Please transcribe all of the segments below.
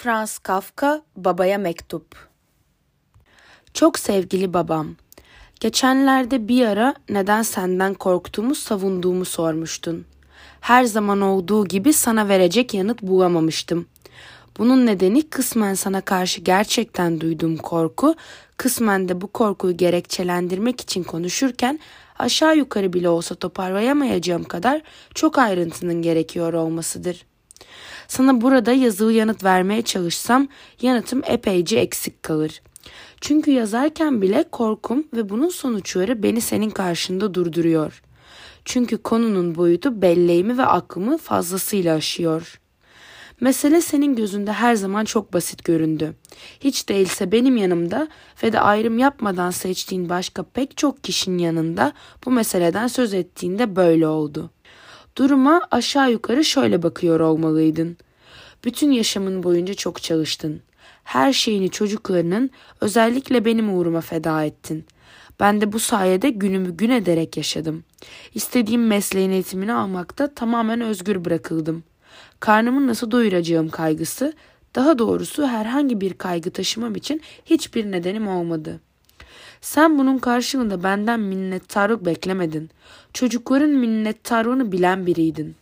Franz Kafka, babaya mektup. Çok sevgili babam, geçenlerde bir ara neden senden korktuğumu savunduğumu sormuştun. Her zaman olduğu gibi sana verecek yanıt bulamamıştım. Bunun nedeni kısmen sana karşı gerçekten duyduğum korku, kısmen de bu korkuyu gerekçelendirmek için konuşurken aşağı yukarı bile olsa toparlayamayacağım kadar çok ayrıntının gerekiyor olmasıdır. Sana burada yazılı yanıt vermeye çalışsam yanıtım epeyce eksik kalır. Çünkü yazarken bile korkum ve bunun sonuçları beni senin karşında durduruyor. Çünkü konunun boyutu belleğimi ve aklımı fazlasıyla aşıyor. Mesele senin gözünde her zaman çok basit göründü. Hiç değilse benim yanımda ve de ayrım yapmadan seçtiğin başka pek çok kişinin yanında bu meseleden söz ettiğinde böyle oldu. Duruma aşağı yukarı şöyle bakıyor olmalıydın. Bütün yaşamın boyunca çok çalıştın. Her şeyini çocuklarının, özellikle benim uğruma feda ettin. Ben de bu sayede günümü gün ederek yaşadım. İstediğim mesleğin eğitimini almakta tamamen özgür bırakıldım. Karnımı nasıl doyuracağım kaygısı, daha doğrusu herhangi bir kaygı taşımam için hiçbir nedenim olmadı. Sen bunun karşılığında benden minnettarlık beklemedin. Çocukların minnettarlığını bilen biriydin.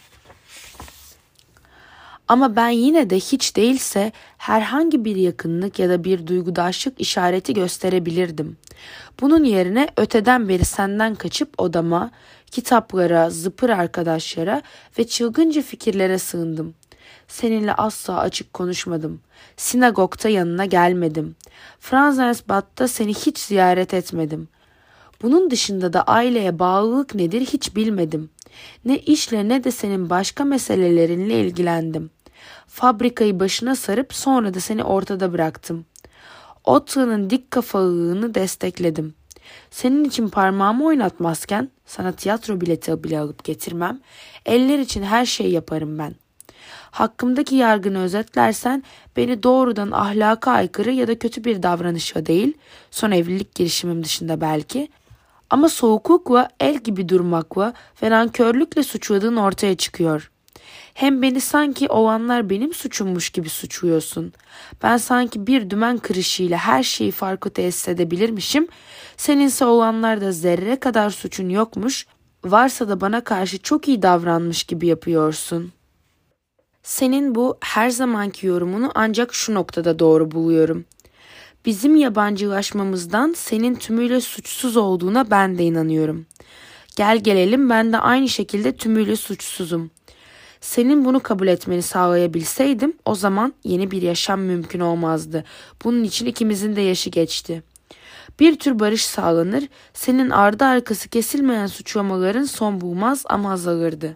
Ama ben yine de hiç değilse herhangi bir yakınlık ya da bir duygudaşlık işareti gösterebilirdim. Bunun yerine öteden beri senden kaçıp odama, kitaplara, zıpır arkadaşlara ve çılgınca fikirlere sığındım. Seninle asla açık konuşmadım. Sinagogda yanına gelmedim. Franzensbad'da seni hiç ziyaret etmedim. Bunun dışında da aileye bağlılık nedir hiç bilmedim. Ne işle ne de senin başka meselelerinle ilgilendim. Fabrikayı başına sarıp sonra da seni ortada bıraktım. Otto'nun dik kafalılığını destekledim. Senin için parmağımı oynatmazken sana tiyatro bileti bile alıp getirmem. Eller için her şeyi yaparım ben. Hakkımdaki yargını özetlersen beni doğrudan ahlaka aykırı ya da kötü bir davranışa değil, son evlilik girişimim dışında belki, ama soğuklukla, el gibi durmakla ve nankörlükle suçladığın ortaya çıkıyor. Hem beni sanki olanlar benim suçummuş gibi suçluyorsun. Ben sanki bir dümen kırışıyla her şeyi farklı tesis edebilirmişim. Seninse olanlarda zerre kadar suçun yokmuş, varsa da bana karşı çok iyi davranmış gibi yapıyorsun. Senin bu her zamanki yorumunu ancak şu noktada doğru buluyorum. Bizim yabancılaşmamızdan senin tümüyle suçsuz olduğuna ben de inanıyorum. Gel gelelim ben de aynı şekilde tümüyle suçsuzum. Senin bunu kabul etmeni sağlayabilseydim o zaman yeni bir yaşam mümkün olmazdı. Bunun için ikimizin de yaşı geçti. Bir tür barış sağlanır, senin ardı arkası kesilmeyen suçlamaların son bulmaz ama azalırdı.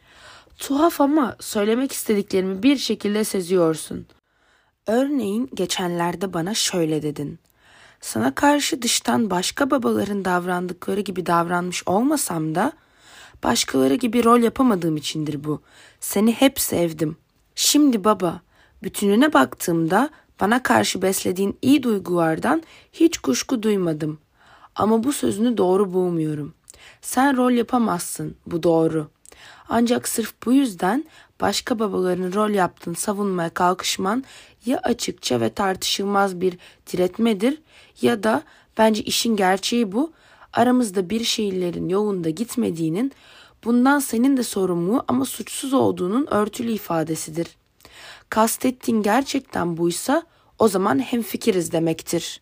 Tuhaf ama söylemek istediklerimi bir şekilde seziyorsun. Örneğin geçenlerde bana şöyle dedin. Sana karşı dıştan başka babaların davrandıkları gibi davranmış olmasam da başkaları gibi rol yapamadığım içindir bu. Seni hep sevdim. Şimdi baba, bütününe baktığımda bana karşı beslediğin iyi duygulardan hiç kuşku duymadım. Ama bu sözünü doğru bulmuyorum. Sen rol yapamazsın, bu doğru. Ancak sırf bu yüzden başka babaların rol yaptığını savunmaya kalkışman ya açıkça ve tartışılmaz bir diretmedir ya da bence işin gerçeği bu, aramızda bir şeylerin yolunda gitmediğinin, bundan senin de sorumlu ama suçsuz olduğunun örtülü ifadesidir. Kastettiğin gerçekten buysa o zaman hemfikiriz demektir.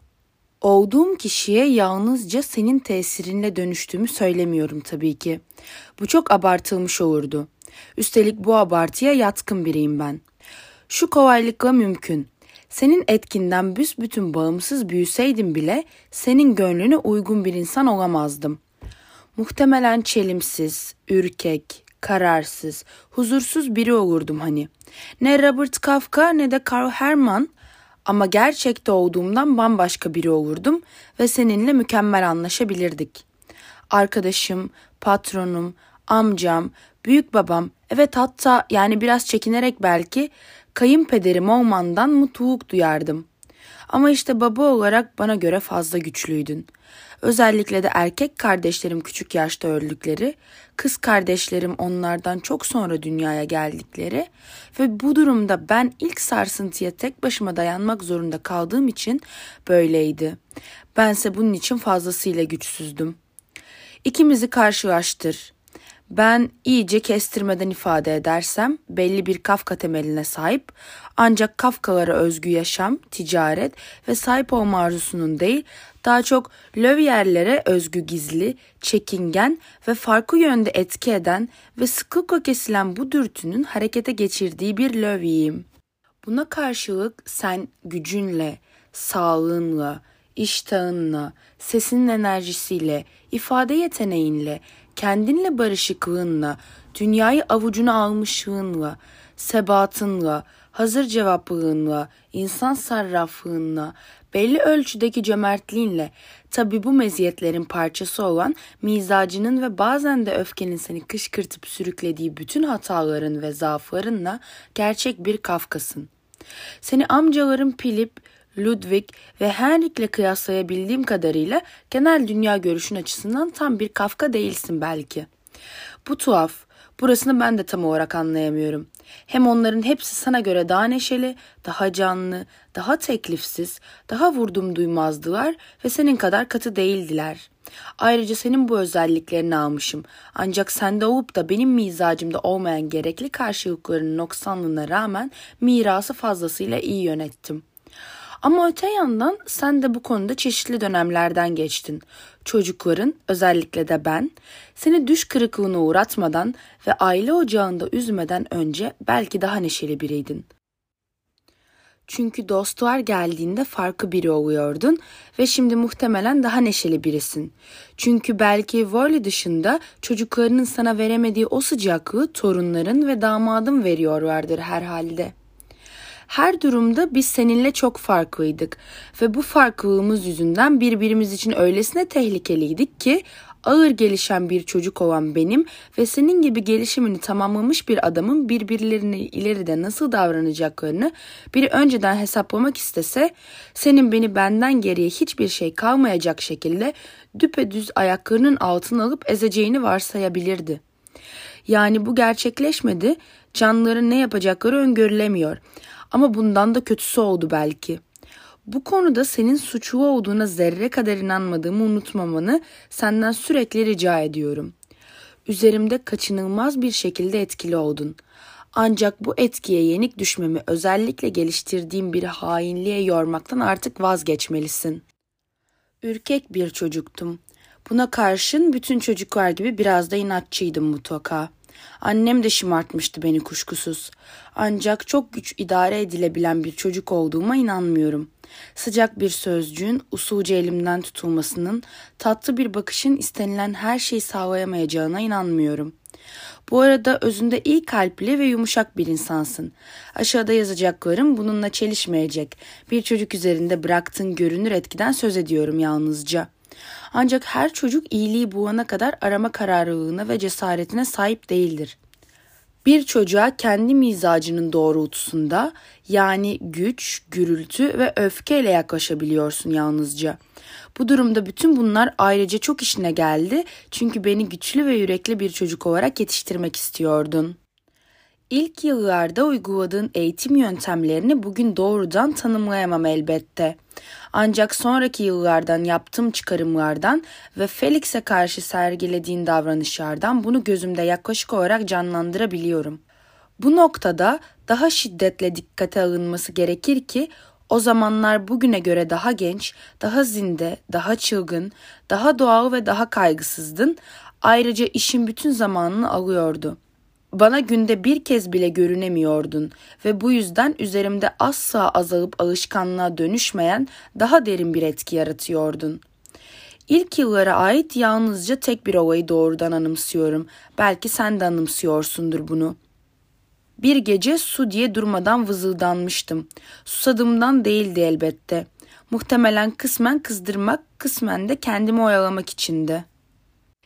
Olduğum kişiye yalnızca senin tesirinle dönüştüğümü söylemiyorum tabii ki. Bu çok abartılmış olurdu. Üstelik bu abartıya yatkın biriyim ben. Şu kolaylıkla mümkün. Senin etkinden büsbütün bağımsız büyüseydim bile senin gönlüne uygun bir insan olamazdım. Muhtemelen çelimsiz, ürkek, kararsız, huzursuz biri olurdum hani. Ne Robert Kafka ne de Karl Hermann, ama gerçekte olduğumdan bambaşka biri olurdum ve seninle mükemmel anlaşabilirdik. Arkadaşım, patronum, amcam, büyük babam, evet hatta yani biraz çekinerek belki kayınpederim olmandan mutluluk duyardım. Ama işte baba olarak bana göre fazla güçlüydün. Özellikle de erkek kardeşlerim küçük yaşta öldükleri, kız kardeşlerim onlardan çok sonra dünyaya geldikleri ve bu durumda ben ilk sarsıntıya tek başıma dayanmak zorunda kaldığım için böyleydi. Bense bunun için fazlasıyla güçsüzdüm. İkimizi karşılaştır. Ben iyice kestirmeden ifade edersem belli bir Kafka temeline sahip, ancak Kafkalara özgü yaşam, ticaret ve sahip olma arzusunun değil, daha çok Löwier'lere özgü gizli, çekingen ve farklı yönde etki eden ve sıklıkla kesilen bu dürtünün harekete geçirdiği bir Löwy'yim. Buna karşılık sen gücünle, sağlığınla, iştahınla, sesinin enerjisiyle, ifade yeteneğinle, kendinle barışıklığınla, dünyayı avucuna almışlığınla, sebatınla, hazır cevaplılığınla, insan sarraflığınla, belli ölçüdeki cömertliğinle, tabi bu meziyetlerin parçası olan mizacının ve bazen de öfkenin seni kışkırtıp sürüklediği bütün hataların ve zaaflarınla gerçek bir Kafkasın. Seni amcalarım Philip, Ludwig ve Heinrich'le kıyaslayabildiğim kadarıyla genel dünya görüşün açısından tam bir Kafka değilsin belki. Bu tuhaf. Burasını ben de tam olarak anlayamıyorum. Hem onların hepsi sana göre daha neşeli, daha canlı, daha teklifsiz, daha vurdum duymazdılar ve senin kadar katı değildiler. Ayrıca senin bu özelliklerini almışım. Ancak sende olup da benim mizacımda olmayan gerekli karşılıklarının noksanlığına rağmen mirası fazlasıyla iyi yönettim. Ama öte yandan sen de bu konuda çeşitli dönemlerden geçtin. Çocukların, özellikle de ben, seni düş kırıklığına uğratmadan ve aile ocağında üzmeden önce belki daha neşeli biriydin. Çünkü dostlar geldiğinde farklı biri oluyordun ve şimdi muhtemelen daha neşeli birisin. Çünkü belki Worley dışında çocuklarının sana veremediği o sıcaklığı torunların ve damadın veriyorlardır herhalde. Her durumda biz seninle çok farklıydık ve bu farklılığımız yüzünden birbirimiz için öylesine tehlikeliydik ki ağır gelişen bir çocuk olan benim ve senin gibi gelişimini tamamlamış bir adamın birbirlerine ileride nasıl davranacaklarını biri önceden hesaplamak istese senin beni benden geriye hiçbir şey kalmayacak şekilde düpedüz ayaklarının altına alıp ezeceğini varsayabilirdi. Yani bu gerçekleşmedi, canlıların ne yapacakları öngörülemiyor. Ama bundan da kötüsü oldu belki. Bu konuda senin suçlu olduğuna zerre kadar inanmadığımı unutmamanı senden sürekli rica ediyorum. Üzerimde kaçınılmaz bir şekilde etkili oldun. Ancak bu etkiye yenik düşmemi özellikle geliştirdiğim bir hainliğe yormaktan artık vazgeçmelisin. Ürkek bir çocuktum. Buna karşın bütün çocuklar gibi biraz da inatçıydım mutlaka. Annem de şımartmıştı beni kuşkusuz. Ancak çok güç idare edilebilen bir çocuk olduğuma inanmıyorum. Sıcak bir sözcüğün usulca elimden tutulmasının, tatlı bir bakışın istenilen her şeyi sağlayamayacağına inanmıyorum. Bu arada özünde iyi kalpli ve yumuşak bir insansın. Aşağıda yazacaklarım bununla çelişmeyecek. Bir çocuk üzerinde bıraktığın görünür etkiden söz ediyorum yalnızca. Ancak her çocuk iyiliği bulana kadar arama kararlılığına ve cesaretine sahip değildir. Bir çocuğa kendi mizacının doğrultusunda yani güç, gürültü ve öfkeyle yaklaşabiliyorsun yalnızca. Bu durumda bütün bunlar ayrıca çok işine geldi çünkü beni güçlü ve yürekli bir çocuk olarak yetiştirmek istiyordun. İlk yıllarda uyguladığın eğitim yöntemlerini bugün doğrudan tanımlayamam elbette. Ancak sonraki yıllardan yaptığım çıkarımlardan ve Felix'e karşı sergilediğin davranışlardan bunu gözümde yaklaşık olarak canlandırabiliyorum. Bu noktada daha şiddetle dikkate alınması gerekir ki o zamanlar bugüne göre daha genç, daha zinde, daha çılgın, daha doğal ve daha kaygısızdın. Ayrıca işin bütün zamanını alıyordu. Bana günde bir kez bile görünemiyordun ve bu yüzden üzerimde asla azalıp alışkanlığa dönüşmeyen daha derin bir etki yaratıyordun. İlk yıllara ait yalnızca tek bir olayı doğrudan anımsıyorum. Belki sen de anımsıyorsundur bunu. Bir gece su diye durmadan vızıldanmıştım. Susadığımdan değildi elbette. Muhtemelen kısmen kızdırmak, kısmen de kendimi oyalamak içindi.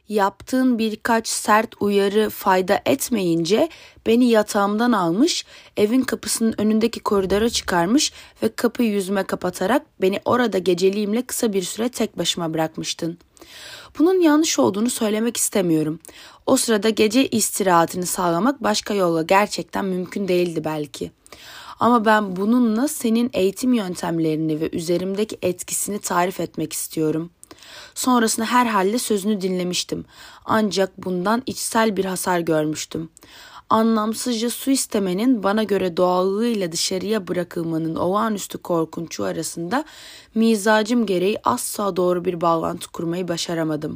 Yaptığın birkaç sert uyarı fayda etmeyince beni yatağımdan almış, evin kapısının önündeki koridora çıkarmış ve kapıyı yüzüme kapatarak beni orada geceliğimle kısa bir süre tek başıma bırakmıştın. Bunun yanlış olduğunu söylemek istemiyorum. O sırada gece istirahatini sağlamak başka yolla gerçekten mümkün değildi belki. Ama ben bununla senin eğitim yöntemlerini ve üzerimdeki etkisini tarif etmek istiyorum. Sonrasında herhalde sözünü dinlemiştim. Ancak bundan içsel bir hasar görmüştüm. Anlamsızca su istemenin bana göre doğallığıyla dışarıya bırakılmanın olağanüstü korkunçluğu arasında mizacım gereği asla doğru bir bağlantı kurmayı başaramadım.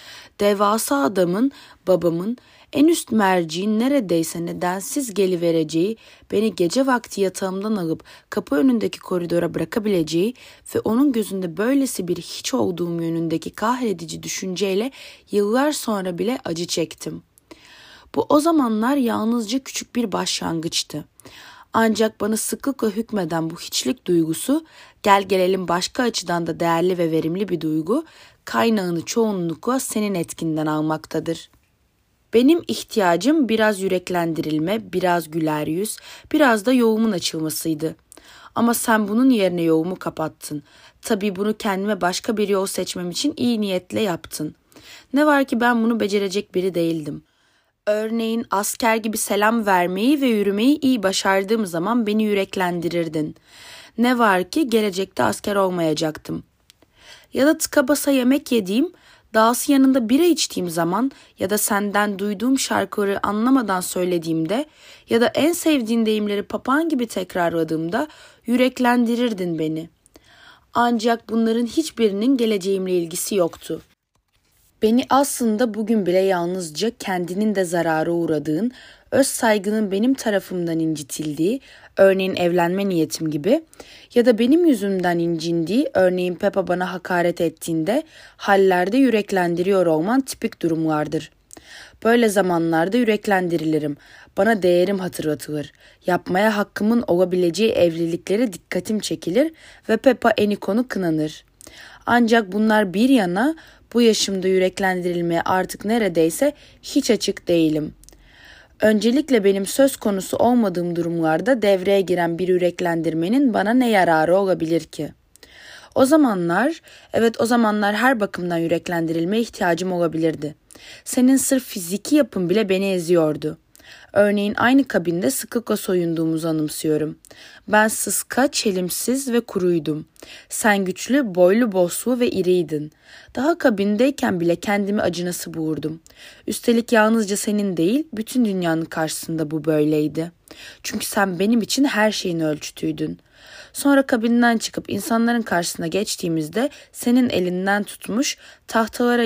Devasa adamın, babamın, en üst merciğin neredeyse nedensiz gelivereceği, beni gece vakti yatağımdan alıp kapı önündeki koridora bırakabileceği ve onun gözünde böylesi bir hiç olduğum yönündeki kahredici düşünceyle yıllar sonra bile acı çektim. Bu o zamanlar yalnızca küçük bir başlangıçtı. Ancak bana sıklıkla hükmeden bu hiçlik duygusu, gel gelelim başka açıdan da değerli ve verimli bir duygu, kaynağını çoğunlukla senin etkinden almaktadır. Benim ihtiyacım biraz yüreklendirilme, biraz güler yüz, biraz da yoğumun açılmasıydı. Ama sen bunun yerine yoğumu kapattın. Tabii bunu kendime başka bir yol seçmem için iyi niyetle yaptın. Ne var ki ben bunu becerecek biri değildim. Örneğin asker gibi selam vermeyi ve yürümeyi iyi başardığım zaman beni yüreklendirirdin. Ne var ki gelecekte asker olmayacaktım. Ya da tıka basa yemek yediğim, dahası yanında bira içtiğim zaman ya da senden duyduğum şarkıları anlamadan söylediğimde ya da en sevdiğin deyimleri papağan gibi tekrarladığımda yüreklendirirdin beni. Ancak bunların hiçbirinin geleceğimle ilgisi yoktu. Beni aslında bugün bile yalnızca kendinin de zarara uğradığın, öz saygının benim tarafımdan incitildiği, örneğin evlenme niyetim gibi ya da benim yüzümden incindiği, örneğin Peppa bana hakaret ettiğinde hallerde yüreklendiriyor olman tipik durumlardır. Böyle zamanlarda yüreklendirilirim, bana değerim hatırlatılır, yapmaya hakkımın olabileceği evlilikleri dikkatim çekilir ve Peppa Enikon'u kınanır. Ancak bunlar bir yana, bu yaşımda yüreklendirilmeye artık neredeyse hiç açık değilim. Öncelikle benim söz konusu olmadığım durumlarda devreye giren bir yüreklendirmenin bana ne yararı olabilir ki? O zamanlar her bakımdan yüreklendirilmeye ihtiyacım olabilirdi. Senin sırf fiziki yapın bile beni eziyordu. Örneğin aynı kabinde sıklıkla soyunduğumuzu anımsıyorum. Ben sıska, çelimsiz ve kuruydum. Sen güçlü, boylu, boslu ve iriydin. Daha kabindeyken bile kendimi acınası buldum. Üstelik yalnızca senin değil, bütün dünyanın karşısında bu böyleydi. Çünkü sen benim için her şeyin ölçütüydün. Sonra kabinden çıkıp insanların karşısına geçtiğimizde senin elinden tutmuş, tahtalara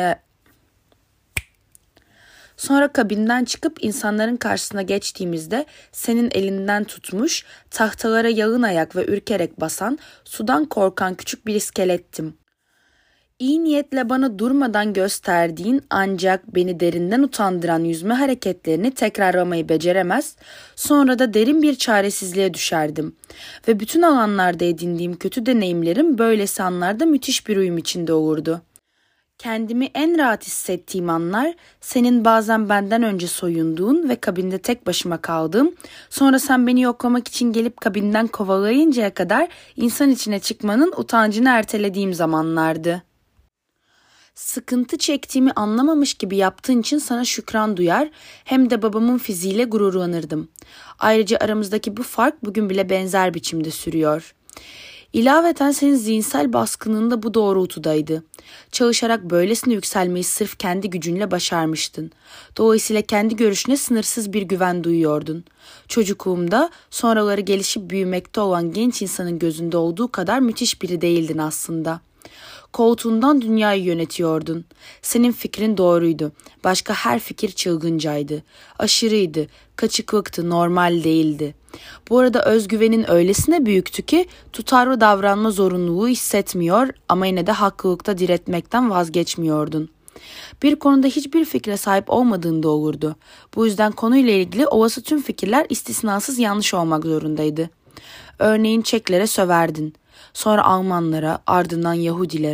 yalın ayak ve ürkerek basan, sudan korkan küçük bir iskelettim. İyi niyetle bana durmadan gösterdiğin ancak beni derinden utandıran yüzme hareketlerini tekrarlamayı beceremez, sonra da derin bir çaresizliğe düşerdim. Ve bütün alanlarda edindiğim kötü deneyimlerim böylesi anlarda müthiş bir uyum içinde olurdu. Kendimi en rahat hissettiğim anlar, senin bazen benden önce soyunduğun ve kabinde tek başıma kaldığım, sonra sen beni yoklamak için gelip kabinden kovalayıncaya kadar insan içine çıkmanın utancını ertelediğim zamanlardı. Sıkıntı çektiğimi anlamamış gibi yaptığın için sana şükran duyar, hem de babamın fiziğiyle gururlanırdım. Ayrıca aramızdaki bu fark bugün bile benzer biçimde sürüyor. İlaveten senin zihinsel baskının da bu doğrultudaydı. Çalışarak böylesine yükselmeyi sırf kendi gücünle başarmıştın. Dolayısıyla kendi görüşüne sınırsız bir güven duyuyordun. Çocukluğumda sonraları gelişip büyümekte olan genç insanın gözünde olduğu kadar müthiş biri değildin aslında. Koltuğundan dünyayı yönetiyordun. Senin fikrin doğruydu. Başka her fikir çılgıncaydı. Aşırıydı, kaçıklıktı, normal değildi. Bu arada özgüvenin öylesine büyüktü ki tutarlı davranma zorunluluğu hissetmiyor ama yine de haklılıkta diretmekten vazgeçmiyordun. Bir konuda hiçbir fikre sahip olmadığında olurdu. Bu yüzden konuyla ilgili olası tüm fikirler istisnasız yanlış olmak zorundaydı. Örneğin Çeklere söverdin. Sonra Almanlara, ardından Yahudilere.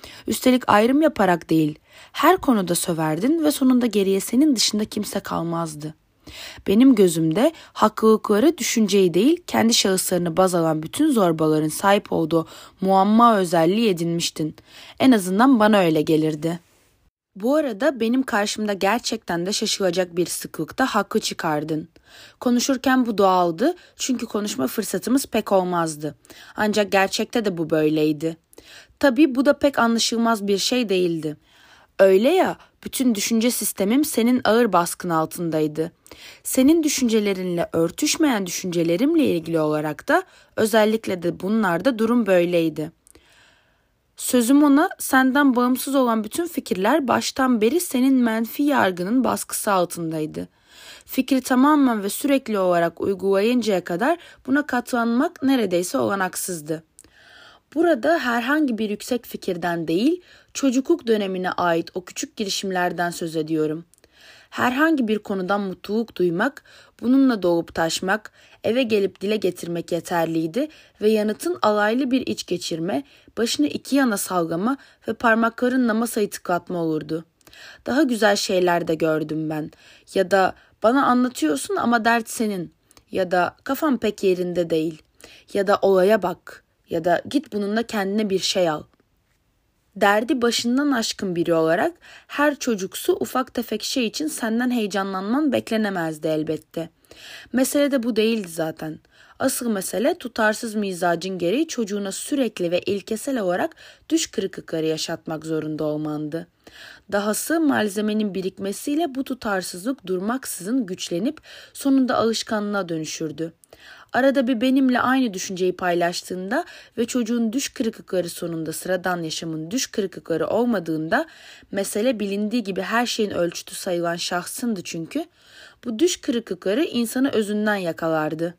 Üstelik ayrım yaparak değil, her konuda söverdin ve sonunda geriye senin dışında kimse kalmazdı. Benim gözümde haklılıkları düşünceyi değil, kendi şahıslarını baz alan bütün zorbaların sahip olduğu muamma özelliği edinmiştin. En azından bana öyle gelirdi. Bu arada benim karşımda gerçekten de şaşılacak bir sıklıkta haklı çıkardın. Konuşurken bu doğaldı çünkü konuşma fırsatımız pek olmazdı. Ancak gerçekte de bu böyleydi. Tabii bu da pek anlaşılmaz bir şey değildi. Öyle ya, bütün düşünce sistemim senin ağır baskın altındaydı. Senin düşüncelerinle örtüşmeyen düşüncelerimle ilgili olarak da özellikle de bunlarda durum böyleydi. Sözüm ona, senden bağımsız olan bütün fikirler baştan beri senin menfi yargının baskısı altındaydı. Fikri tamamen ve sürekli olarak uygulayıncaya kadar buna katlanmak neredeyse olanaksızdı. Burada herhangi bir yüksek fikirden değil, çocukluk dönemine ait o küçük girişimlerden söz ediyorum. Herhangi bir konudan mutluluk duymak, bununla dolup taşmak, eve gelip dile getirmek yeterliydi ve yanıtın alaylı bir iç geçirme, başını iki yana sallama ve parmaklarınla masayı tıklatma olurdu. Daha güzel şeyler de gördüm ben. Ya da bana anlatıyorsun ama dert senin. Ya da kafam pek yerinde değil. Ya da olaya bak. Ya da git bununla kendine bir şey al. Derdi başından aşkın biri olarak her çocuksu ufak tefek şey için senden heyecanlanman beklenemezdi elbette. Mesele de bu değildi zaten. Asıl mesele tutarsız mizacın gereği çocuğuna sürekli ve ilkesel olarak düş kırıklıkları yaşatmak zorunda olmandı. Dahası malzemenin birikmesiyle bu tutarsızlık durmaksızın güçlenip sonunda alışkanlığa dönüşürdü. Arada bir benimle aynı düşünceyi paylaştığında ve çocuğun düş kırıklıkları sonunda sıradan yaşamın düş kırıklıkları olmadığında mesele bilindiği gibi her şeyin ölçütü sayılan şahsındı çünkü bu düş kırıklıkları insanı özünden yakalardı.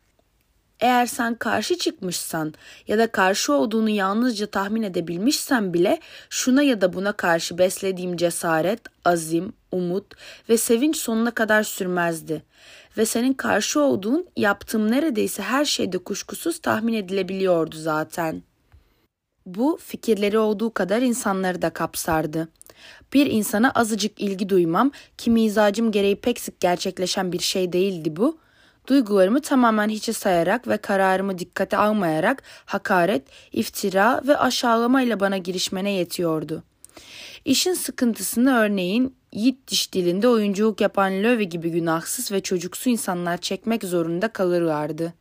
Eğer sen karşı çıkmışsan ya da karşı olduğunu yalnızca tahmin edebilmişsen bile şuna ya da buna karşı beslediğim cesaret, azim, umut ve sevinç sonuna kadar sürmezdi. Ve senin karşı olduğun yaptığım neredeyse her şeyde kuşkusuz tahmin edilebiliyordu zaten. Bu fikirleri olduğu kadar insanları da kapsardı. Bir insana azıcık ilgi duymam ki mizacım gereği pek sık gerçekleşen bir şey değildi bu. Duygularımı tamamen hiçe sayarak ve kararımı dikkate almayarak hakaret, iftira ve aşağılamayla bana girişmene yetiyordu. İşin sıkıntısını örneğin Yiddiş dilinde oyunculuk yapan Löwe gibi günahsız ve çocuksu insanlar çekmek zorunda kalırlardı.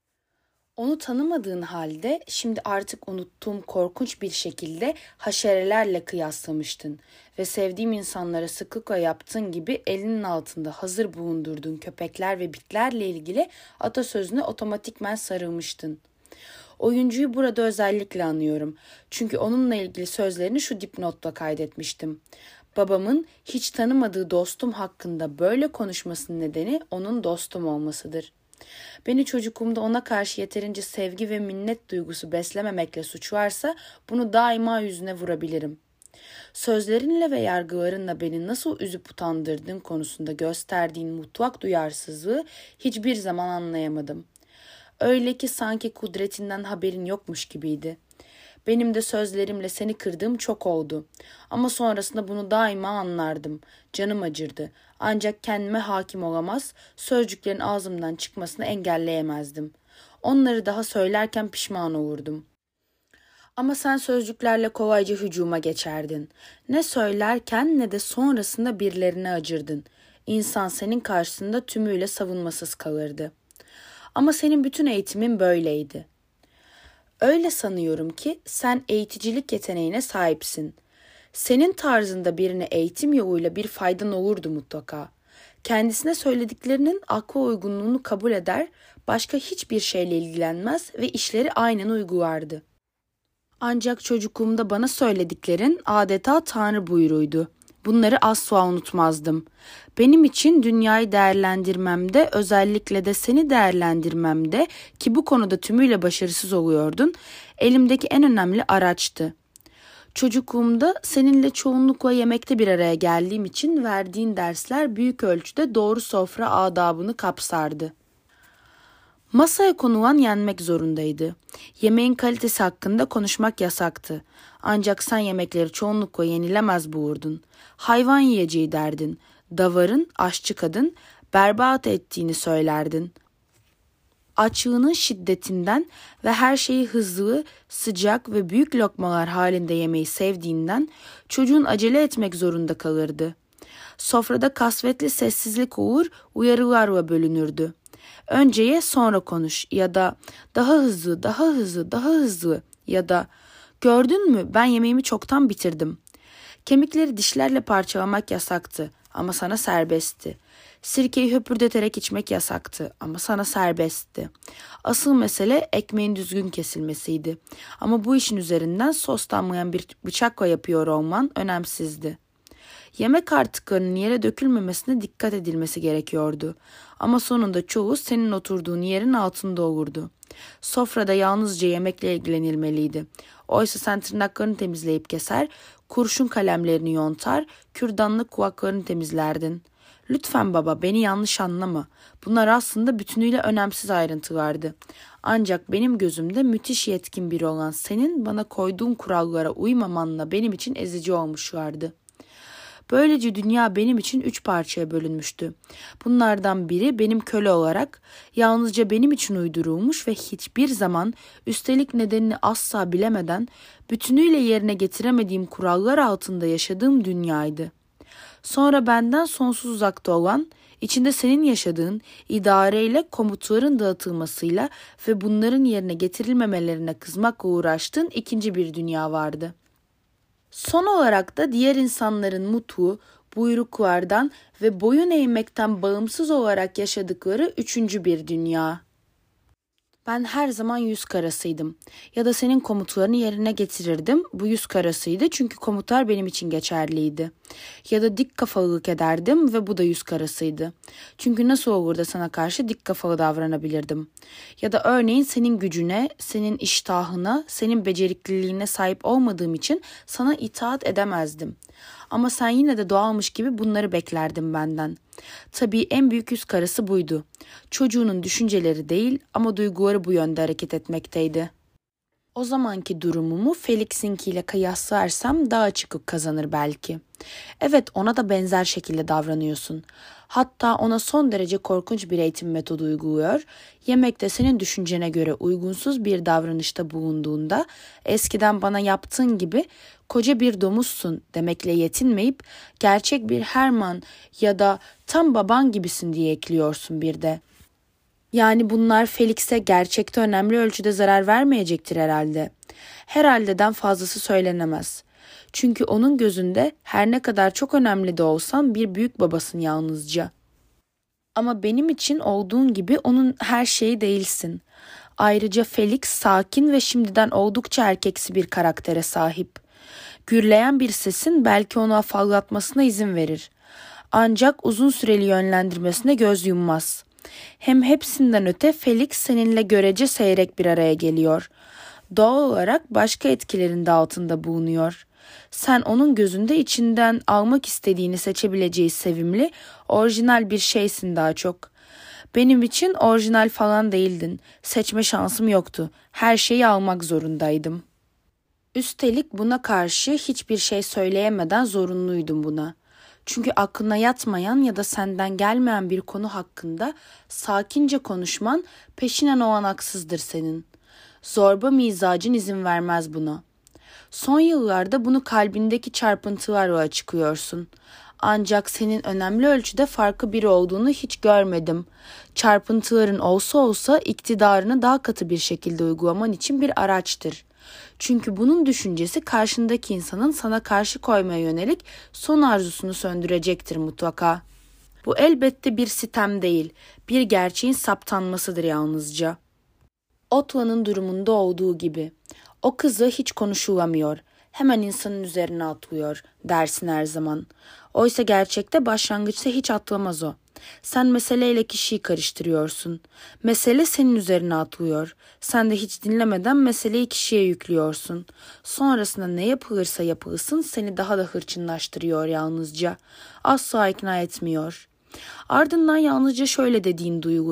Onu tanımadığın halde şimdi artık unuttuğum korkunç bir şekilde haşerelerle kıyaslamıştın ve sevdiğim insanlara sıklıkla yaptığın gibi elinin altında hazır bulundurduğun köpekler ve bitlerle ilgili atasözüne otomatikmen sarılmıştın. Oyuncuyu burada özellikle anıyorum çünkü onunla ilgili sözlerini şu dipnotla kaydetmiştim. Babamın hiç tanımadığı dostum hakkında böyle konuşmasının nedeni onun dostum olmasıdır. Beni çocukluğumda ona karşı yeterince sevgi ve minnet duygusu beslememekle suçlarsa bunu daima yüzüne vurabilirim. Sözlerinle ve yargılarınla beni nasıl üzüp utandırdığın konusunda gösterdiğin mutlak duyarsızlığı hiçbir zaman anlayamadım. Öyle ki sanki kudretinden haberin yokmuş gibiydi. Benim de sözlerimle seni kırdığım çok oldu. Ama sonrasında bunu daima anlardım. Canım acırdı. Ancak kendime hakim olamaz, sözcüklerin ağzımdan çıkmasını engelleyemezdim. Onları daha söylerken pişman olurdum. Ama sen sözcüklerle kolayca hücuma geçerdin. Ne söylerken ne de sonrasında birilerine acırdın. İnsan senin karşısında tümüyle savunmasız kalırdı. Ama senin bütün eğitimin böyleydi. Öyle sanıyorum ki sen eğiticilik yeteneğine sahipsin. Senin tarzında birine eğitim yoluyla bir faydan olurdu mutlaka. Kendisine söylediklerinin akla uygunluğunu kabul eder, başka hiçbir şeyle ilgilenmez ve işleri aynen uygulardı. Ancak çocukluğumda bana söylediklerin adeta Tanrı buyruğuydu. Bunları asla unutmazdım. Benim için dünyayı değerlendirmemde, özellikle de seni değerlendirmemde ki bu konuda tümüyle başarısız oluyordun, elimdeki en önemli araçtı. Çocukluğumda seninle çoğunlukla yemekte bir araya geldiğim için verdiğin dersler büyük ölçüde doğru sofra adabını kapsardı. Masaya konulan yenmek zorundaydı. Yemeğin kalitesi hakkında konuşmak yasaktı. Ancak sen yemekleri çoğunlukla yenilemez buğurdun. Hayvan yiyeceği derdin. Davarın, aşçı kadın, berbat ettiğini söylerdin. Açlığının şiddetinden ve her şeyi hızlı, sıcak ve büyük lokmalar halinde yemeyi sevdiğinden çocuğun acele etmek zorunda kalırdı. Sofrada kasvetli sessizlik olur, uyarılarla bölünürdü. Önce ye sonra konuş ya da daha hızlı, daha hızlı, daha hızlı ya da gördün mü ben yemeğimi çoktan bitirdim. Kemikleri dişlerle parçalamak yasaktı ama sana serbestti. Sirkeyi höpürdeterek içmek yasaktı ama sana serbestti. Asıl mesele ekmeğin düzgün kesilmesiydi. Ama bu işin üzerinden sos damlayan bir bıçakla yapıyor olman önemsizdi. Yemek artıklarının yere dökülmemesine dikkat edilmesi gerekiyordu. Ama sonunda çoğu senin oturduğun yerin altında olurdu. Sofrada yalnızca yemekle ilgilenilmeliydi. Oysa sen tırnaklarını temizleyip keser, kurşun kalemlerini yontar, kürdanlı kulaklarını temizlerdin. Lütfen baba beni yanlış anlama. Bunlar aslında bütünüyle önemsiz ayrıntılardı. Ancak benim gözümde müthiş yetkin biri olan senin bana koyduğun kurallara uymamanla benim için ezici olmuşlardı. Böylece dünya benim için 3 parçaya bölünmüştü. Bunlardan biri benim köle olarak yalnızca benim için uydurulmuş ve hiçbir zaman üstelik nedenini asla bilemeden bütünüyle yerine getiremediğim kurallar altında yaşadığım dünyaydı. Sonra benden sonsuz uzakta olan, içinde senin yaşadığın, idareyle komutların dağıtılmasıyla ve bunların yerine getirilmemelerine kızmakla uğraştığın ikinci bir dünya vardı. Son olarak da diğer insanların mutlu, buyruklardan ve boyun eğmekten bağımsız olarak yaşadıkları üçüncü bir dünya. Ben her zaman yüz karasıydım ya da senin komutlarını yerine getirirdim. Bu yüz karasıydı çünkü komutlar benim için geçerliydi. Ya da dik kafalılık ederdim ve bu da yüz karasıydı. Çünkü nasıl olur da sana karşı dik kafalı davranabilirdim. Ya da örneğin senin gücüne, senin iştahına, senin becerikliliğine sahip olmadığım için sana itaat edemezdim. Ama sen yine de doğalmış gibi bunları beklerdin benden. Tabii en büyük yüz karası buydu. Çocuğunun düşünceleri değil ama duyguları bu yönde hareket etmekteydi. O zamanki durumumu Felix'inkiyle kıyaslarsam daha çıkık kazanır belki. Evet ona da benzer şekilde davranıyorsun. Hatta ona son derece korkunç bir eğitim metodu uyguluyor. Yemekte senin düşüncene göre uygunsuz bir davranışta bulunduğunda eskiden bana yaptığın gibi koca bir domuzsun demekle yetinmeyip gerçek bir Herman ya da tam baban gibisin diye ekliyorsun bir de. Yani bunlar Felix'e gerçekte önemli ölçüde zarar vermeyecektir herhalde. Herhaldeden fazlası söylenemez. Çünkü onun gözünde her ne kadar çok önemli de olsan bir büyük babasın yalnızca. Ama benim için olduğun gibi onun her şeyi değilsin. Ayrıca Felix sakin ve şimdiden oldukça erkeksi bir karaktere sahip. Gürleyen bir sesin belki onu afallatmasına izin verir. Ancak uzun süreli yönlendirmesine göz yummaz. Hem hepsinden öte Felix seninle görece seyrek bir araya geliyor. Doğal olarak başka etkilerin de altında bulunuyor. Sen onun gözünde içinden almak istediğini seçebileceği sevimli, orijinal bir şeysin daha çok. Benim için orijinal falan değildin. Seçme şansım yoktu. Her şeyi almak zorundaydım. Üstelik buna karşı hiçbir şey söyleyemeden zorunluydum buna. Çünkü aklına yatmayan ya da senden gelmeyen bir konu hakkında sakince konuşman peşinen olanaksızdır senin. Zorba mizacın izin vermez buna. Son yıllarda bunu kalbindeki çarpıntılarla açıklıyorsun. Ancak senin önemli ölçüde farklı biri olduğunu hiç görmedim. Çarpıntıların olsa olsa iktidarını daha katı bir şekilde uygulaman için bir araçtır. Çünkü bunun düşüncesi karşındaki insanın sana karşı koymaya yönelik son arzusunu söndürecektir mutlaka. Bu elbette bir sitem değil, bir gerçeğin saptanmasıdır yalnızca. Otla'nın durumunda olduğu gibi. O kızı hiç konuşulamıyor. Hemen insanın üzerine atlıyor dersin her zaman. Oysa gerçekte başlangıçta hiç atlamaz o. Sen meseleyle kişiyi karıştırıyorsun. Mesele senin üzerine atlıyor. Sen de hiç dinlemeden meseleyi kişiye yüklüyorsun. Sonrasında ne yapılırsa yapılsın seni daha da hırçınlaştırıyor yalnızca. Asla ikna etmiyor. Ardından yalnızca şöyle dediğin duyulur.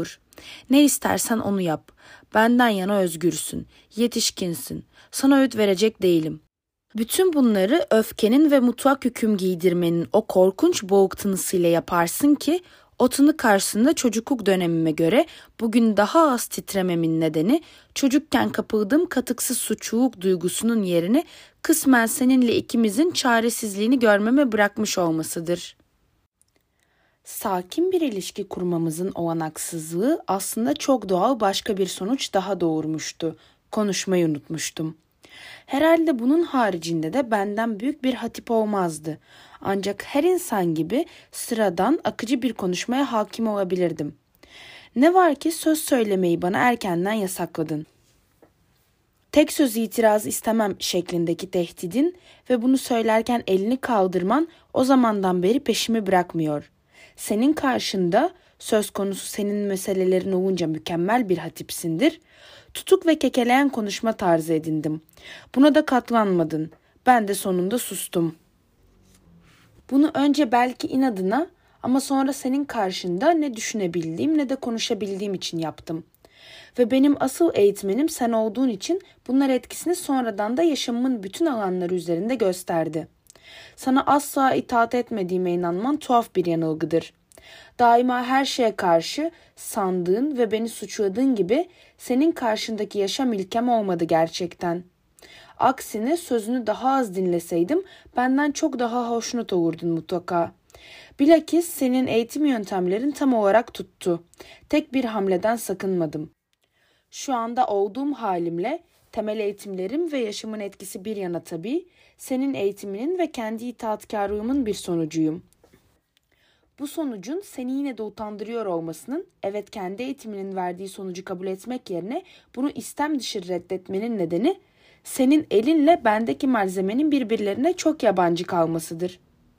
Ne istersen onu yap. Benden yana özgürsün, yetişkinsin. Sana öğüt verecek değilim. Bütün bunları öfkenin ve mutfak hüküm giydirmenin o korkunç boğuk tınısıyla yaparsın ki o tını karşısında çocukluk dönemime göre bugün daha az titrememin nedeni çocukken kapıldığım katıksız suçluluk duygusunun yerini kısmen seninle ikimizin çaresizliğini görmeme bırakmış olmasıdır. Sakin bir ilişki kurmamızın olanaksızlığı aslında çok doğal başka bir sonuç daha doğurmuştu. Konuşmayı unutmuştum. Herhalde bunun haricinde de benden büyük bir hatip olmazdı. Ancak her insan gibi sıradan akıcı bir konuşmaya hakim olabilirdim. Ne var ki söz söylemeyi bana erkenden yasakladın. Tek söz itiraz istemem şeklindeki tehdidin ve bunu söylerken elini kaldırman o zamandan beri peşimi bırakmıyor. Senin karşında söz konusu senin meselelerin olunca mükemmel bir hatipsindir. Tutuk ve kekeleyen konuşma tarzı edindim. Buna da katlanmadın. Ben de sonunda sustum. Bunu önce belki inadına ama sonra senin karşında ne düşünebildiğim ne de konuşabildiğim için yaptım. Ve benim asıl eğitmenim sen olduğun için bunlar etkisini sonradan da yaşamımın bütün alanları üzerinde gösterdi. Sana asla itaat etmediğime inanman tuhaf bir yanılgıdır. Daima her şeye karşı sandığın ve beni suçladığın gibi senin karşındaki yaşam ilkem olmadı gerçekten. Aksine sözünü daha az dinleseydim benden çok daha hoşnut olurdun mutlaka. Bilakis senin eğitim yöntemlerin tam olarak tuttu. Tek bir hamleden sakınmadım. Şu anda olduğum halimle temel eğitimlerim ve yaşamın etkisi bir yana tabii, senin eğitiminin ve kendi itaatkarlığımın bir sonucuyum. Bu sonucun seni yine de utandırıyor olmasının, evet kendi eğitiminin verdiği sonucu kabul etmek yerine bunu istem dışı reddetmenin nedeni, senin elinle bendeki malzemenin birbirlerine çok yabancı kalmasıdır.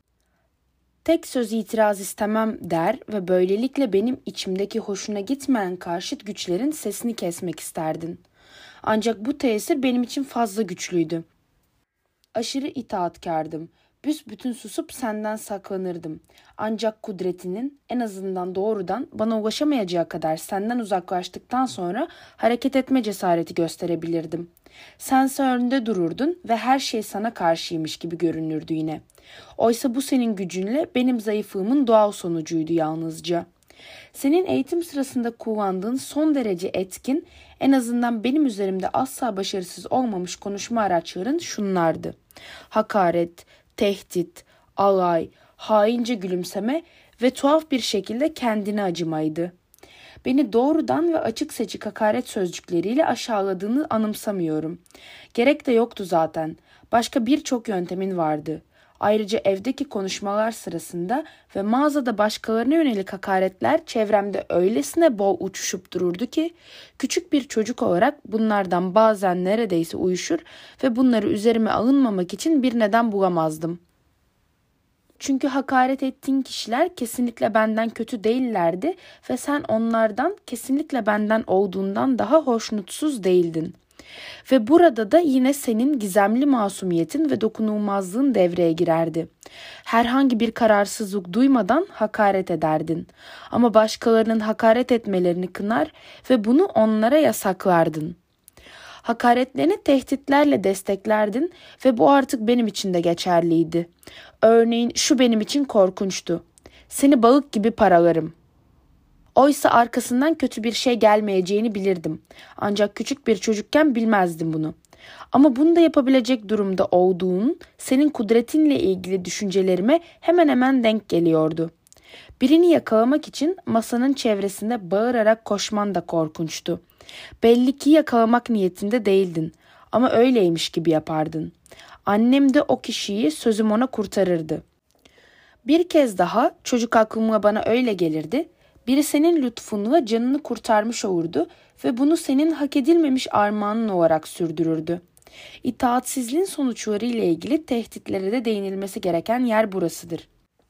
Tek söz itiraz istemem der ve böylelikle benim içimdeki hoşuna gitmeyen karşıt güçlerin sesini kesmek isterdin. Ancak bu tesir benim için fazla güçlüydü. Aşırı itaatkardım. Büsbütün susup senden saklanırdım. Ancak kudretinin en azından doğrudan bana ulaşamayacağı kadar senden uzaklaştıktan sonra hareket etme cesareti gösterebilirdim. Sense önde dururdun ve her şey sana karşıymış gibi görünürdü yine. Oysa bu senin gücünle benim zayıflığımın doğal sonucuydu yalnızca. Senin eğitim sırasında kullandığın son derece etkin, en azından benim üzerimde asla başarısız olmamış konuşma araçların şunlardı: hakaret, tehdit, alay, haince gülümseme ve tuhaf bir şekilde kendine acımaydı. Beni doğrudan ve açık seçik hakaret sözcükleriyle aşağıladığını anımsamıyorum. Gerek de yoktu zaten. Başka birçok yöntemin vardı. Ayrıca evdeki konuşmalar sırasında ve mağazada başkalarına yönelik hakaretler çevremde öylesine bol uçuşup dururdu ki küçük bir çocuk olarak bunlardan bazen neredeyse uyuşur ve bunları üzerime alınmamak için bir neden bulamazdım. Çünkü hakaret ettiğin kişiler kesinlikle benden kötü değillerdi ve sen onlardan kesinlikle benden olduğundan daha hoşnutsuz değildin. Ve burada da yine senin gizemli masumiyetin ve dokunulmazlığın devreye girerdi. Herhangi bir kararsızlık duymadan hakaret ederdin. Ama başkalarının hakaret etmelerini kınar ve bunu onlara yasaklardın. Hakaretlerini tehditlerle desteklerdin ve bu artık benim için de geçerliydi. Örneğin şu benim için korkunçtu: seni balık gibi paralarım. Oysa arkasından kötü bir şey gelmeyeceğini bilirdim. Ancak küçük bir çocukken bilmezdim bunu. Ama bunu da yapabilecek durumda olduğun senin kudretinle ilgili düşüncelerime hemen hemen denk geliyordu. Birini yakalamak için masanın çevresinde bağırarak koşman da korkunçtu. Belli ki yakalamak niyetinde değildin ama öyleymiş gibi yapardın. Annem de o kişiyi sözüm ona kurtarırdı. Bir kez daha çocuk aklımla bana öyle gelirdi. Biri senin lütfunla canını kurtarmış olurdu ve bunu senin hak edilmemiş armağanın olarak sürdürürdü. İtaatsizliğin sonuçları ile ilgili tehditlere de değinilmesi gereken yer burasıdır.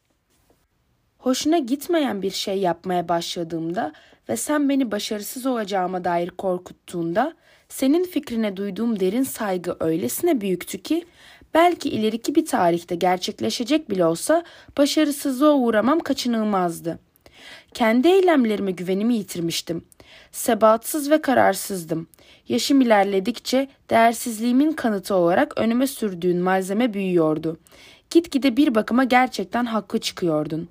Hoşuna gitmeyen bir şey yapmaya başladığımda ve sen beni başarısız olacağıma dair korkuttuğunda senin fikrine duyduğum derin saygı öylesine büyüktü ki belki ileriki bir tarihte gerçekleşecek bile olsa başarısızlığa uğramam kaçınılmazdı. Kendi eylemlerime güvenimi yitirmiştim. Sebatsız ve kararsızdım. Yaşım ilerledikçe değersizliğimin kanıtı olarak önüme sürdüğün malzeme büyüyordu. Gitgide bir bakıma gerçekten haklı çıkıyordun.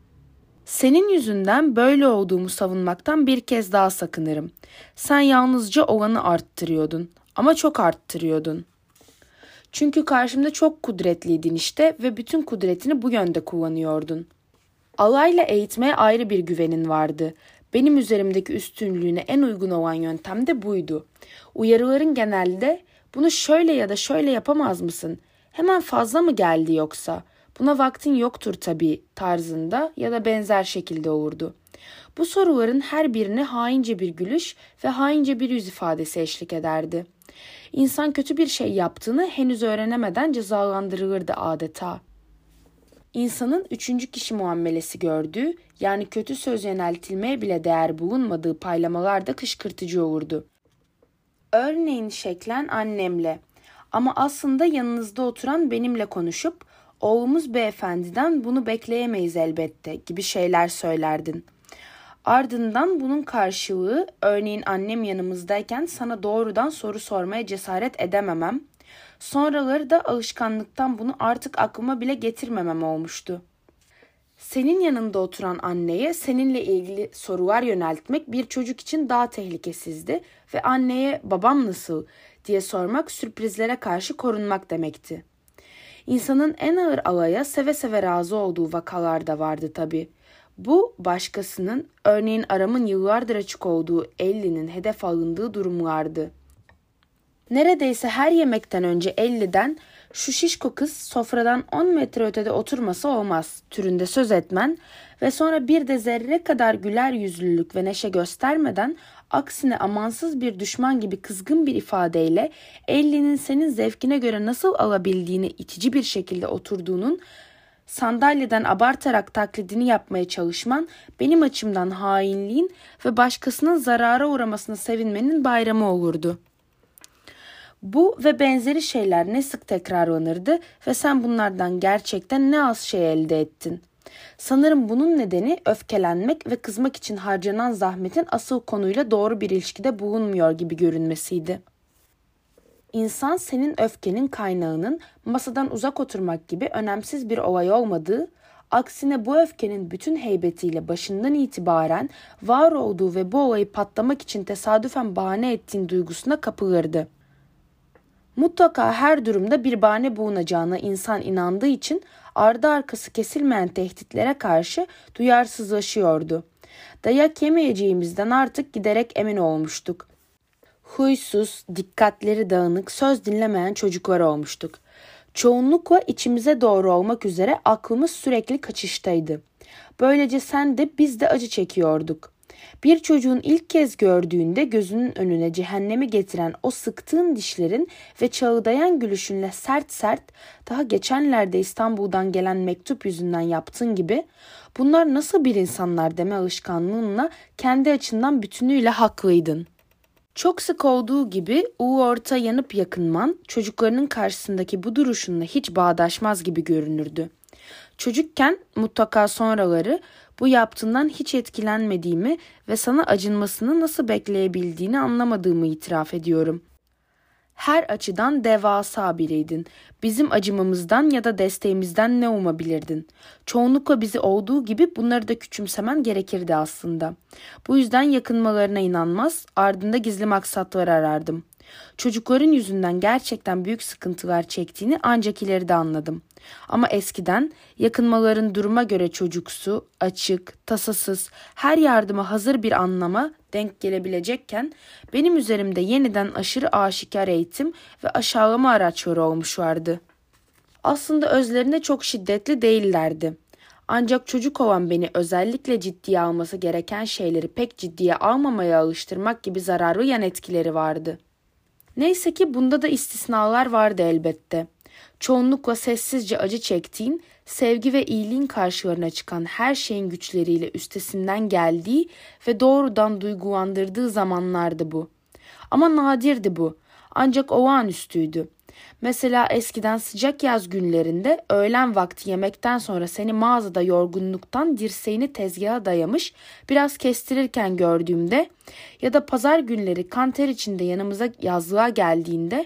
Senin yüzünden böyle olduğumu savunmaktan bir kez daha sakınırım. Sen yalnızca olanı arttırıyordun ama çok arttırıyordun. Çünkü karşımda çok kudretliydin işte ve bütün kudretini bu yönde kullanıyordun. Alayla eğitmeye ayrı bir güvenin vardı. Benim üzerimdeki üstünlüğüne en uygun olan yöntem de buydu. Uyarıların genelde bunu şöyle ya da şöyle yapamaz mısın? Hemen fazla mı geldi yoksa? Buna vaktin yoktur tabii tarzında ya da benzer şekilde olurdu. Bu soruların her birine haince bir gülüş ve haince bir yüz ifadesi eşlik ederdi. İnsan kötü bir şey yaptığını henüz öğrenemeden cezalandırılırdı adeta. İnsanın üçüncü kişi muamelesi gördüğü, yani kötü söz yöneltilmeye bile değer bulunmadığı paylamalar da kışkırtıcı olurdu. Örneğin şeklen annemle ama aslında yanınızda oturan benimle konuşup oğlumuz beyefendiden bunu bekleyemeyiz elbette gibi şeyler söylerdin. Ardından bunun karşılığı örneğin annem yanımızdayken sana doğrudan soru sormaya cesaret edememem, sonraları da alışkanlıktan bunu artık aklıma bile getirmemem olmuştu. Senin yanında oturan anneye seninle ilgili sorular yöneltmek bir çocuk için daha tehlikesizdi ve anneye babam nasıl diye sormak sürprizlere karşı korunmak demekti. İnsanın en ağır alaya seve seve razı olduğu vakalar da vardı tabii. Bu başkasının, örneğin aramın yıllardır açık olduğu Ellie'nin hedef alındığı durumlardı. Neredeyse her yemekten önce Ellie'den şu şişko kız sofradan 10 metre ötede oturması olmaz türünde söz etmen ve sonra bir de zerre kadar güler yüzlülük ve neşe göstermeden aksine amansız bir düşman gibi kızgın bir ifadeyle Ellie'nin senin zevkine göre nasıl alabildiğini itici bir şekilde oturduğunun sandalyeden abartarak taklidini yapmaya çalışman benim açımdan hainliğin ve başkasının zarara uğramasına sevinmenin bayramı olurdu. Bu ve benzeri şeyler ne sık tekrarlanırdı ve sen bunlardan gerçekten ne az şey elde ettin. Sanırım bunun nedeni öfkelenmek ve kızmak için harcanan zahmetin asıl konuyla doğru bir ilişkide bulunmuyor gibi görünmesiydi. İnsan senin öfkenin kaynağının masadan uzak oturmak gibi önemsiz bir olay olmadığı, aksine bu öfkenin bütün heybetiyle başından itibaren var olduğu ve bu olayı patlamak için tesadüfen bahane ettiğin duygusuna kapılırdı. Mutlaka her durumda bir bahane bulunacağına insan inandığı için ardı arkası kesilmeyen tehditlere karşı duyarsızlaşıyordu. Dayak yemeyeceğimizden artık giderek emin olmuştuk. Huysuz, dikkatleri dağınık, söz dinlemeyen çocuklar olmuştuk. Çoğunlukla içimize doğru olmak üzere aklımız sürekli kaçıştaydı. Böylece sen de biz de acı çekiyorduk. Bir çocuğun ilk kez gördüğünde gözünün önüne cehennemi getiren o sıktığın dişlerin ve çağıldayan gülüşünle sert sert, daha geçenlerde İstanbul'dan gelen mektup yüzünden yaptığın gibi, bunlar nasıl bir insanlar deme alışkanlığınla kendi açından bütünüyle haklıydın. Çok sık olduğu gibi orta yanıp yakınman çocuklarının karşısındaki bu duruşunla hiç bağdaşmaz gibi görünürdü. Çocukken mutlaka sonraları bu yaptığından hiç etkilenmediğimi ve sana acınmasını nasıl bekleyebildiğini anlamadığımı itiraf ediyorum. Her açıdan devasa biriydin. Bizim acımamızdan ya da desteğimizden ne umabilirdin? Çoğunlukla bizi olduğu gibi bunları da küçümsemen gerekirdi aslında. Bu yüzden yakınmalarına inanmaz, ardında gizli maksatlar arardım. Çocukların yüzünden gerçekten büyük sıkıntılar çektiğini ancak ileride anladım. Ama eskiden yakınmaların duruma göre çocuksu, açık, tasasız, her yardıma hazır bir anlama denk gelebilecekken benim üzerimde yeniden aşırı aşikar eğitim ve aşağılama araçları olmuşlardı. Aslında özlerinde çok şiddetli değillerdi. Ancak çocuk olan beni özellikle ciddiye alması gereken şeyleri pek ciddiye almamaya alıştırmak gibi zararlı yan etkileri vardı. Neyse ki bunda da istisnalar vardı elbette. Çoğunlukla sessizce acı çektiğin, sevgi ve iyiliğin karşılarına çıkan her şeyin güçleriyle üstesinden geldiği ve doğrudan duygulandırdığı zamanlardı bu. Ama nadirdi bu. Ancak olağanüstüydü. Mesela eskiden sıcak yaz günlerinde öğlen vakti yemekten sonra seni mağazada yorgunluktan dirseğini tezgaha dayamış biraz kestirirken gördüğümde ya da pazar günleri kan ter içinde yanımıza yazlığa geldiğinde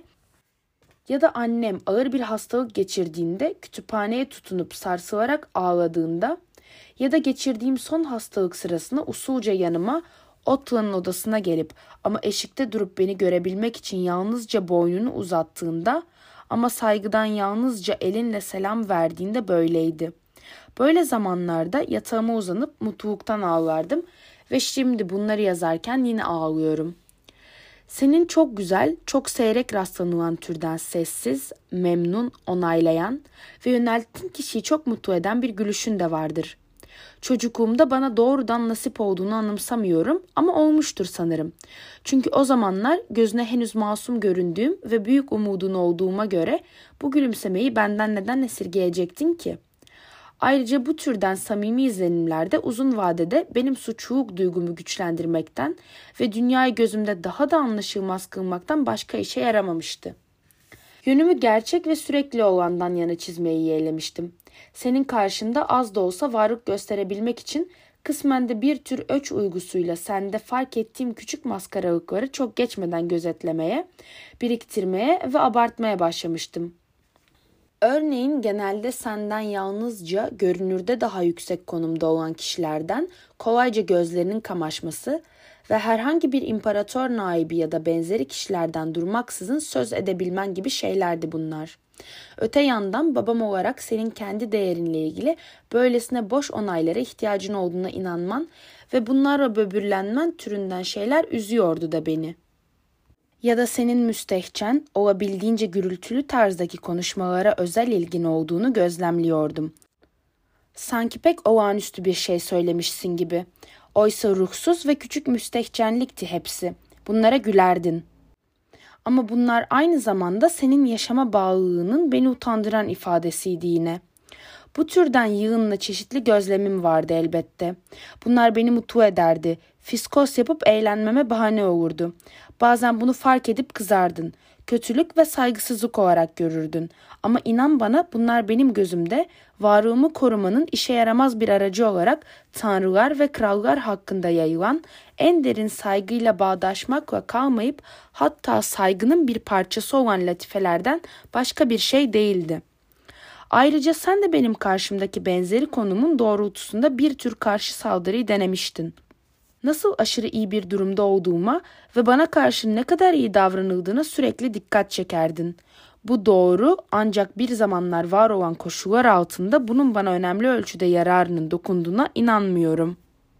ya da annem ağır bir hastalık geçirdiğinde kütüphaneye tutunup sarsılarak ağladığında ya da geçirdiğim son hastalık sırasında usulca yanıma Otla'nın odasına gelip ama eşikte durup beni görebilmek için yalnızca boynunu uzattığında ama saygıdan yalnızca elinle selam verdiğinde böyleydi. Böyle zamanlarda yatağıma uzanıp mutluluktan ağlardım ve şimdi bunları yazarken yine ağlıyorum. Senin çok güzel, çok seyrek rastlanılan türden sessiz, memnun, onaylayan ve yönelttiğin kişiyi çok mutlu eden bir gülüşün de vardır. Çocukluğumda bana doğrudan nasip olduğunu anımsamıyorum ama olmuştur sanırım. Çünkü o zamanlar gözüne henüz masum göründüğüm ve büyük umudun olduğuma göre bu gülümsemeyi benden neden esirgeyecektin ki? Ayrıca bu türden samimi izlenimlerde uzun vadede benim suçluluk duygumu güçlendirmekten ve dünyayı gözümde daha da anlaşılmaz kılmaktan başka işe yaramamıştı. Yönümü gerçek ve sürekli olandan yana çizmeyi yeğlemiştim. Senin karşında az da olsa varlık gösterebilmek için kısmen de bir tür öç uygusuyla sende fark ettiğim küçük maskaralıkları çok geçmeden gözetlemeye, biriktirmeye ve abartmaya başlamıştım. Örneğin genelde senden yalnızca görünürde daha yüksek konumda olan kişilerden kolayca gözlerinin kamaşması ve herhangi bir imparator naibi ya da benzeri kişilerden durmaksızın söz edebilmen gibi şeylerdi bunlar. Öte yandan babam olarak senin kendi değerinle ilgili böylesine boş onaylara ihtiyacın olduğuna inanman ve bunlarla böbürlenmen türünden şeyler üzüyordu da beni. Ya da senin müstehcen, olabildiğince gürültülü tarzdaki konuşmalara özel ilgin olduğunu gözlemliyordum. Sanki pek olağanüstü bir şey söylemişsin gibi. Oysa ruhsuz ve küçük müstehcenlikti hepsi. Bunlara gülerdin. Ama bunlar aynı zamanda senin yaşama bağlılığının beni utandıran ifadesiydi yine. Bu türden yığınla çeşitli gözlemim vardı elbette. Bunlar beni mutlu ederdi. Fiskos yapıp eğlenmeme bahane olurdu. Bazen bunu fark edip kızardın. Kötülük ve saygısızlık olarak görürdün. Ama inan bana bunlar benim gözümde varlığımı korumanın işe yaramaz bir aracı olarak tanrılar ve krallar hakkında yayılan en derin saygıyla bağdaşmakla kalmayıp hatta saygının bir parçası olan latifelerden başka bir şey değildi. Ayrıca sen de benim karşımdaki benzeri konumun doğrultusunda bir tür karşı saldırıyı denemiştin. Nasıl aşırı iyi bir durumda olduğuma ve bana karşı ne kadar iyi davranıldığına sürekli dikkat çekerdin. Bu doğru ancak bir zamanlar var olan koşullar altında bunun bana önemli ölçüde yararının dokunduğuna inanmıyorum.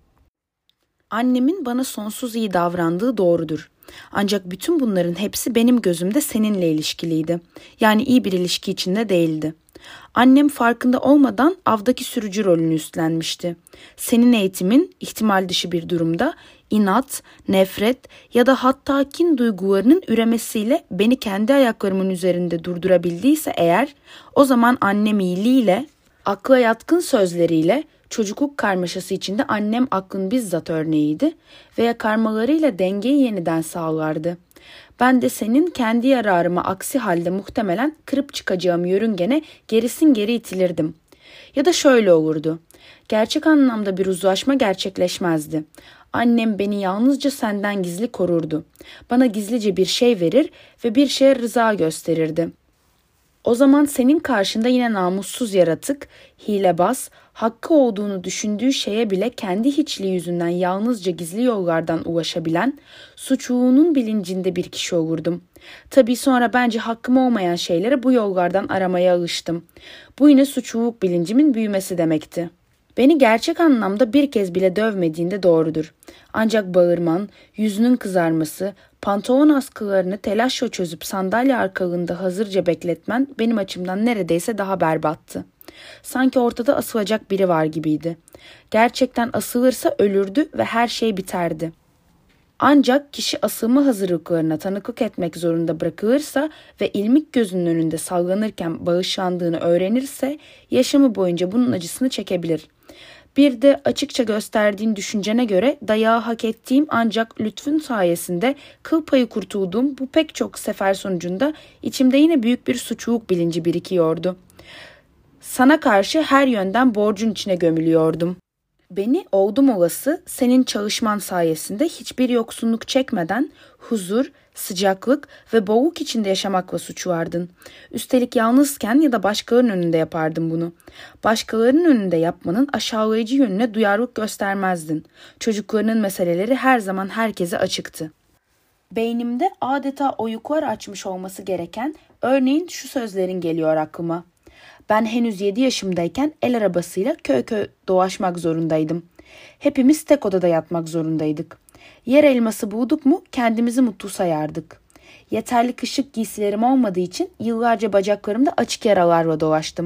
Annemin bana sonsuz iyi davrandığı doğrudur. Ancak bütün bunların hepsi benim gözümde seninle ilişkiliydi. Yani iyi bir ilişki içinde değildi. Annem farkında olmadan avdaki sürücü rolünü üstlenmişti. Senin eğitimin ihtimal dışı bir durumda inat, nefret ya da hatta kin duygularının üremesiyle beni kendi ayaklarımın üzerinde durdurabildiyse eğer, o zaman annem iyiliğiyle, akla yatkın sözleriyle, çocukluk karmaşası içinde annem aklın bizzat örneğiydi veya karmalarıyla dengeyi yeniden sağlardı. Ben de senin kendi yararıma aksi halde muhtemelen kırıp çıkacağım yörüngene gerisin geri itilirdim. Ya da şöyle olurdu. Gerçek anlamda bir uzlaşma gerçekleşmezdi. Annem beni yalnızca senden gizli korurdu. Bana gizlice bir şey verir ve bir şeye rıza gösterirdi. O zaman senin karşında yine namussuz yaratık, hilebaz, hakkı olduğunu düşündüğü şeye bile kendi hiçliği yüzünden yalnızca gizli yollardan ulaşabilen, suçluğunun bilincinde bir kişi olurdum. Tabii sonra bence hakkım olmayan şeyleri bu yollardan aramaya alıştım. Bu yine suçluluk bilincimin büyümesi demekti. Beni gerçek anlamda bir kez bile dövmediğinde doğrudur. Ancak bağırman, yüzünün kızarması, pantolon askılarını telaşla çözüp sandalye arkalığında hazırca bekletmen benim açımdan neredeyse daha berbattı. Sanki ortada asılacak biri var gibiydi. Gerçekten asılırsa ölürdü ve her şey biterdi. Ancak kişi asılma hazırlıklarına tanıklık etmek zorunda bırakılırsa ve ilmik gözünün önünde sallanırken bağışlandığını öğrenirse yaşamı boyunca bunun acısını çekebilir. Bir de açıkça gösterdiğin düşüncene göre dayağı hak ettiğim ancak lütfun sayesinde kıl payı kurtulduğum bu pek çok sefer sonucunda içimde yine büyük bir suçluluk bilinci birikiyordu. Sana karşı her yönden borcun içine gömülüyordum. Beni oldum olası senin çalışman sayesinde hiçbir yoksunluk çekmeden huzur, sıcaklık ve bolluk içinde yaşamakla suçlardın. Üstelik yalnızken ya da başkalarının önünde yapardın bunu. Başkalarının önünde yapmanın aşağılayıcı yönüne duyarlılık göstermezdin. Çocuklarının meseleleri her zaman herkese açıktı. Beynimde adeta oyuklar açmış olması gereken örneğin şu sözlerin geliyor aklıma. Ben henüz 7 yaşımdayken el arabasıyla köy köy dolaşmak zorundaydım. Hepimiz tek odada yatmak zorundaydık. Yer elması bulduk mu kendimizi mutlu sayardık. Yeterli kışlık giysilerim olmadığı için yıllarca bacaklarımda açık yaralarla dolaştım.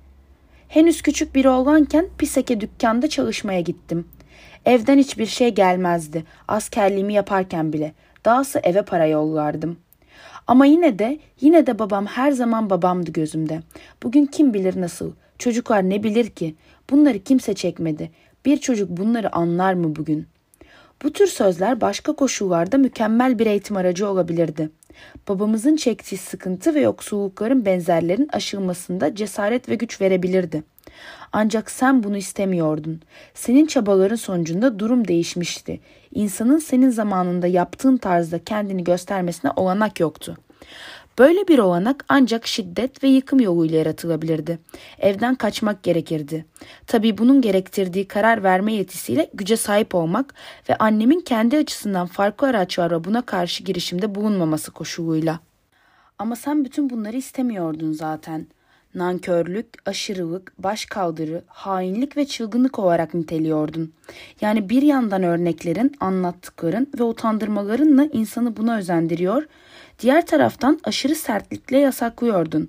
Henüz küçük biri olanken Piseke dükkanda çalışmaya gittim. Evden hiçbir şey gelmezdi, askerliğimi yaparken bile. Dahası eve para yollardım. Ama yine de babam her zaman babamdı gözümde. Bugün kim bilir nasıl? Çocuklar ne bilir ki? Bunları kimse çekmedi. Bir çocuk bunları anlar mı bugün? Bu tür sözler başka koşullarda mükemmel bir eğitim aracı olabilirdi. Babamızın çektiği sıkıntı ve yoksullukların benzerlerin aşılmasında cesaret ve güç verebilirdi. Ancak sen bunu istemiyordun. Senin çabaların sonucunda durum değişmişti. İnsanın senin zamanında yaptığın tarzda kendini göstermesine olanak yoktu. Böyle bir olanak ancak şiddet ve yıkım yoluyla yaratılabilirdi. Evden kaçmak gerekirdi. Tabii bunun gerektirdiği karar verme yetisiyle güce sahip olmak ve annemin kendi açısından farklı araçlarla buna karşı girişimde bulunmaması koşuluyla. Ama sen bütün bunları istemiyordun zaten. Nankörlük, aşırılık, başkaldırı, hainlik ve çılgınlık olarak niteliyordun. Yani bir yandan örneklerin, anlattıkların ve utandırmalarınla insanı buna özendiriyor, diğer taraftan aşırı sertlikle yasaklıyordun.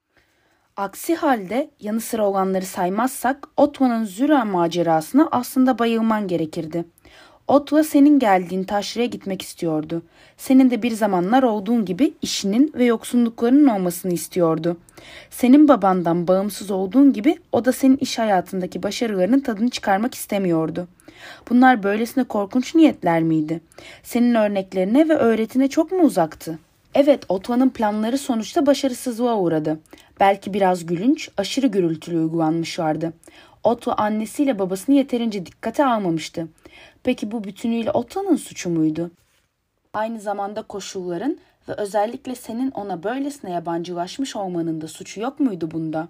Aksi halde yanı sıra olanları saymazsak Otto'nun Züra macerasına aslında bayılman gerekirdi. Otto senin geldiğin taşraya gitmek istiyordu. Senin de bir zamanlar olduğun gibi işinin ve yoksunluklarının olmasını istiyordu. Senin babandan bağımsız olduğun gibi o da senin iş hayatındaki başarılarının tadını çıkarmak istemiyordu. Bunlar böylesine korkunç niyetler miydi? Senin örneklerine ve öğretine çok mu uzaktı? Evet, Otto'nun planları sonuçta başarısızlığa uğradı. Belki biraz gülünç, aşırı gürültülü uygulanmışlardı. Otto annesiyle babasını yeterince dikkate almamıştı. Peki bu bütünüyle Otto'nun suçu muydu? Aynı zamanda koşulların ve özellikle senin ona böylesine yabancılaşmış olmanın da suçu yok muydu bunda?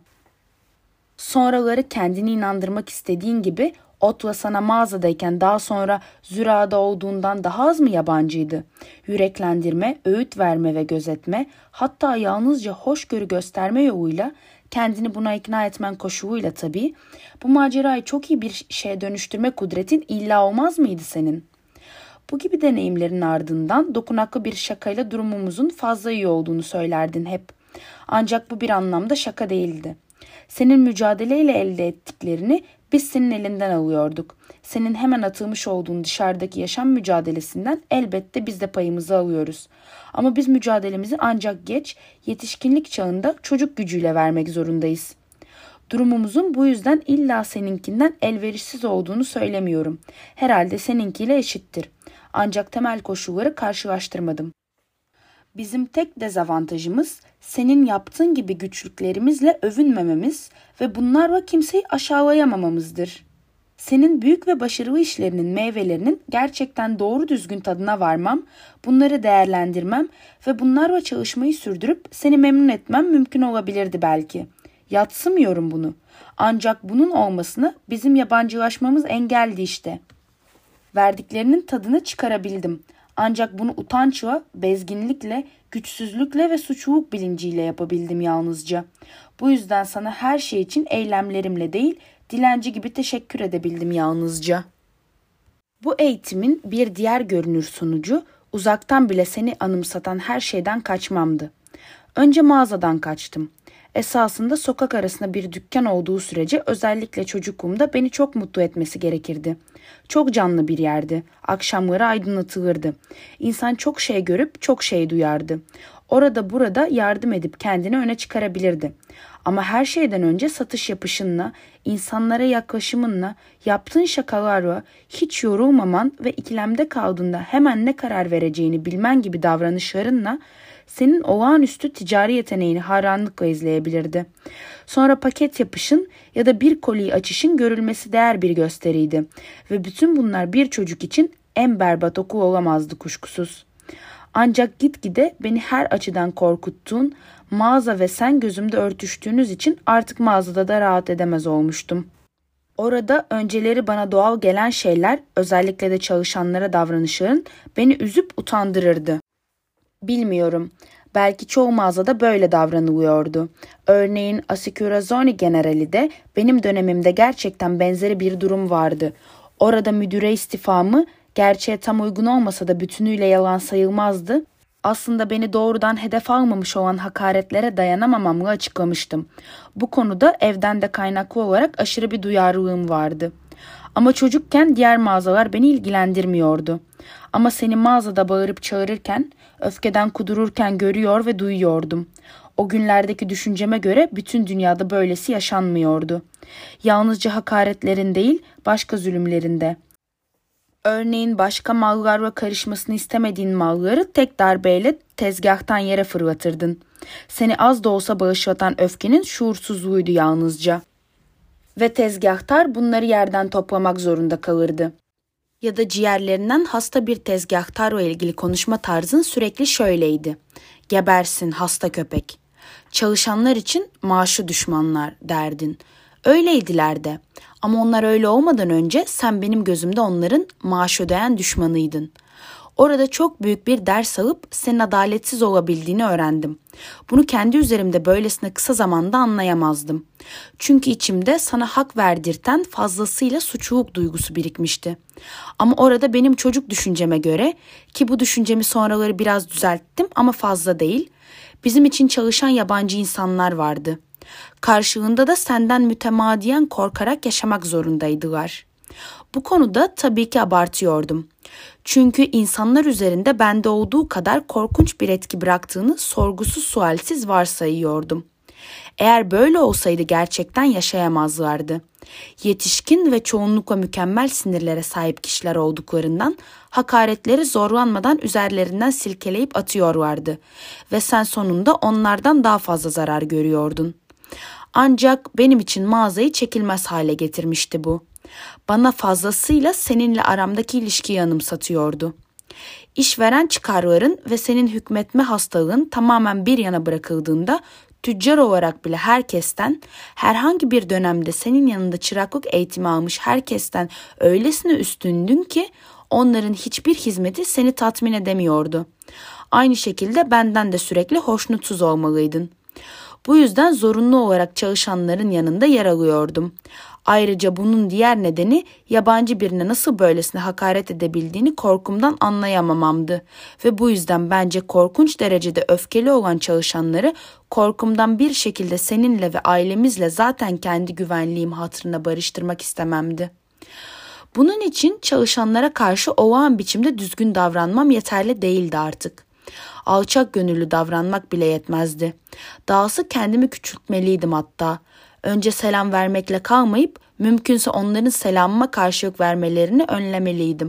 Sonraları kendini inandırmak istediğin gibi Otto sana mağazadayken daha sonra Züra'da olduğundan daha az mı yabancıydı? Yüreklendirme, öğüt verme ve gözetme, hatta yalnızca hoşgörü gösterme yoluyla kendini buna ikna etmen koşuluyla tabii, bu macerayı çok iyi bir şeye dönüştürme kudretin illa olmaz mıydı senin? Bu gibi deneyimlerin ardından dokunaklı bir şakayla durumumuzun fazla iyi olduğunu söylerdin hep. Ancak bu bir anlamda şaka değildi. Senin mücadeleyle elde ettiklerini biz senin elinden alıyorduk. Senin hemen atılmış olduğun dışarıdaki yaşam mücadelesinden elbette biz de payımızı alıyoruz. Ama biz mücadelemizi ancak geç, yetişkinlik çağında çocuk gücüyle vermek zorundayız. Durumumuzun bu yüzden illa seninkinden elverişsiz olduğunu söylemiyorum. Herhalde seninkiyle eşittir. Ancak temel koşulları karşılaştırmadım. Bizim tek dezavantajımız senin yaptığın gibi güçlüklerimizle övünmememiz ve bunlarla kimseyi aşağılayamamamızdır. Senin büyük ve başarılı işlerinin meyvelerinin gerçekten doğru düzgün tadına varmam, bunları değerlendirmem ve bunlarla çalışmayı sürdürüp seni memnun etmem mümkün olabilirdi belki. Yadsımıyorum bunu. Ancak bunun olmasını bizim yabancılaşmamız engeldi işte. Verdiklerinin tadını çıkarabildim. Ancak bunu utançla, bezginlikle, güçsüzlükle ve suçluluk bilinciyle yapabildim yalnızca. Bu yüzden sana her şey için eylemlerimle değil, dilenci gibi teşekkür edebildim yalnızca. Bu eğitimin bir diğer görünür sonucu uzaktan bile seni anımsatan her şeyden kaçmamdı. Önce mağazadan kaçtım. Esasında sokak arasında bir dükkan olduğu sürece özellikle çocukluğumda beni çok mutlu etmesi gerekirdi. Çok canlı bir yerdi. Akşamları aydınlatılırdı. İnsan çok şey görüp çok şey duyardı. Orada burada yardım edip kendini öne çıkarabilirdi. Ama her şeyden önce satış yapışınla, insanlara yaklaşımınla, yaptığın şakalarla, hiç yorulmaman ve ikilemde kaldığında hemen ne karar vereceğini bilmen gibi davranışlarınla senin olağanüstü ticari yeteneğini hayranlıkla izleyebilirdi. Sonra paket yapışın ya da bir koliyi açışın görülmesi değer bir gösteriydi ve bütün bunlar bir çocuk için en berbat okul olamazdı kuşkusuz. Ancak gitgide beni her açıdan korkuttuğun, mağaza ve sen gözümde örtüştüğünüz için artık mağazada da rahat edemez olmuştum. Orada önceleri bana doğal gelen şeyler, özellikle de çalışanlara davranışların beni üzüp utandırırdı. Bilmiyorum. Belki çoğu mağazada böyle davranılıyordu. Örneğin Assicurazioni Generali'de benim dönemimde gerçekten benzeri bir durum vardı. Orada müdüre istifamı gerçeğe tam uygun olmasa da bütünüyle yalan sayılmazdı. Aslında beni doğrudan hedef almamış olan hakaretlere dayanamamamla açıklamıştım. Bu konuda evden de kaynaklı olarak aşırı bir duyarlılığım vardı. Ama çocukken diğer mağazalar beni ilgilendirmiyordu. Ama seni mağazada bağırıp çağırırken, öfkeden kudururken görüyor ve duyuyordum. O günlerdeki düşünceme göre bütün dünyada böylesi yaşanmıyordu. Yalnızca hakaretlerin değil, başka zulümlerinde. Örneğin başka mallarla karışmasını istemediğin malları tek darbeyle tezgahtan yere fırlatırdın. Seni az da olsa bağışlatan öfkenin şuursuzluğuydu yalnızca. Ve tezgahtar bunları yerden toplamak zorunda kalırdı. Ya da ciğerlerinden hasta bir tezgahtarla ilgili konuşma tarzın sürekli şöyleydi. Gebersin hasta köpek. Çalışanlar için maaşı düşmanlar derdin. Öyleydiler de. Ama onlar öyle olmadan önce sen benim gözümde onların maaş ödeyen düşmanıydın. Orada çok büyük bir ders alıp senin adaletsiz olabildiğini öğrendim. Bunu kendi üzerimde böylesine kısa zamanda anlayamazdım. Çünkü içimde sana hak verdirten fazlasıyla suçluluk duygusu birikmişti. Ama orada benim çocuk düşünceme göre, ki bu düşüncemi sonraları biraz düzelttim ama fazla değil, bizim için çalışan yabancı insanlar vardı. Karşılığında da senden mütemadiyen korkarak yaşamak zorundaydılar. Bu konuda tabii ki abartıyordum. Çünkü insanlar üzerinde bende olduğu kadar korkunç bir etki bıraktığını sorgusuz sualsiz varsayıyordum. Eğer böyle olsaydı gerçekten yaşayamazlardı. Yetişkin ve çoğunlukla mükemmel sinirlere sahip kişiler olduklarından hakaretleri zorlanmadan üzerlerinden silkeleyip atıyorlardı ve sen sonunda onlardan daha fazla zarar görüyordun. Ancak benim için mağazayı çekilmez hale getirmişti bu. Bana fazlasıyla seninle aramdaki ilişkiyi anımsatıyordu. İşveren çıkarların ve senin hükmetme hastalığın tamamen bir yana bırakıldığında tüccar olarak bile herkesten, herhangi bir dönemde senin yanında çıraklık eğitimi almış herkesten öylesine üstündün ki onların hiçbir hizmeti seni tatmin edemiyordu. Aynı şekilde benden de sürekli hoşnutsuz olmalıydın. Bu yüzden zorunlu olarak çalışanların yanında yer alıyordum. Ayrıca bunun diğer nedeni yabancı birine nasıl böylesine hakaret edebildiğini korkumdan anlayamamamdı. Ve bu yüzden bence korkunç derecede öfkeli olan çalışanları korkumdan bir şekilde seninle ve ailemizle zaten kendi güvenliğim hatırına barıştırmak istememdi. Bunun için çalışanlara karşı olağan biçimde düzgün davranmam yeterli değildi artık. Alçak gönüllü davranmak bile yetmezdi. Dahası kendimi küçültmeliydim hatta. Önce selam vermekle kalmayıp mümkünse onların selamıma karşılık vermelerini önlemeliydim.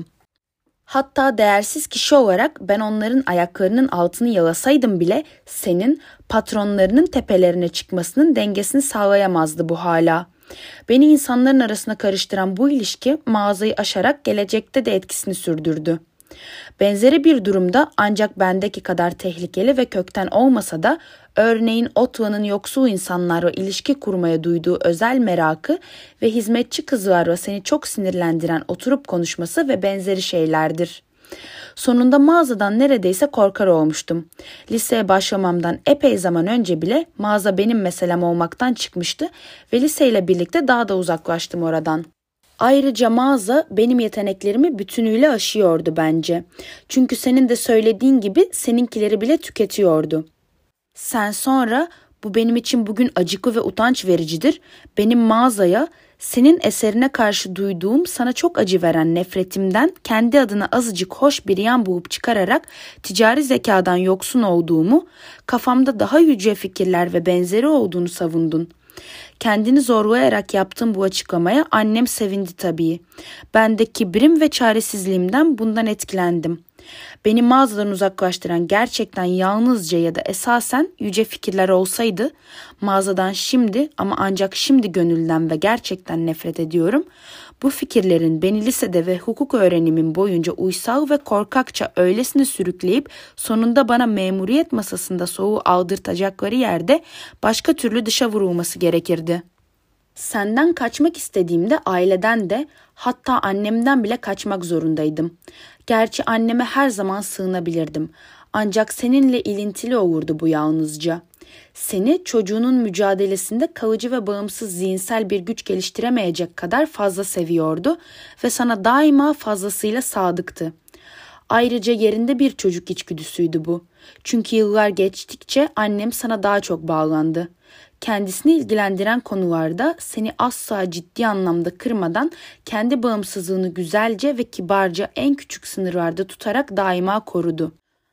Hatta değersiz kişi olarak ben onların ayaklarının altını yalasaydım bile senin patronlarının tepelerine çıkmasının dengesini sağlayamazdı bu hala. Beni insanların arasına karıştıran bu ilişki mağazayı aşarak gelecekte de etkisini sürdürdü. Benzeri bir durumda ancak bendeki kadar tehlikeli ve kökten olmasa da örneğin Otla'nın yoksul insanlarla ilişki kurmaya duyduğu özel merakı ve hizmetçi kızlarla seni çok sinirlendiren oturup konuşması ve benzeri şeylerdir. Sonunda mağazadan neredeyse korkar olmuştum. Liseye başlamamdan epey zaman önce bile mağaza benim meselem olmaktan çıkmıştı ve liseyle birlikte daha da uzaklaştım oradan. Ayrıca mağaza benim yeteneklerimi bütünüyle aşıyordu bence. Çünkü senin de söylediğin gibi seninkileri bile tüketiyordu. Sen sonra bu benim için bugün acıklı ve utanç vericidir. Benim mağazaya Senin eserine karşı duyduğum sana çok acı veren nefretimden kendi adına azıcık hoş bir yan bulup çıkararak ticari zekadan yoksun olduğumu, kafamda daha yüce fikirler ve benzeri olduğunu savundun. Kendini zorlayarak yaptığım bu açıklamaya annem sevindi tabii. Ben de kibrim ve çaresizliğimden bundan etkilendim. Beni mağazadan uzaklaştıran gerçekten yalnızca ya da esasen yüce fikirler olsaydı, mağazadan şimdi ama ancak şimdi gönülden ve gerçekten nefret ediyorum. Bu fikirlerin beni lisede ve hukuk öğrenimim boyunca uysal ve korkakça öylesine sürükleyip sonunda bana memuriyet masasında soğuğu aldırtacakları yerde başka türlü dışa vurulması gerekirdi. Senden kaçmak istediğimde aileden de, hatta annemden bile kaçmak zorundaydım. Gerçi anneme her zaman sığınabilirdim. Ancak seninle ilintili olurdu bu yalnızca. Seni çocuğunun mücadelesinde kalıcı ve bağımsız zihinsel bir güç geliştiremeyecek kadar fazla seviyordu ve sana daima fazlasıyla sadıktı. Ayrıca yerinde bir çocuk içgüdüsüydü bu. Çünkü yıllar geçtikçe annem sana daha çok bağlandı. Kendisini ilgilendiren konularda seni asla ciddi anlamda kırmadan kendi bağımsızlığını güzelce ve kibarca en küçük sınırlarda tutarak daima korudu.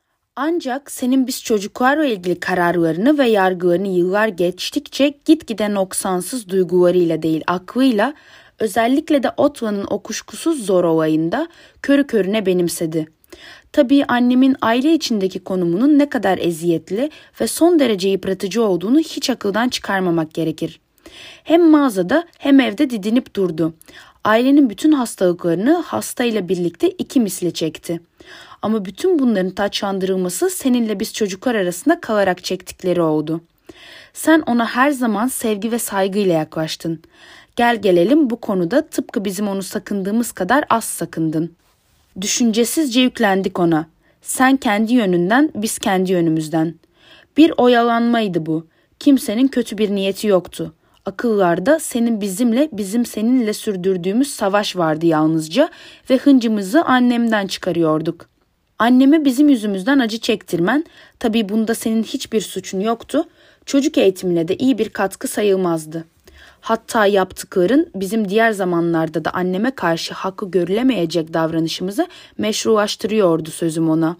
Ancak senin biz çocuklarla ilgili kararlarını ve yargılarını yıllar geçtikçe gitgide noksansız duygularıyla değil aklıyla, özellikle de Otla'nın o kuşkusuz zor olayında körü körüne benimsedi. Tabii annemin aile içindeki konumunun ne kadar eziyetli ve son derece yıpratıcı olduğunu hiç akıldan çıkarmamak gerekir. Hem mağazada hem evde didinip durdu. Ailenin bütün hastalıklarını hastayla birlikte iki misli çekti. Ama bütün bunların taçlandırılması seninle biz çocuklar arasında kalarak çektikleri oldu. Sen ona her zaman sevgi ve saygıyla yaklaştın. Gel gelelim bu konuda tıpkı bizim onu sakındığımız kadar az sakındın. Düşüncesizce yüklendik ona. Sen kendi yönünden, biz kendi yönümüzden. Bir oyalanmaydı bu. Kimsenin kötü bir niyeti yoktu. Akıllarda senin bizimle, bizim seninle sürdürdüğümüz savaş vardı yalnızca ve hıncımızı annemden çıkarıyorduk. Anneme bizim yüzümüzden acı çektirmen, tabii bunda senin hiçbir suçun yoktu, çocuk eğitimine de iyi bir katkı sayılmazdı. Hatta yaptıkların bizim diğer zamanlarda da anneme karşı hakkı görülemeyecek davranışımızı meşrulaştırıyordu sözüm ona.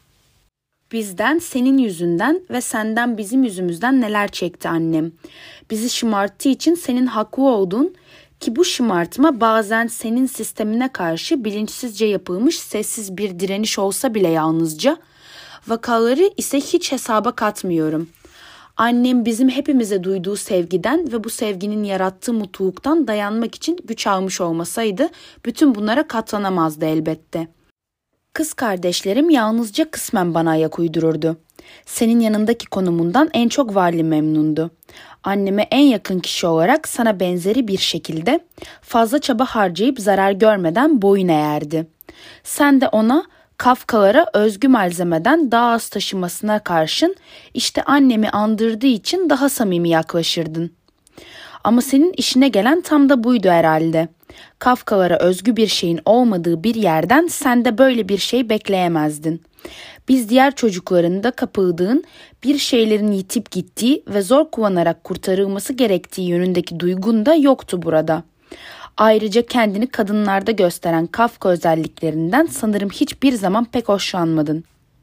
Bizden senin yüzünden ve senden bizim yüzümüzden neler çekti annem. Bizi şımarttığı için senin haklı olduğun, ki bu şımartma bazen senin sistemine karşı bilinçsizce yapılmış sessiz bir direniş olsa bile yalnızca, vakaları ise hiç hesaba katmıyorum. Annem bizim hepimize duyduğu sevgiden ve bu sevginin yarattığı mutluluktan dayanmak için güç almış olmasaydı bütün bunlara katlanamazdı elbette. Kız kardeşlerim yalnızca kısmen bana ayak uydururdu. Senin yanındaki konumundan en çok Varli memnundu. Anneme en yakın kişi olarak sana benzeri bir şekilde fazla çaba harcayıp zarar görmeden boyun eğerdi. Sen de ona Kafkalara özgü malzemeden daha az taşımasına karşın işte annemi andırdığı için daha samimi yaklaşırdın. Ama senin işine gelen tam da buydu herhalde. Kafkalara özgü bir şeyin olmadığı bir yerden sen de böyle bir şey bekleyemezdin. Biz diğer çocukların da kapıldığın, bir şeylerin yitip gittiği ve zor kullanarak kurtarılması gerektiği yönündeki duygun da yoktu burada. Ayrıca kendini kadınlarda gösteren Kafka özelliklerinden sanırım hiçbir zaman pek hoşlanmadın.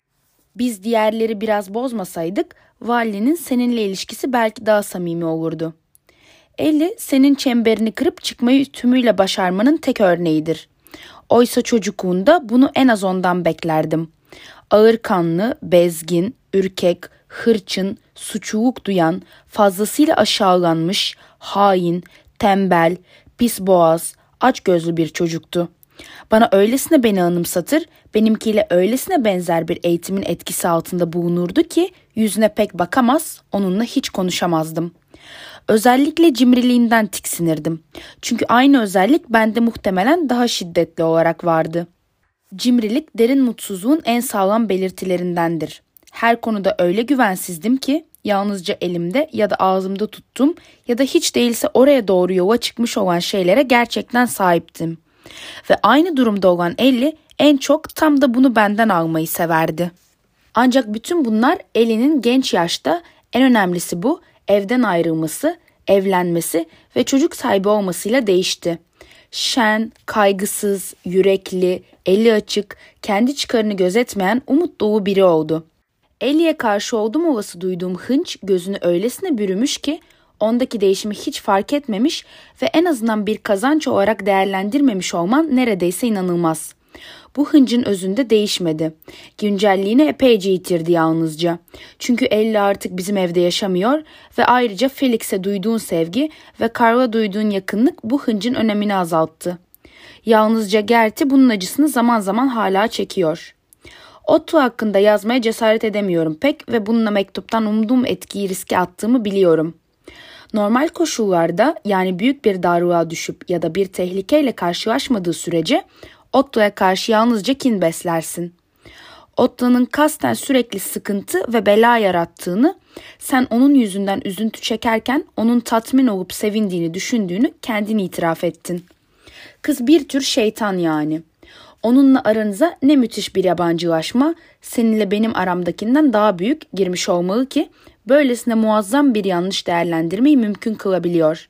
Biz diğerleri biraz bozmasaydık, Valli'nin seninle ilişkisi belki daha samimi olurdu. Ellie senin çemberini kırıp çıkmayı tümüyle başarmanın tek örneğidir. Oysa çocukluğunda bunu en az ondan beklerdim. Ağırkanlı, bezgin, ürkek, hırçın, suçluluk duyan, fazlasıyla aşağılanmış, hain, tembel, pis boğaz, açgözlü bir çocuktu. Bana öylesine beni anımsatır, benimkiyle öylesine benzer bir eğitimin etkisi altında bulunurdu ki yüzüne pek bakamaz, onunla hiç konuşamazdım. Özellikle cimriliğinden tiksinirdim. Çünkü aynı özellik bende muhtemelen daha şiddetli olarak vardı. Cimrilik derin mutsuzluğun en sağlam belirtilerindendir. Her konuda öyle güvensizdim ki yalnızca elimde ya da ağzımda tuttum ya da hiç değilse oraya doğru yola çıkmış olan şeylere gerçekten sahiptim. Ve aynı durumda olan Ellie en çok tam da bunu benden almayı severdi. Ancak bütün bunlar Ellie'nin genç yaşta, en önemlisi bu, evden ayrılması, evlenmesi ve çocuk sahibi olmasıyla değişti. Şen, kaygısız, yürekli, eli açık, kendi çıkarını gözetmeyen umut dolu biri oldu. Ellie'ye karşı oldum olası duyduğum hınç gözünü öylesine bürümüş ki ondaki değişimi hiç fark etmemiş ve en azından bir kazanç olarak değerlendirmemiş olman neredeyse inanılmaz. Bu hıncın özünde değişmedi. Güncelliğini epeyce yitirdi yalnızca. Çünkü Ellie artık bizim evde yaşamıyor ve ayrıca Felix'e duyduğun sevgi ve Carl'a duyduğun yakınlık bu hıncın önemini azalttı. Yalnızca Gertie bunun acısını zaman zaman hala çekiyor. Otto hakkında yazmaya cesaret edemiyorum pek ve bununla mektuptan umduğum etkiyi riske attığımı biliyorum. Normal koşullarda yani büyük bir darlığa düşüp ya da bir tehlikeyle karşılaşmadığı sürece Otto'ya karşı yalnızca kin beslersin. Otto'nun kasten sürekli sıkıntı ve bela yarattığını, sen onun yüzünden üzüntü çekerken onun tatmin olup sevindiğini düşündüğünü kendin itiraf ettin. Kız bir tür şeytan yani. Onunla aranıza ne müthiş bir yabancılaşma, seninle benim aramdakinden daha büyük girmiş olmalı ki böylesine muazzam bir yanlış değerlendirmeyi mümkün kılabiliyor.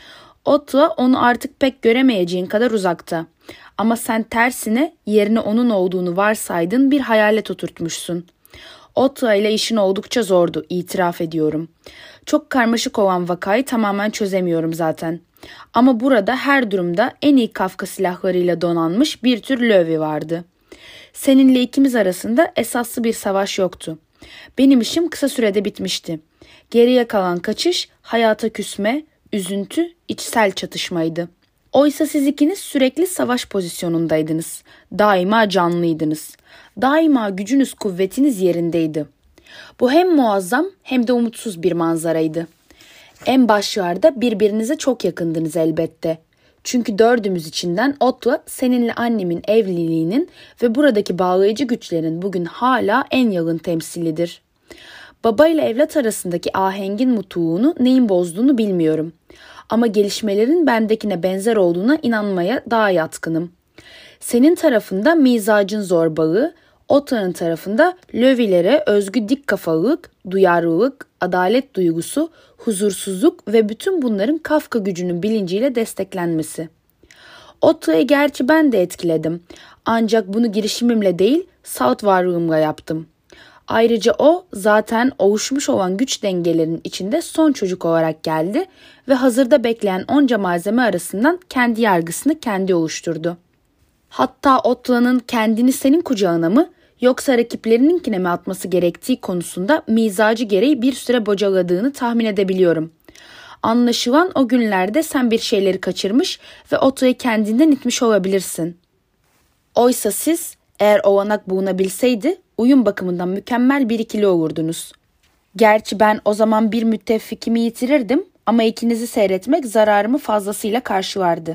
Otto onu artık pek göremeyeceğin kadar uzakta. Ama sen tersine yerine onun olduğunu varsaydın bir hayalet oturtmuşsun. Otto ile işin oldukça zordu, itiraf ediyorum. Çok karmaşık olan vakayı tamamen çözemiyorum zaten. Ama burada her durumda en iyi Kafka silahlarıyla donanmış bir tür lövi vardı. Seninle ikimiz arasında esaslı bir savaş yoktu. Benim işim kısa sürede bitmişti. Geriye kalan kaçış, hayata küsme, üzüntü, içsel çatışmaydı. Oysa siz ikiniz sürekli savaş pozisyonundaydınız. Daima canlıydınız. Daima gücünüz, kuvvetiniz yerindeydi. Bu hem muazzam hem de umutsuz bir manzaraydı. En başlarda birbirinize çok yakındınız elbette. Çünkü dördümüz içinden Otto seninle annemin evliliğinin ve buradaki bağlayıcı güçlerin bugün hala en yakın temsilidir. Baba ile evlat arasındaki ahengin mutluluğunu neyin bozduğunu bilmiyorum. Ama gelişmelerin bendekine benzer olduğuna inanmaya daha yatkınım. Senin tarafında mizacın zorbalığı, Otto'nun tarafında lövilere özgü dik kafalılık, duyarlılık, adalet duygusu, huzursuzluk ve bütün bunların Kafka gücünün bilinciyle desteklenmesi. Otto'yu gerçi ben de etkiledim. Ancak bunu girişimimle değil, salt varlığımla yaptım. Ayrıca o zaten oluşmuş olan güç dengelerinin içinde son çocuk olarak geldi ve hazırda bekleyen onca malzeme arasından kendi yargısını kendi oluşturdu. Hatta Otto'nun kendini senin kucağına mı yoksa rakiplerinkine mi atması gerektiği konusunda mizacı gereği bir süre bocaladığını tahmin edebiliyorum. Anlaşılan o günlerde sen bir şeyleri kaçırmış ve Otto'yu kendinden itmiş olabilirsin. Oysa siz eğer olanak bulunabilseydi uyum bakımından mükemmel bir ikili olurdunuz. Gerçi ben o zaman bir müttefikimi yitirirdim ama ikinizi seyretmek zararımı fazlasıyla karşılardı.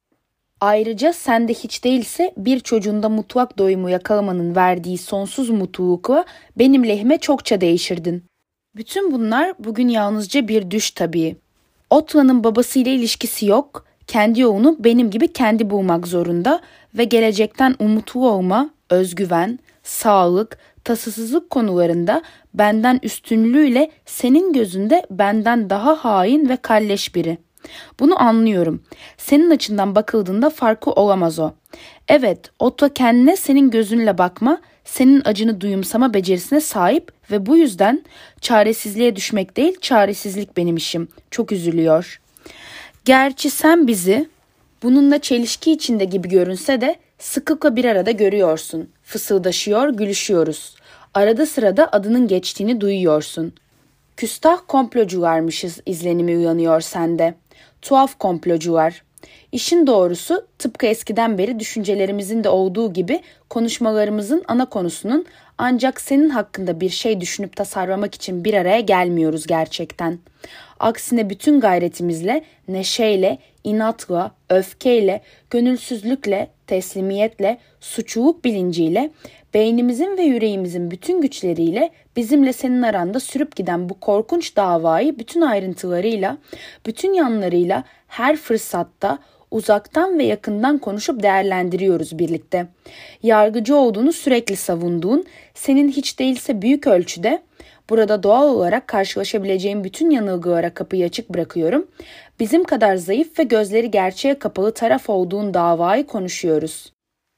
Ayrıca sende hiç değilse bir çocuğunda mutfak doyumu yakalamanın verdiği sonsuz mutlulukla benim lehime çokça değişirdin. Bütün bunlar bugün yalnızca bir düş tabii. Otto'nun babasıyla ilişkisi yok, kendi yolunu benim gibi kendi bulmak zorunda ve gelecekten umutlu olma, özgüven, sağlık, tasasızlık konularında benden üstünlüğüyle senin gözünde benden daha hain ve kalleş biri. Bunu anlıyorum. Senin açından bakıldığında farkı olamaz o. Evet, Otto kendine senin gözünle bakma, senin acını duyumsama becerisine sahip ve bu yüzden çaresizliğe düşmek değil, çaresizlik benim işim. Çok üzülüyor. Gerçi sen bizi bununla çelişki içinde gibi görünse de sıklıkla bir arada görüyorsun. Fısıldaşıyor, gülüşüyoruz. Arada sırada adının geçtiğini duyuyorsun. Küstah komplocularmışız izlenimi uyanıyor sende. Tuhaf komplocular. İşin doğrusu tıpkı eskiden beri düşüncelerimizin de olduğu gibi konuşmalarımızın ana konusunun ancak senin hakkında bir şey düşünüp tasarlamak için bir araya gelmiyoruz gerçekten. Aksine bütün gayretimizle, neşeyle, inatla, öfkeyle, gönülsüzlükle, teslimiyetle, suçluluk bilinciyle, beynimizin ve yüreğimizin bütün güçleriyle bizimle senin aranda sürüp giden bu korkunç davayı bütün ayrıntılarıyla, bütün yanlarıyla her fırsatta uzaktan ve yakından konuşup değerlendiriyoruz birlikte. Yargıcı olduğunu sürekli savunduğun, senin hiç değilse büyük ölçüde Burada doğal olarak karşılaşabileceğim bütün yanılgılara kapıyı açık bırakıyorum. Bizim kadar zayıf ve gözleri gerçeğe kapalı taraf olduğun davayı konuşuyoruz.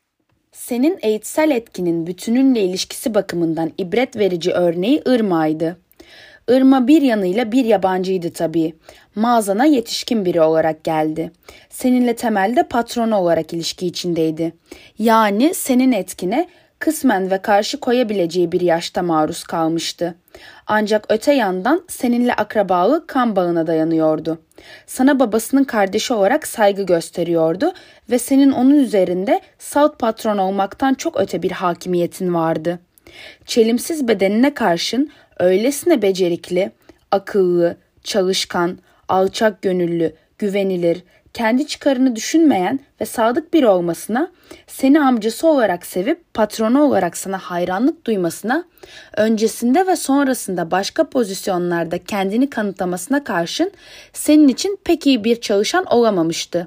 Senin eğitsel etkinin bütününle ilişkisi bakımından ibret verici örneği Irma'ydı. Irma bir yanıyla bir yabancıydı tabii. Mağazana yetişkin biri olarak geldi. Seninle temelde patronu olarak ilişki içindeydi. Yani senin etkine kısmen ve karşı koyabileceği bir yaşta maruz kalmıştı. Ancak öte yandan seninle akrabalığı kan bağına dayanıyordu. Sana babasının kardeşi olarak saygı gösteriyordu ve senin onun üzerinde salt patron olmaktan çok öte bir hakimiyetin vardı. Çelimsiz bedenine karşın öylesine becerikli, akıllı, çalışkan, alçak gönüllü, güvenilir, kendi çıkarını düşünmeyen ve sadık biri olmasına, seni amcası olarak sevip patronu olarak sana hayranlık duymasına, öncesinde ve sonrasında başka pozisyonlarda kendini kanıtlamasına karşın senin için pek iyi bir çalışan olamamıştı.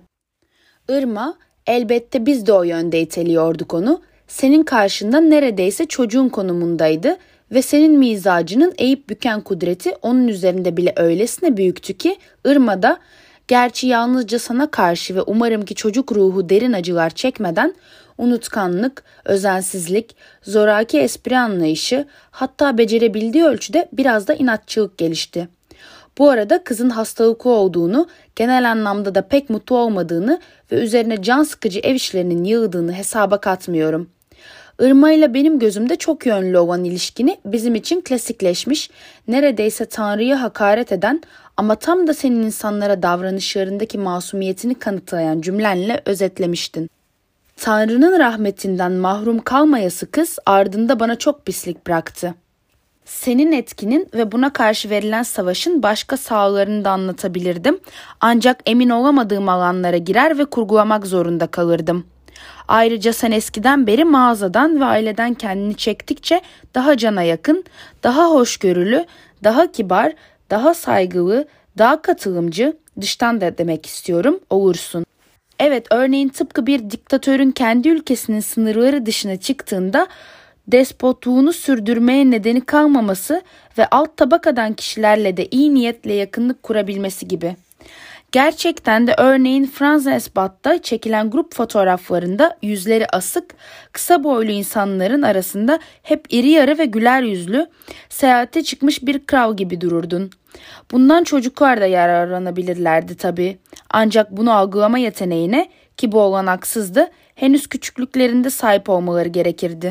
Irma, elbette biz de o yönde iteliyorduk onu, senin karşında neredeyse çocuğun konumundaydı ve senin mizacının eğip büken kudreti onun üzerinde bile öylesine büyüktü ki Irma da, gerçi yalnızca sana karşı ve umarım ki çocuk ruhu derin acılar çekmeden, unutkanlık, özensizlik, zoraki espri anlayışı, hatta becerebildiği ölçüde biraz da inatçılık gelişti. Bu arada kızın hastalıklı olduğunu, genel anlamda da pek mutlu olmadığını ve üzerine can sıkıcı ev işlerinin yığıldığını hesaba katmıyorum. Irma ile benim gözümde çok yönlü olan ilişkini bizim için klasikleşmiş, neredeyse Tanrı'ya hakaret eden ama tam da senin insanlara davranışlarındaki masumiyetini kanıtlayan cümlenle özetlemiştin. Tanrı'nın rahmetinden mahrum kalmayası kız ardında bana çok pislik bıraktı. Senin etkinin ve buna karşı verilen savaşın başka sahalarını da anlatabilirdim. Ancak emin olamadığım alanlara girer ve kurgulamak zorunda kalırdım. Ayrıca sen eskiden beri mağazadan ve aileden kendini çektikçe daha cana yakın, daha hoşgörülü, daha kibar, daha saygılı, daha katılımcı, dıştan da demek istiyorum, olursun. Evet, örneğin tıpkı bir diktatörün kendi ülkesinin sınırları dışına çıktığında despotluğunu sürdürmeye nedeni kalmaması ve alt tabakadan kişilerle de iyi niyetle yakınlık kurabilmesi gibi. Gerçekten de örneğin Franz Esbat'ta çekilen grup fotoğraflarında yüzleri asık, kısa boylu insanların arasında hep iri yarı ve güler yüzlü, seyahate çıkmış bir kral gibi dururdun. Bundan çocuklar da yararlanabilirlerdi tabii. Ancak bunu algılama yeteneğine, ki bu olanaksızdı, henüz küçüklüklerinde sahip olmaları gerekirdi.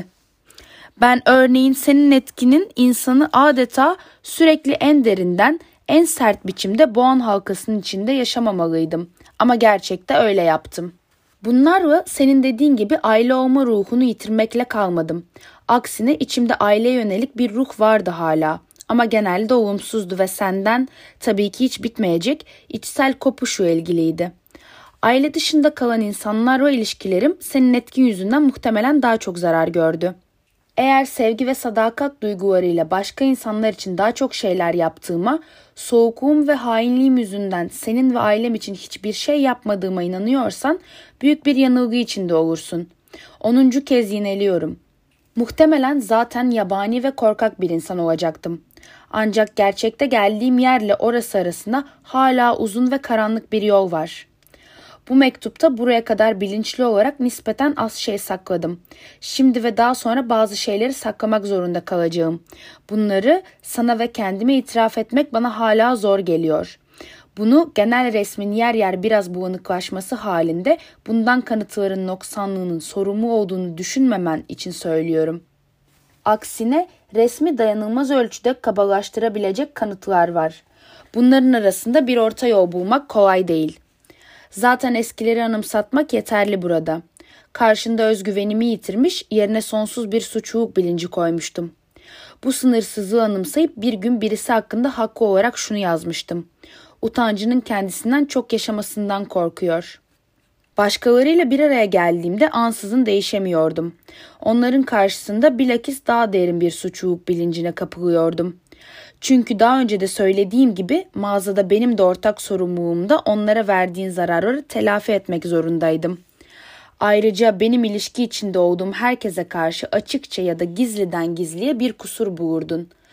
Ben örneğin senin etkinin insanı adeta sürekli en derinden, en sert biçimde boğan halkasının içinde yaşamamalıydım. Ama gerçekte öyle yaptım. Bunlarla senin dediğin gibi aile olma ruhunu yitirmekle kalmadım. Aksine içimde aileye yönelik bir ruh vardı hala. Ama genelde olumsuzdu ve senden tabii ki hiç bitmeyecek içsel kopuşu ilgiliydi. Aile dışında kalan insanlarla ilişkilerim senin etkin yüzünden muhtemelen daha çok zarar gördü. Eğer sevgi ve sadakat duygularıyla başka insanlar için daha çok şeyler yaptığıma, soğukluğum ve hainliğim yüzünden senin ve ailem için hiçbir şey yapmadığıma inanıyorsan büyük bir yanılgı içinde olursun. 10. kez yineliyorum. Muhtemelen zaten yabani ve korkak bir insan olacaktım. Ancak gerçekte geldiğim yerle orası arasında hala uzun ve karanlık bir yol var. Bu mektupta buraya kadar bilinçli olarak nispeten az şey sakladım. Şimdi ve daha sonra bazı şeyleri saklamak zorunda kalacağım. Bunları sana ve kendime itiraf etmek bana hala zor geliyor. Bunu genel resmin yer yer biraz bulanıklaşması halinde bundan kanıtların noksanlığının sorumlu olduğunu düşünmemen için söylüyorum. Aksine resmi dayanılmaz ölçüde kabalaştırabilecek kanıtlar var. Bunların arasında bir orta yol bulmak kolay değil. Zaten eskileri anımsatmak yeterli burada. Karşında özgüvenimi yitirmiş, yerine sonsuz bir suçluluk bilinci koymuştum. Bu sınırsızlığı anımsayıp bir gün birisi hakkında haklı olarak şunu yazmıştım. Utancının kendisinden çok yaşamasından korkuyor. Başkalarıyla bir araya geldiğimde ansızın değişemiyordum. Onların karşısında bilakis daha derin bir suçluluk bilincine kapılıyordum. Çünkü daha önce de söylediğim gibi mağazada benim de ortak sorumluluğumda onlara verdiğin zararları telafi etmek zorundaydım. Ayrıca benim ilişki içinde olduğum herkese karşı açıkça ya da gizliden gizliye bir kusur bulurdun.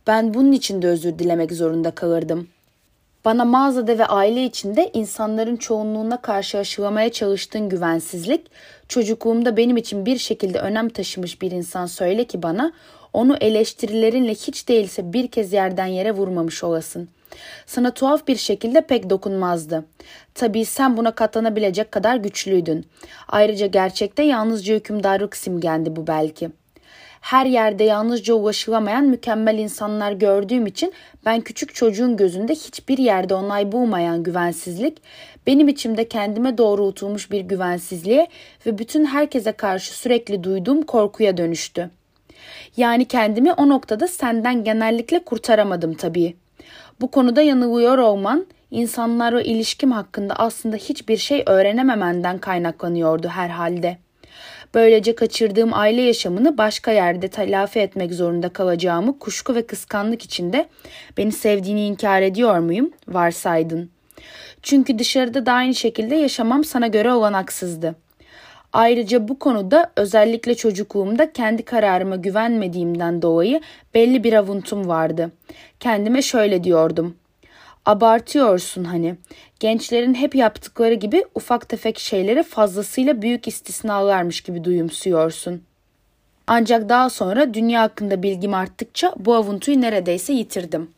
Ben bunun için de özür dilemek zorunda kalırdım. Bana mağazada ve aile içinde insanların çoğunluğuna karşı aşılamaya çalıştığın güvensizlik, çocukluğumda benim için bir şekilde önem taşımış bir insan söyle ki bana, onu eleştirilerinle hiç değilse bir kez yerden yere vurmamış olasın. Sana tuhaf bir şekilde pek dokunmazdı. Tabii sen buna katlanabilecek kadar güçlüydün. Ayrıca gerçekte yalnızca hükümdarlık simgendi bu belki. Her yerde yalnızca ulaşılamayan mükemmel insanlar gördüğüm için ben küçük çocuğun gözünde hiçbir yerde onay bulmayan güvensizlik, benim içimde kendime doğrultulmuş bir güvensizliğe ve bütün herkese karşı sürekli duyduğum korkuya dönüştü. Yani kendimi o noktada senden genellikle kurtaramadım tabii. Bu konuda yanılıyor olman, insanlarla ilişkim hakkında aslında hiçbir şey öğrenememenden kaynaklanıyordu herhalde. Böylece kaçırdığım aile yaşamını başka yerde telafi etmek zorunda kalacağımı kuşku ve kıskançlık içinde beni sevdiğini inkar ediyor muyum? Varsaydın. Çünkü dışarıda da aynı şekilde yaşamam sana göre olanaksızdı. Ayrıca bu konuda özellikle çocukluğumda kendi kararıma güvenmediğimden dolayı belli bir avuntum vardı. Kendime şöyle diyordum. Abartıyorsun hani. Gençlerin hep yaptıkları gibi ufak tefek şeyleri fazlasıyla büyük istisnalarmış gibi duyumsuyorsun. Ancak daha sonra dünya hakkında bilgim arttıkça bu avuntuyu neredeyse yitirdim.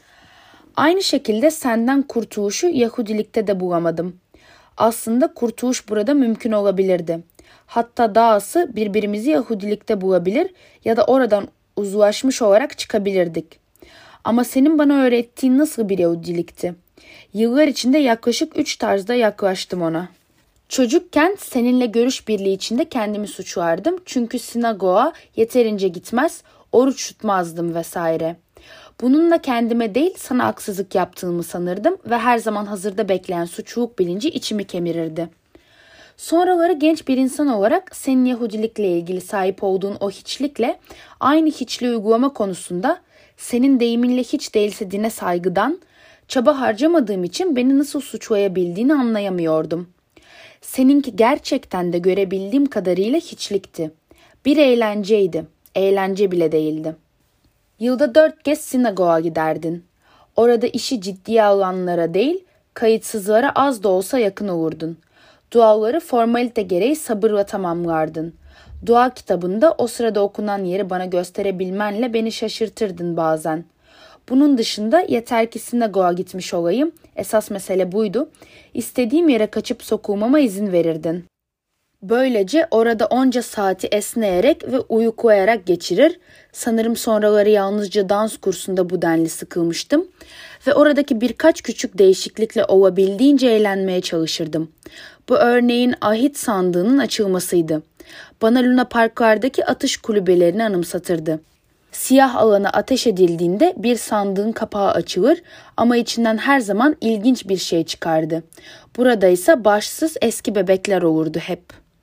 Aynı şekilde senden kurtuluşu Yahudilikte de bulamadım. Aslında kurtuluş burada mümkün olabilirdi. Hatta dahası birbirimizi Yahudilikte bulabilir ya da oradan uzlaşmış olarak çıkabilirdik. Ama senin bana öğrettiğin nasıl bir Yahudilikti? Yıllar içinde yaklaşık 3 tarzda yaklaştım ona. Çocukken seninle görüş birliği içinde kendimi suçlardım. Çünkü sinagoga yeterince gitmez, oruç tutmazdım vesaire. Bununla kendime değil sana haksızlık yaptığımı sanırdım ve her zaman hazırda bekleyen suçluluk bilinci içimi kemirirdi. Sonraları genç bir insan olarak senin Yahudilikle ilgili sahip olduğun o hiçlikle aynı hiçliği uygulama konusunda senin deyiminle hiç değilse dine saygıdan çaba harcamadığım için beni nasıl suçlayabildiğini anlayamıyordum. Seninki gerçekten de görebildiğim kadarıyla hiçlikti. Bir eğlenceydi. Eğlence bile değildi. Yılda 4 kez sinagoga giderdin. Orada işi ciddiye alanlara değil, kayıtsızlara az da olsa yakın olurdun. Duaları formalite gereği sabırla tamamlardın. Dua kitabında o sırada okunan yeri bana gösterebilmenle beni şaşırtırdın bazen. Bunun dışında yeter ki sinagoga gitmiş olayım, esas mesele buydu. İstediğim yere kaçıp sokulmama izin verirdin. Böylece orada onca saati esneyerek ve uyuklayarak geçirir, sanırım sonraları yalnızca dans kursunda bu denli sıkılmıştım ve oradaki birkaç küçük değişiklikle olabildiğince eğlenmeye çalışırdım. Bu örneğin ahit sandığının açılmasıydı. Bana Luna Parklardaki atış kulübelerini anımsatırdı. Siyah alana ateş edildiğinde bir sandığın kapağı açılır ama içinden her zaman ilginç bir şey çıkardı. Burada ise başsız eski bebekler olurdu hep.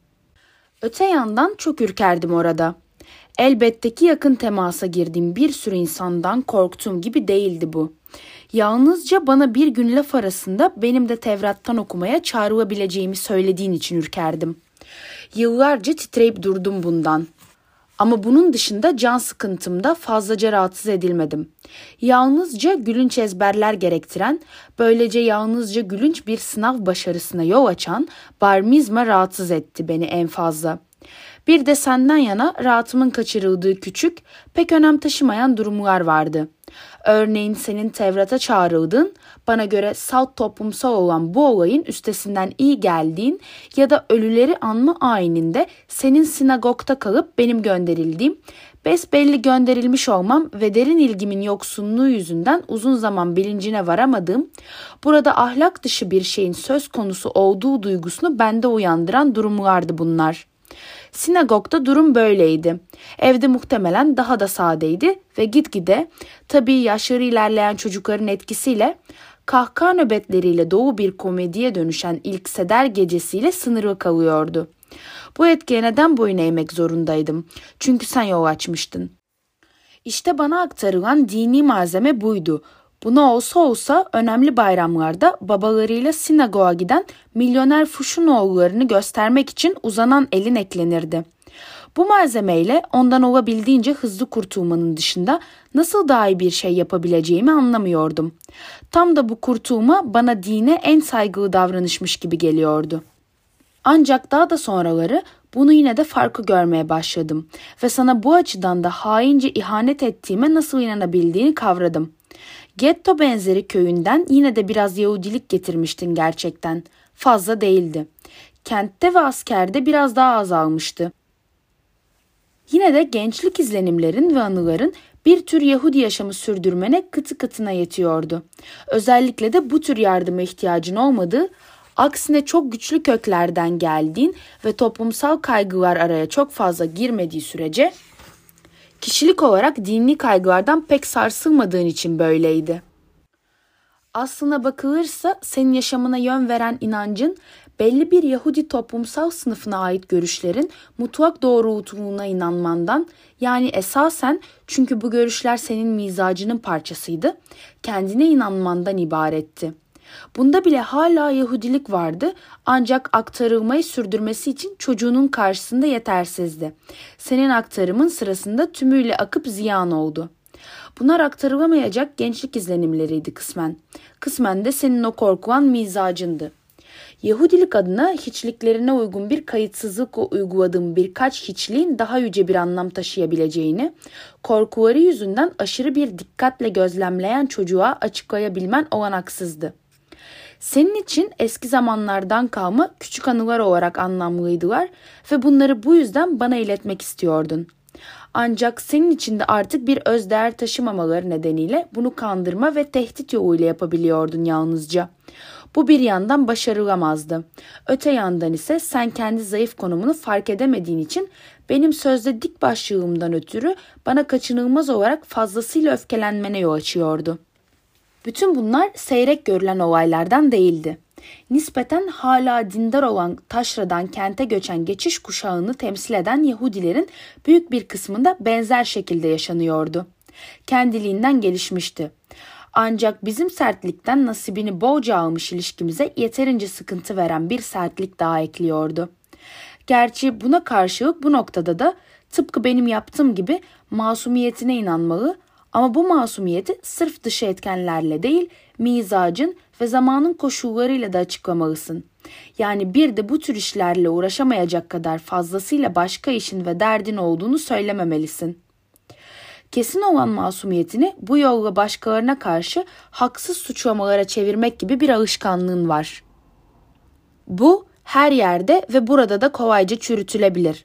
Öte yandan çok ürkerdim orada. Elbette ki yakın temasa girdiğim bir sürü insandan korktuğum gibi değildi bu. Yalnızca bana bir gün laf arasında benim de Tevrat'tan okumaya çağrılabileceğimi söylediğin için ürkerdim. Yıllarca titreyip durdum bundan. Ama bunun dışında can sıkıntımda fazlaca rahatsız edilmedim. Yalnızca gülünç ezberler gerektiren, böylece yalnızca gülünç bir sınav başarısına yol açan bar mizma rahatsız etti beni en fazla. Bir de senden yana rahatımın kaçırıldığı küçük, pek önem taşımayan durumlar vardı. Örneğin senin Tevrat'a çağrıldığın, bana göre salt toplumsal olan bu olayın üstesinden iyi geldiğin ya da ölüleri anma ayininde senin sinagogda kalıp benim gönderildiğim, besbelli gönderilmiş olmam ve derin ilgimin yoksunluğu yüzünden uzun zaman bilincine varamadığım, burada ahlak dışı bir şeyin söz konusu olduğu duygusunu bende uyandıran durumlardı bunlar. Sinagogda durum böyleydi. Evde muhtemelen daha da sadeydi ve gitgide, tabii yaşları ilerleyen çocukların etkisiyle, kahkaha nöbetleriyle dolu bir komediye dönüşen ilk seder gecesiyle sınırlı kalıyordu. Bu etkiye neden boyun eğmek zorundaydım? Çünkü sen yol açmıştın. İşte bana aktarılan dini malzeme buydu. Buna olsa önemli bayramlarda babalarıyla sinagoga giden milyoner Fuşun oğullarını göstermek için uzanan elin eklenirdi. Bu malzemeyle ondan olabildiğince hızlı kurtulmanın dışında nasıl daha iyi bir şey yapabileceğimi anlamıyordum. Tam da bu kurtulma bana dine en saygılı davranışmış gibi geliyordu. Ancak daha da sonraları bunu yine de farklı görmeye başladım ve sana bu açıdan da haince ihanet ettiğime nasıl inanabildiğini kavradım. Getto benzeri köyünden yine de biraz Yahudilik getirmiştin gerçekten. Fazla değildi. Kentte ve askerde biraz daha azalmıştı. Yine de gençlik izlenimlerin ve anıların bir tür Yahudi yaşamı sürdürmene kıtı kıtına yetiyordu. Özellikle de bu tür yardıma ihtiyacın olmadığı, aksine çok güçlü köklerden geldiğin ve toplumsal kaygılar araya çok fazla girmediği sürece kişilik olarak dini kaygılardan pek sarsılmadığın için böyleydi. Aslına bakılırsa senin yaşamına yön veren inancın belli bir Yahudi toplumsal sınıfına ait görüşlerin mutlak doğrultuluğuna inanmandan, yani esasen çünkü bu görüşler senin mizacının parçasıydı, kendine inanmandan ibaretti. Bunda bile hala Yahudilik vardı ancak aktarılmayı sürdürmesi için çocuğunun karşısında yetersizdi. Senin aktarımın sırasında tümüyle akıp ziyan oldu. Bunlar aktarılamayacak gençlik izlenimleriydi kısmen. Kısmen de senin o korkulan mizacındı. Yahudilik adına hiçliklerine uygun bir kayıtsızlıkla uyguladığım birkaç hiçliğin daha yüce bir anlam taşıyabileceğini, korkuları yüzünden aşırı bir dikkatle gözlemleyen çocuğa açıklayabilmen olanaksızdı. Senin için eski zamanlardan kalma küçük anılar olarak anlamlıydılar ve bunları bu yüzden bana iletmek istiyordun. Ancak senin için de artık bir özdeğer taşımamaları nedeniyle bunu kandırma ve tehdit yoluyla yapabiliyordun yalnızca. Bu bir yandan başarılamazdı. Öte yandan ise sen kendi zayıf konumunu fark edemediğin için benim sözde dik başlığımdan ötürü bana kaçınılmaz olarak fazlasıyla öfkelenmene yol açıyordu. Bütün bunlar seyrek görülen olaylardan değildi. Nispeten hala dindar olan taşradan kente göçen geçiş kuşağını temsil eden Yahudilerin büyük bir kısmında benzer şekilde yaşanıyordu. Kendiliğinden gelişmişti. Ancak bizim sertlikten nasibini bolca almış ilişkimize yeterince sıkıntı veren bir sertlik daha ekliyordu. Gerçi buna karşılık bu noktada da tıpkı benim yaptığım gibi masumiyetine inanmalı, ama bu masumiyeti sırf dışı etkenlerle değil, mizacın ve zamanın koşullarıyla da açıklamalısın. Yani bir de bu tür işlerle uğraşamayacak kadar fazlasıyla başka işin ve derdin olduğunu söylememelisin. Kesin olan masumiyetini bu yolla başkalarına karşı haksız suçlamalara çevirmek gibi bir alışkanlığın var. Bu her yerde ve burada da kolayca çürütülebilir.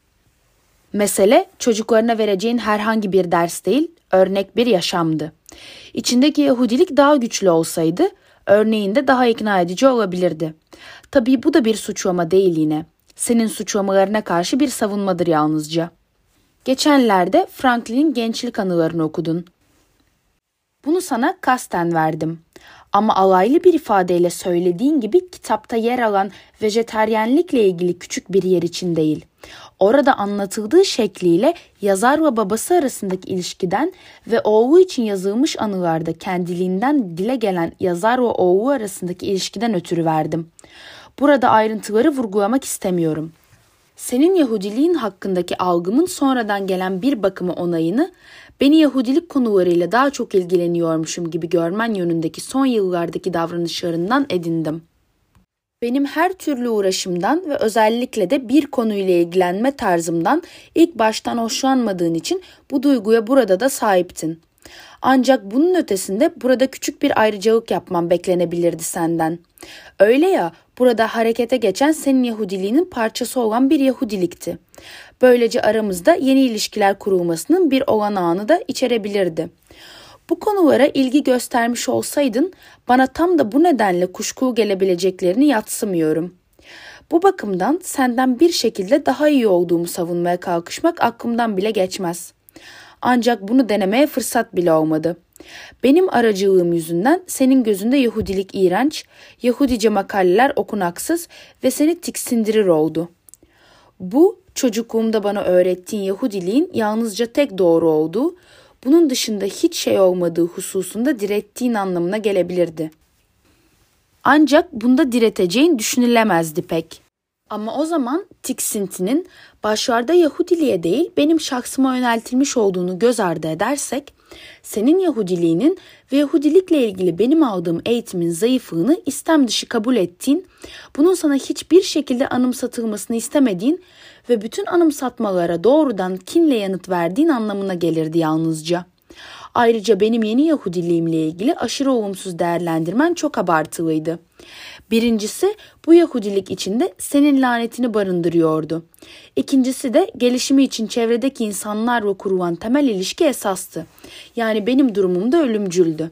Mesele çocuklarına vereceğin herhangi bir ders değil, örnek bir yaşamdı. İçindeki Yahudilik daha güçlü olsaydı, örneğinde daha ikna edici olabilirdi. Tabii bu da bir suçlama değil yine. Senin suçlamalarına karşı bir savunmadır yalnızca. Geçenlerde Franklin'in gençlik anılarını okudun. Bunu sana kasten verdim. Ama alaylı bir ifadeyle söylediğin gibi kitapta yer alan vejeteryenlikle ilgili küçük bir yer için değil. Orada anlatıldığı şekliyle yazarla babası arasındaki ilişkiden ve oğlu için yazılmış anılarda kendiliğinden dile gelen yazar ve oğlu arasındaki ilişkiden ötürü verdim. Burada ayrıntıları vurgulamak istemiyorum. Senin Yahudiliğin hakkındaki algımın sonradan gelen bir bakıma onayını, beni Yahudilik konularıyla daha çok ilgileniyormuşum gibi görmen yönündeki son yıllardaki davranışlarından edindim. Benim her türlü uğraşımdan ve özellikle de bir konuyla ilgilenme tarzımdan ilk baştan hoşlanmadığın için bu duyguya burada da sahiptin. Ancak bunun ötesinde burada küçük bir ayrıcalık yapman beklenebilirdi senden. Öyle ya, burada harekete geçen senin Yahudiliğinin parçası olan bir Yahudilikti. Böylece aramızda yeni ilişkiler kurulmasının bir olanağını da içerebilirdi. Bu konulara ilgi göstermiş olsaydın bana tam da bu nedenle kuşku gelebileceklerini yadsımıyorum. Bu bakımdan senden bir şekilde daha iyi olduğumu savunmaya kalkışmak aklımdan bile geçmez. Ancak bunu denemeye fırsat bile olmadı. Benim aracılığım yüzünden senin gözünde Yahudilik iğrenç, Yahudice makaleler okunaksız ve seni tiksindirir oldu. Bu çocukluğumda bana öğrettiğin Yahudiliğin yalnızca tek doğru olduğu, bunun dışında hiç şey olmadığı hususunda direttiğin anlamına gelebilirdi. Ancak bunda direteceğin düşünülemezdi pek. Ama o zaman tiksintinin başlarda Yahudiliğe değil benim şahsıma yöneltilmiş olduğunu göz ardı edersek, senin Yahudiliğinin ve Yahudilikle ilgili benim aldığım eğitimin zayıflığını istem dışı kabul ettiğin, bunun sana hiçbir şekilde anımsatılmasını istemediğin ve bütün anımsatmalara doğrudan kinle yanıt verdiğin anlamına gelirdi yalnızca. Ayrıca benim yeni Yahudiliğimle ilgili aşırı olumsuz değerlendirmen çok abartılıydı. Birincisi, bu Yahudilik içinde senin lanetini barındırıyordu. İkincisi de gelişimi için çevredeki insanlarla kurulan temel ilişki esastı. Yani benim durumumda ölümcüldü.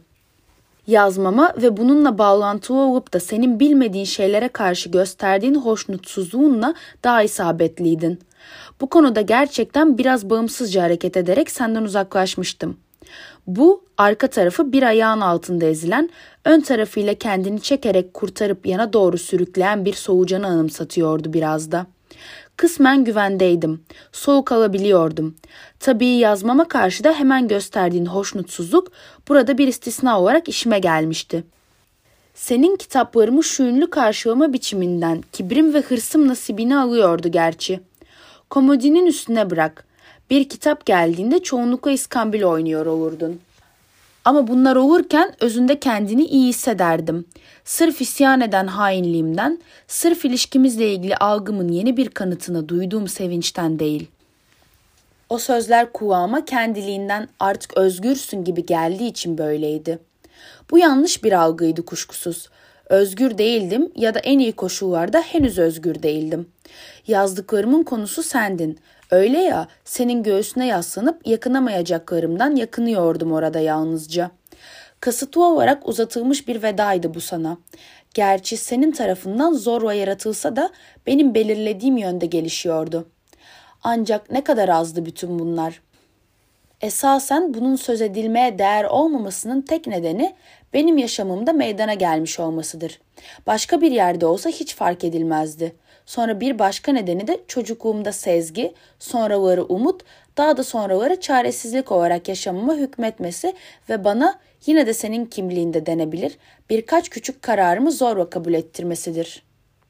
Yazmama ve bununla bağlantılı olup da senin bilmediğin şeylere karşı gösterdiğin hoşnutsuzluğunla daha isabetliydin. Bu konuda gerçekten biraz bağımsızca hareket ederek senden uzaklaşmıştım. Bu, arka tarafı bir ayağın altında ezilen, ön tarafıyla kendini çekerek kurtarıp yana doğru sürükleyen bir solucanı anımsatıyordu biraz da. Kısmen güvendeydim, soğuk alabiliyordum. Tabii yazmama karşı da hemen gösterdiğin hoşnutsuzluk burada bir istisna olarak işime gelmişti. Senin kitaplarımı şu ünlü karşılama biçiminden kibrim ve hırsım nasibini alıyordu gerçi. Komodinin üstüne bırak. Bir kitap geldiğinde çoğunlukla iskambil oynuyor olurdun. Ama bunlar olurken özünde kendini iyi hissederdim. Sırf isyan eden hainliğimden, sırf ilişkimizle ilgili algımın yeni bir kanıtını duyduğum sevinçten değil. O sözler kulağıma kendiliğinden artık özgürsün gibi geldiği için böyleydi. Bu yanlış bir algıydı kuşkusuz. Özgür değildim ya da en iyi koşullarda henüz özgür değildim. Yazdıklarımın konusu sendin. Öyle ya, senin göğsüne yaslanıp yakınamayacaklarımdan yakınıyordum orada yalnızca. Kasıtlı olarak uzatılmış bir vedaydı bu sana. Gerçi senin tarafından zorla yaratılsa da benim belirlediğim yönde gelişiyordu. Ancak ne kadar azdı bütün bunlar. Esasen bunun söz edilmeye değer olmamasının tek nedeni benim yaşamımda meydana gelmiş olmasıdır. Başka bir yerde olsa hiç fark edilmezdi. Sonra bir başka nedeni de çocukluğumda sezgi, sonraları umut, daha da sonraları çaresizlik olarak yaşamıma hükmetmesi ve bana yine de senin kimliğinde denebilir birkaç küçük kararımı zorla kabul ettirmesidir.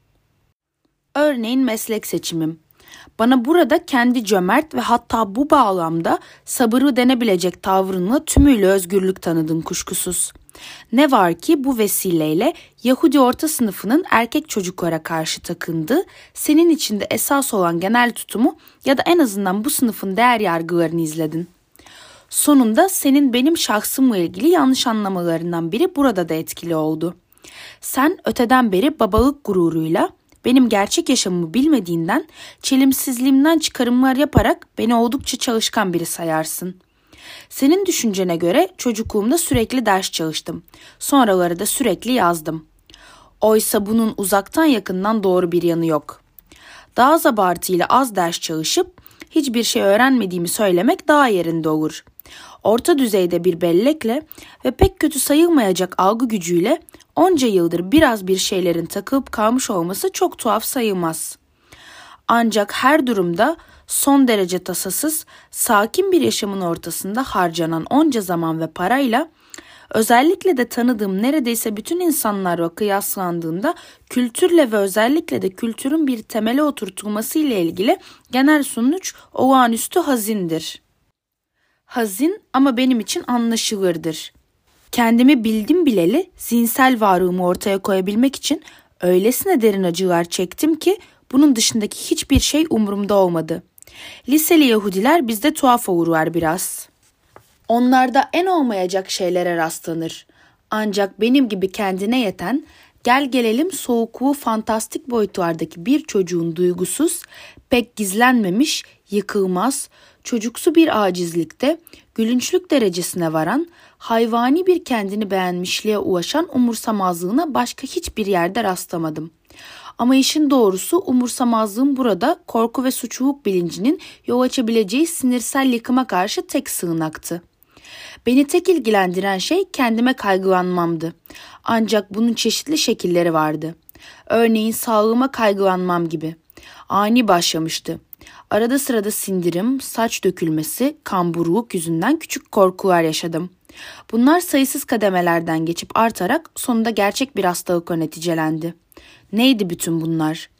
Örneğin meslek seçimim. Bana burada kendi cömert ve hatta bu bağlamda sabırlı denebilecek tavrınla tümüyle özgürlük tanıdın kuşkusuz. Ne var ki bu vesileyle Yahudi orta sınıfının erkek çocuklara karşı takındığı, senin içinde esas olan genel tutumu ya da en azından bu sınıfın değer yargılarını izledin. Sonunda senin benim şahsımla ilgili yanlış anlamalarından biri burada da etkili oldu. Sen öteden beri babalık gururuyla, benim gerçek yaşamımı bilmediğinden çelimsizliğimden çıkarımlar yaparak beni oldukça çalışkan biri sayarsın. Senin düşüncene göre çocukluğumda sürekli ders çalıştım. Sonraları da sürekli yazdım. Oysa bunun uzaktan yakından doğru bir yanı yok. Daha az abartıyla az ders çalışıp hiçbir şey öğrenmediğimi söylemek daha yerinde olur. Orta düzeyde bir bellekle ve pek kötü sayılmayacak algı gücüyle onca yıldır biraz bir şeylerin takılıp kalmış olması çok tuhaf sayılmaz. Ancak her durumda son derece tasasız, sakin bir yaşamın ortasında harcanan onca zaman ve parayla, özellikle de tanıdığım neredeyse bütün insanlarla kıyaslandığında kültürle ve özellikle de kültürün bir temele oturtulması ile ilgili genel sonuç olağanüstü hazindir. Hazin ama benim için anlaşılırdır. Kendimi bildim bileli zihinsel varlığımı ortaya koyabilmek için öylesine derin acılar çektim ki bunun dışındaki hiçbir şey umurumda olmadı. Liseli Yahudiler bizde tuhaf olurlar biraz. Onlarda en olmayacak şeylere rastlanır. Ancak benim gibi kendine yeten, gel gelelim soğukluğu fantastik boyutlardaki bir çocuğun duygusuz, pek gizlenmemiş, yıkılmaz, çocuksu bir acizlikte, gülünçlük derecesine varan, hayvani bir kendini beğenmişliğe ulaşan umursamazlığına başka hiçbir yerde rastlamadım. Ama işin doğrusu umursamazlığım burada korku ve suçluluk bilincinin yol açabileceği sinirsel yıkıma karşı tek sığınaktı. Beni tek ilgilendiren şey kendime kaygılanmamdı. Ancak bunun çeşitli şekilleri vardı. Örneğin sağlığıma kaygılanmam gibi. Ani başlamıştı. Arada sırada sindirim, saç dökülmesi, kamburluk yüzünden küçük korkular yaşadım. Bunlar sayısız kademelerden geçip artarak sonunda gerçek bir hastalıkla neticelendi. Neydi bütün bunlar?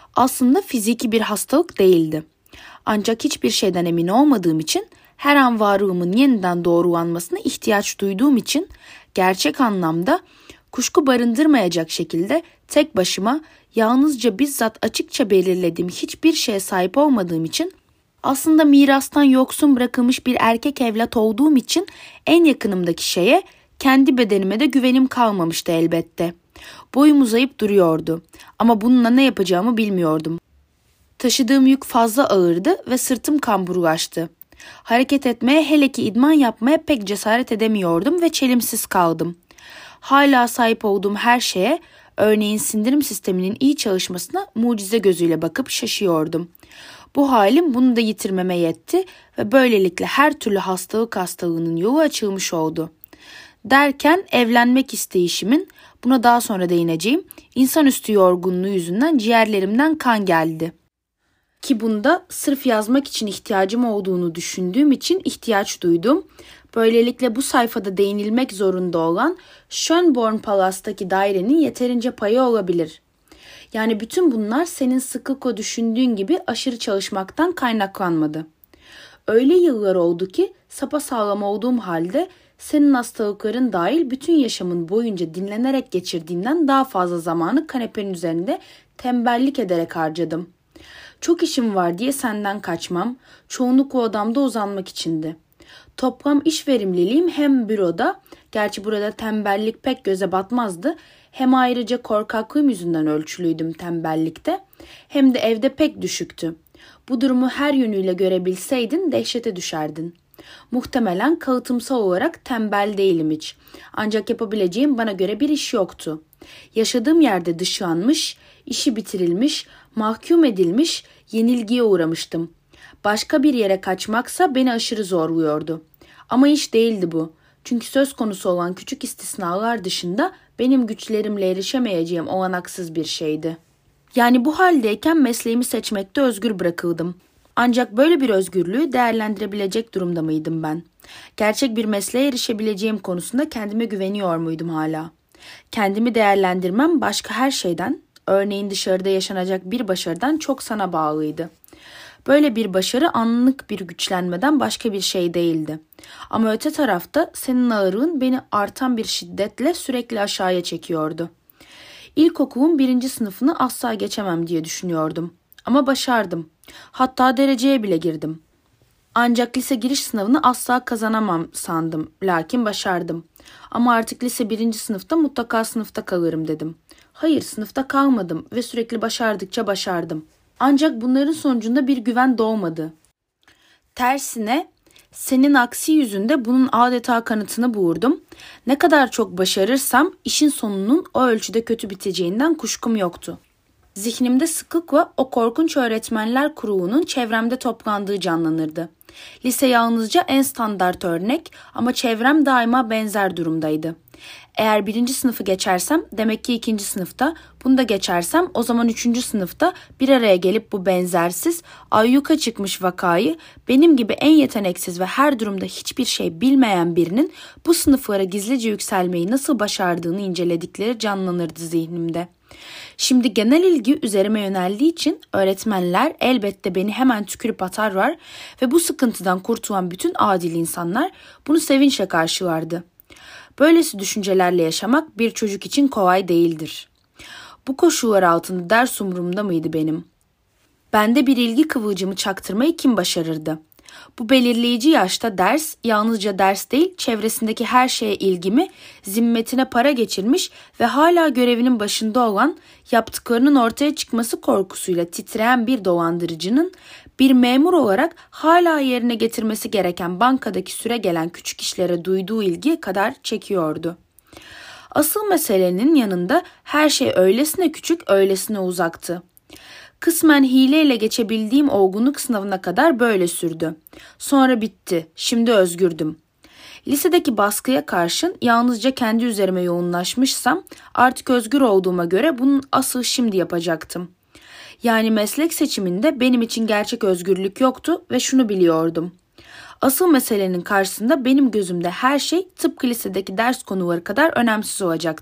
Aslında fiziki bir hastalık değildi. Ancak hiçbir şeyden emin olmadığım için, her an varlığımın yeniden doğrulanmasına ihtiyaç duyduğum için, gerçek anlamda kuşku barındırmayacak şekilde tek başıma, yalnızca bizzat açıkça belirlediğim hiçbir şeye sahip olmadığım için, aslında mirastan yoksun bırakılmış bir erkek evlat olduğum için en yakınımdaki şeye, kendi bedenime de güvenim kalmamıştı elbette. Boyum uzayıp duruyordu ama bununla ne yapacağımı bilmiyordum. Taşıdığım yük fazla ağırdı ve sırtım kamburlaştı. Hareket etmeye, hele ki idman yapmaya pek cesaret edemiyordum ve çelimsiz kaldım. Hala sahip olduğum her şeye, örneğin sindirim sisteminin iyi çalışmasına mucize gözüyle bakıp şaşıyordum. Bu halim bunu da yitirmeme yetti ve böylelikle her türlü hastalığının yolu açılmış oldu. Derken evlenmek isteyişimin, buna daha sonra değineceğim, insanüstü yorgunluğu yüzünden ciğerlerimden kan geldi. Ki bunda sırf yazmak için ihtiyacım olduğunu düşündüğüm için ihtiyaç duydum. Böylelikle bu sayfada değinilmek zorunda olan Schönborn Palas'taki dairenin yeterince payı olabilir. Yani bütün bunlar senin sıklıkla düşündüğün gibi aşırı çalışmaktan kaynaklanmadı. Öyle yıllar oldu ki sapasağlam olduğum halde senin hastalıkların dahil bütün yaşamın boyunca dinlenerek geçirdiğimden daha fazla zamanı kanepenin üzerinde tembellik ederek harcadım. Çok işim var diye senden kaçmam, çoğunlukla odamda uzanmak içindi. Toplam iş verimliliğim hem büroda, gerçi burada tembellik pek göze batmazdı, hem ayrıca korkaklığım yüzünden ölçülüydüm tembellikte, hem de evde pek düşüktü. Bu durumu her yönüyle görebilseydin dehşete düşerdin. Muhtemelen kalıtımsal olarak tembel değilim hiç. Ancak yapabileceğim bana göre bir iş yoktu. Yaşadığım yerde dışlanmış, işi bitirilmiş, mahkum edilmiş, yenilgiye uğramıştım. Başka bir yere kaçmaksa beni aşırı zorluyordu. Ama iş değildi bu. Çünkü söz konusu olan küçük istisnalar dışında benim güçlerimle erişemeyeceğim olanaksız bir şeydi. Yani bu haldeyken mesleğimi seçmekte özgür bırakıldım. Ancak böyle bir özgürlüğü değerlendirebilecek durumda mıydım ben? Gerçek bir mesleğe erişebileceğim konusunda kendime güveniyor muydum hala? Kendimi değerlendirmem başka her şeyden, örneğin dışarıda yaşanacak bir başarıdan çok sana bağlıydı. Böyle bir başarı anlık bir güçlenmeden başka bir şey değildi. Ama öte tarafta senin ağırlığın beni artan bir şiddetle sürekli aşağıya çekiyordu. İlkokulun 1. sınıfını asla geçemem diye düşünüyordum. Ama başardım. Hatta dereceye bile girdim. Ancak lise giriş sınavını asla kazanamam sandım. Lakin başardım. Ama artık lise 1. sınıfta mutlaka sınıfta kalırım dedim. Hayır, sınıfta kalmadım ve sürekli başardıkça başardım. Ancak bunların sonucunda bir güven doğmadı. Tersine senin aksi yüzünde bunun adeta kanıtını buldum. Ne kadar çok başarırsam işin sonunun o ölçüde kötü biteceğinden kuşkum yoktu. Zihnimde sıklıkla o korkunç öğretmenler kurulunun çevremde toplandığı canlanırdı. Lise yalnızca en standart örnek ama çevrem daima benzer durumdaydı. Eğer 1. sınıfı geçersem demek ki 2. sınıfta, bunu da geçersem o zaman 3. sınıfta bir araya gelip bu benzersiz, ayyuka çıkmış vakayı benim gibi en yeteneksiz ve her durumda hiçbir şey bilmeyen birinin bu sınıflara gizlice yükselmeyi nasıl başardığını inceledikleri canlanırdı zihnimde. Şimdi genel ilgi üzerime yöneldiği için öğretmenler elbette beni hemen tükürüp atarlar ve bu sıkıntıdan kurtulan bütün adil insanlar bunu sevinçle karşılardı. Böylesi düşüncelerle yaşamak bir çocuk için kolay değildir. Bu koşullar altında ders umurumda mıydı benim? Bende bir ilgi kıvılcımı çaktırmayı kim başarırdı? Bu belirleyici yaşta ders, yalnızca ders değil, çevresindeki her şeye ilgimi zimmetine para geçirmiş ve hala görevinin başında olan, yaptıklarının ortaya çıkması korkusuyla titreyen bir dolandırıcının bir memur olarak hala yerine getirmesi gereken bankadaki süregelen küçük işlere duyduğu ilgi kadar çekiyordu. Asıl meselenin yanında her şey öylesine küçük, öylesine uzaktı. Kısmen hileyle geçebildiğim olgunluk sınavına kadar böyle sürdü. Sonra bitti. Şimdi özgürdüm. Lisedeki baskıya karşın yalnızca kendi üzerime yoğunlaşmışsam artık özgür olduğuma göre bunun asıl şimdi yapacaktım. Yani meslek seçiminde benim için gerçek özgürlük yoktu ve şunu biliyordum. Asıl meselenin karşısında benim gözümde her şey tıpkı lisedeki ders konuları kadar önemsiz olacaktı.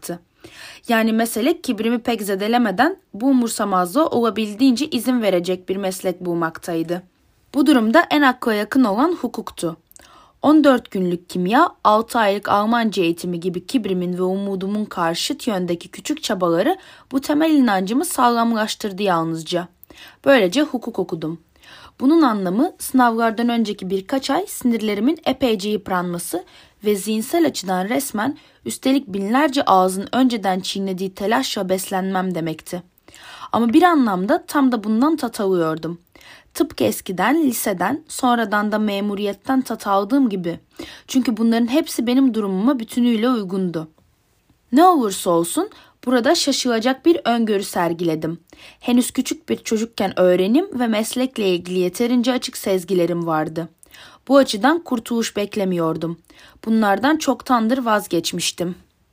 Yani mesele kibrimi pek zedelemeden bu umursamazlığa olabildiğince izin verecek bir meslek bulmaktaydı. Bu durumda en akla yakın olan hukuktu. 14 günlük kimya, 6 aylık Almanca eğitimi gibi kibrimin ve umudumun karşıt yöndeki küçük çabaları bu temel inancımı sağlamlaştırdı yalnızca. Böylece hukuk okudum. Bunun anlamı sınavlardan önceki birkaç ay sinirlerimin epeyce yıpranması ve zihinsel açıdan resmen üstelik binlerce ağzın önceden çiğnediği telaşla beslenmem demekti. Ama bir anlamda tam da bundan tat alıyordum. Tıpkı eskiden liseden, sonradan da memuriyetten tat aldığım gibi. Çünkü bunların hepsi benim durumuma bütünüyle uygundu. Ne olursa olsun burada şaşılacak bir öngörü sergiledim. Henüz küçük bir çocukken öğrenim ve meslekle ilgili yeterince açık sezgilerim vardı. Bu açıdan kurtuluş beklemiyordum. Bunlardan çoktandır vazgeçmiştim.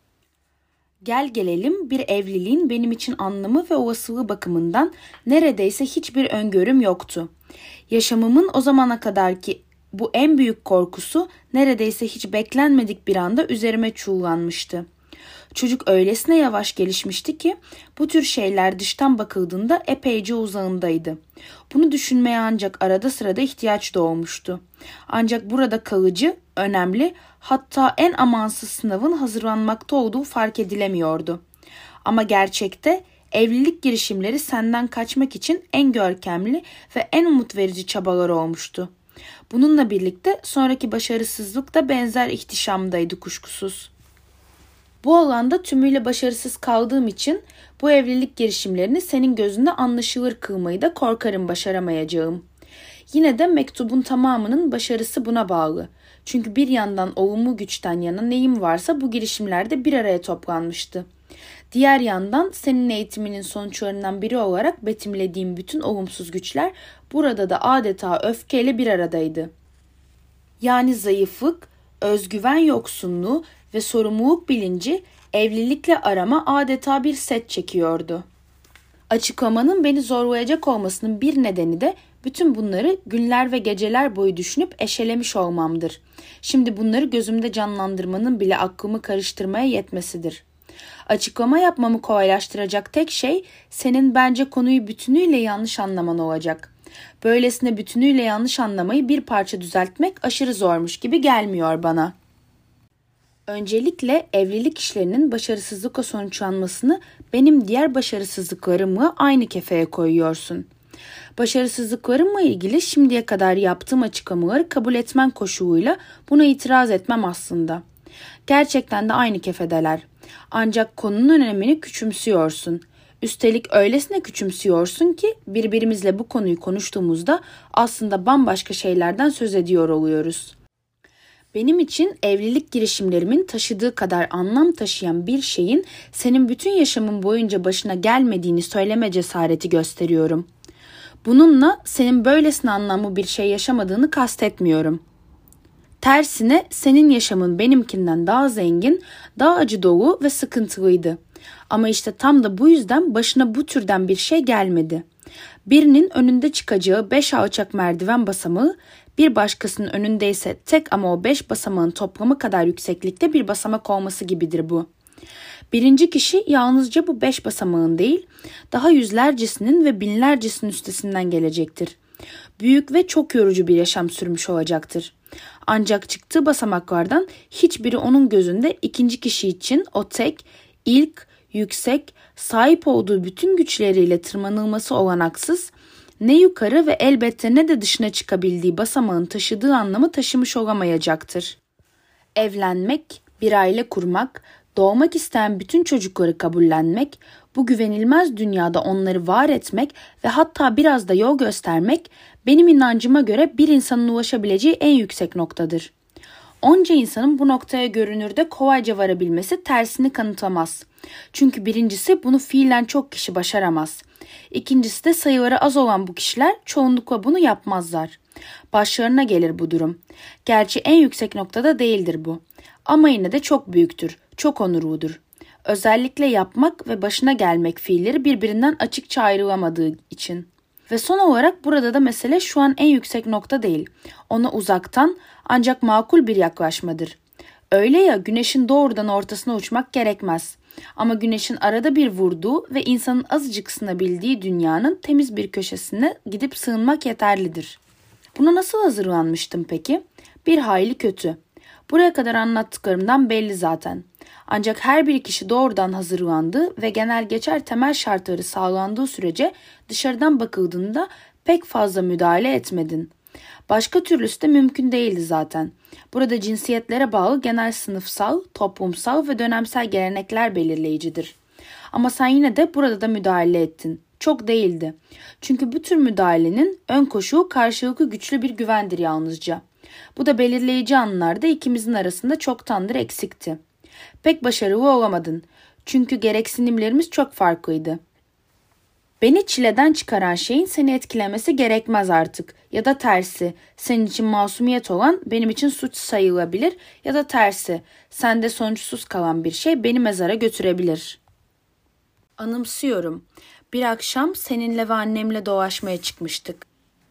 Gel gelelim bir evliliğin benim için anlamı ve olasılığı bakımından neredeyse hiçbir öngörüm yoktu. Yaşamımın o zamana kadarki bu en büyük korkusu neredeyse hiç beklenmedik bir anda üzerime çullanmıştı. Çocuk öylesine yavaş gelişmişti ki bu tür şeyler dıştan bakıldığında epeyce uzağındaydı. Bunu düşünmeye ancak arada sırada ihtiyaç doğmuştu. Ancak burada kalıcı, önemli, hatta en amansız sınavın hazırlanmakta olduğu fark edilemiyordu. Ama gerçekte evlilik girişimleri senden kaçmak için en görkemli ve en umut verici çabalar olmuştu. Bununla birlikte sonraki başarısızlık da benzer ihtişamdaydı kuşkusuz. Bu alanda tümüyle başarısız kaldığım için bu evlilik girişimlerini senin gözünde anlaşılır kılmayı da korkarım başaramayacağım. Yine de mektubun tamamının başarısı buna bağlı. Çünkü bir yandan olumlu güçten yana neyim varsa bu girişimlerde bir araya toplanmıştı. Diğer yandan senin eğitiminin sonuçlarından biri olarak betimlediğim bütün olumsuz güçler burada da adeta öfkeyle bir aradaydı. Yani zayıflık, özgüven yoksunluğu ve sorumluluk bilinci evlilikle arama adeta bir set çekiyordu. Açıklamanın beni zorlayacak olmasının bir nedeni de bütün bunları günler ve geceler boyu düşünüp eşelemiş olmamdır. Şimdi bunları gözümde canlandırmanın bile aklımı karıştırmaya yetmesidir. Açıklama yapmamı kolaylaştıracak tek şey senin bence konuyu bütünüyle yanlış anlaman olacak. Böylesine bütünüyle yanlış anlamayı bir parça düzeltmek aşırı zormuş gibi gelmiyor bana. Öncelikle evlilik işlerinin başarısızlıkla sonuçlanmasını benim diğer başarısızlıklarımla aynı kefeye koyuyorsun. Başarısızlıklarımla ilgili şimdiye kadar yaptığım açıklamaları kabul etmen koşuluyla buna itiraz etmem aslında. Gerçekten de aynı kefedeler. Ancak konunun önemini küçümsüyorsun. Üstelik öylesine küçümsüyorsun ki birbirimizle bu konuyu konuştuğumuzda aslında bambaşka şeylerden söz ediyor oluyoruz. Benim için evlilik girişimlerimin taşıdığı kadar anlam taşıyan bir şeyin senin bütün yaşamın boyunca başına gelmediğini söyleme cesareti gösteriyorum. Bununla senin böylesine anlamlı bir şey yaşamadığını kastetmiyorum. Tersine senin yaşamın benimkinden daha zengin, daha acı dolu ve sıkıntılıydı. Ama işte tam da bu yüzden başına bu türden bir şey gelmedi. Birinin önünde çıkacağı 5 alçak merdiven basamağı, bir başkasının önünde ise tek ama o 5 basamağın toplamı kadar yükseklikte bir basamak olması gibidir bu. Birinci kişi yalnızca bu 5 basamağın değil, daha yüzlercesinin ve binlercesinin üstesinden gelecektir. Büyük ve çok yorucu bir yaşam sürmüş olacaktır. Ancak çıktığı basamaklardan hiçbiri onun gözünde ikinci kişi için o tek, ilk, yüksek, sahip olduğu bütün güçleriyle tırmanılması olanaksız, ne yukarı ve elbette ne de dışına çıkabildiği basamağın taşıdığı anlamı taşımış olamayacaktır. Evlenmek, bir aile kurmak, doğmak isteyen bütün çocukları kabullenmek, bu güvenilmez dünyada onları var etmek ve hatta biraz da yol göstermek benim inancıma göre bir insanın ulaşabileceği en yüksek noktadır. Onca insanın bu noktaya görünürde kolayca varabilmesi tersini kanıtlamaz. Çünkü birincisi bunu fiilen çok kişi başaramaz. İkincisi de sayıları az olan bu kişiler çoğunlukla bunu yapmazlar. Başlarına gelir bu durum. Gerçi en yüksek noktada değildir bu. Ama yine de çok büyüktür, çok onurludur. Özellikle yapmak ve başına gelmek fiilleri birbirinden açıkça ayrılamadığı için. Ve son olarak burada da mesele şu an en yüksek nokta değil. Ona uzaktan ancak makul bir yaklaşmadır. Öyle ya, güneşin doğrudan ortasına uçmak gerekmez. Ama güneşin arada bir vurduğu ve insanın azıcık ısınabildiği dünyanın temiz bir köşesine gidip sığınmak yeterlidir. Buna nasıl hazırlanmıştım peki? Bir hayli kötü. Buraya kadar anlattıklarımdan belli zaten. Ancak her bir kişi doğrudan hazırlandığı ve genel geçer temel şartları sağlandığı sürece dışarıdan bakıldığında pek fazla müdahale etmedin. Başka türlüsü de mümkün değildi zaten. Burada cinsiyetlere bağlı genel sınıfsal, toplumsal ve dönemsel gelenekler belirleyicidir. Ama sen yine de burada da müdahale ettin. Çok değildi. Çünkü bu tür müdahalenin ön koşulu karşılıklı güçlü bir güvendir yalnızca. Bu da belirleyici anlarda ikimizin arasında çoktandır eksikti. Pek başarılı olamadın. Çünkü gereksinimlerimiz çok farklıydı. Beni çileden çıkaran şeyin seni etkilemesi gerekmez artık. Ya da tersi, senin için masumiyet olan benim için suç sayılabilir ya da tersi, sende sonuçsuz kalan bir şey beni mezara götürebilir. Anımsıyorum. Bir akşam seninle ve annemle dolaşmaya çıkmıştık.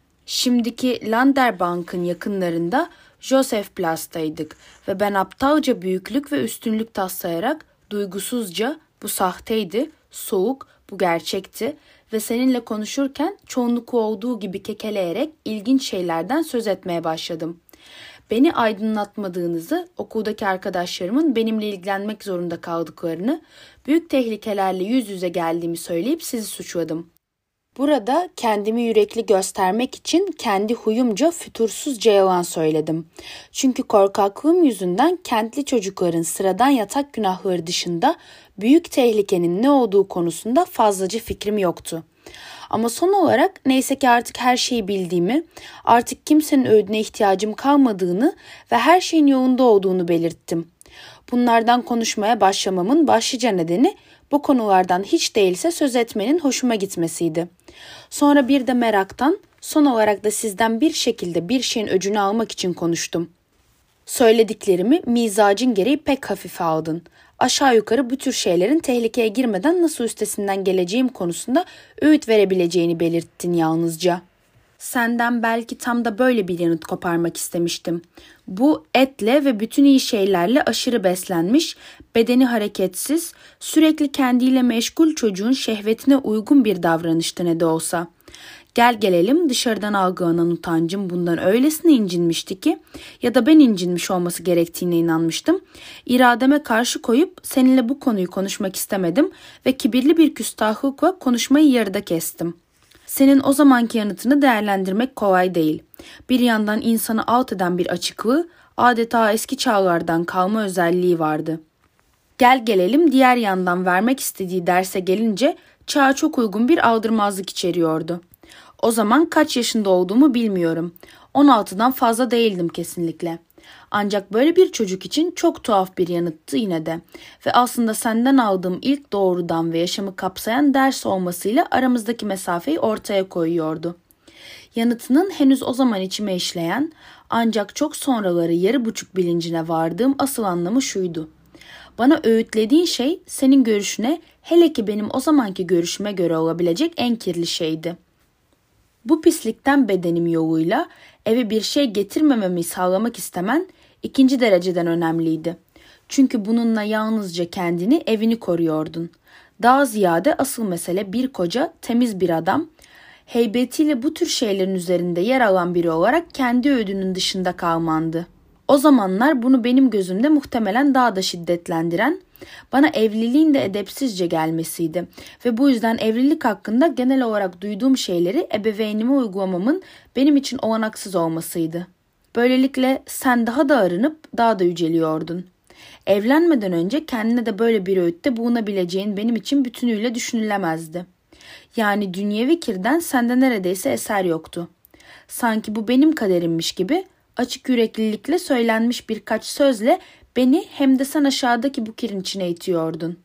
Şimdiki Landerbank'ın yakınlarında Josefplatz'taydık ve ben aptalca büyüklük ve üstünlük taslayarak duygusuzca bu sahteydi, soğuk, bu gerçekti ve seninle konuşurken çoğunlukla olduğu gibi kekeleyerek ilginç şeylerden söz etmeye başladım. Beni aydınlatmadığınızı, okuldaki arkadaşlarımın benimle ilgilenmek zorunda kaldıklarını, büyük tehlikelerle yüz yüze geldiğimi söyleyip sizi suçladım. Burada kendimi yürekli göstermek için kendi huyumca fütursuzca yalan söyledim. Çünkü korkaklığım yüzünden kentli çocukların sıradan yatak günahları dışında büyük tehlikenin ne olduğu konusunda fazlaca fikrim yoktu. Ama son olarak neyse ki artık her şeyi bildiğimi, artık kimsenin öğüdüne ihtiyacım kalmadığını ve her şeyin yolunda olduğunu belirttim. Bunlardan konuşmaya başlamamın başlıca nedeni bu konulardan hiç değilse söz etmenin hoşuma gitmesiydi. Sonra bir de meraktan, son olarak da sizden bir şekilde bir şeyin öcünü almak için konuştum. Söylediklerimi mizacın gereği pek hafife aldın. Aşağı yukarı bu tür şeylerin tehlikeye girmeden nasıl üstesinden geleceğim konusunda öğüt verebileceğini belirttin yalnızca. Senden belki tam da böyle bir yanıt koparmak istemiştim. Bu etle ve bütün iyi şeylerle aşırı beslenmiş, bedeni hareketsiz, sürekli kendiyle meşgul çocuğun şehvetine uygun bir davranıştı ne de olsa. Gel gelelim dışarıdan algılanan utancım bundan öylesine incinmişti ki ya da ben incinmiş olması gerektiğine inanmıştım. İrademe karşı koyup seninle bu konuyu konuşmak istemedim ve kibirli bir küstahlıkla konuşmayı yarıda kestim. Senin o zamanki yanıtını değerlendirmek kolay değil. Bir yandan insanı alt eden bir açıklığı, adeta eski çağlardan kalma özelliği vardı. Gel gelelim diğer yandan vermek istediği derse gelince çağa çok uygun bir aldırmazlık içeriyordu. O zaman kaç yaşında olduğumu bilmiyorum. 16'dan fazla değildim kesinlikle. Ancak böyle bir çocuk için çok tuhaf bir yanıttı yine de ve aslında senden aldığım ilk doğrudan ve yaşamı kapsayan ders olmasıyla aramızdaki mesafeyi ortaya koyuyordu. Yanıtının henüz o zaman içime işleyen ancak çok sonraları yarı buçuk bilincine vardığım asıl anlamı şuydu. Bana öğütlediğin şey senin görüşüne, hele ki benim o zamanki görüşüme göre olabilecek en kirli şeydi. Bu pislikten bedenim yoluyla eve bir şey getirmememi sağlamak istemen ikinci dereceden önemliydi. Çünkü bununla yalnızca kendini, evini koruyordun. Daha ziyade asıl mesele bir koca, temiz bir adam, heybetiyle bu tür şeylerin üzerinde yer alan biri olarak kendi ödünün dışında kalmandı. O zamanlar bunu benim gözümde muhtemelen daha da şiddetlendiren, bana evliliğin de edepsizce gelmesiydi ve bu yüzden evlilik hakkında genel olarak duyduğum şeyleri ebeveynime uygulamamın benim için olanaksız olmasıydı. Böylelikle sen daha da arınıp daha da yüceliyordun. Evlenmeden önce kendine de böyle bir öğütte bulunabileceğin benim için bütünüyle düşünülemezdi. Yani dünyevi kirden sende neredeyse eser yoktu. Sanki bu benim kaderimmiş gibi açık yüreklilikle söylenmiş birkaç sözle beni hem de sen aşağıdaki bu kirin içine itiyordun.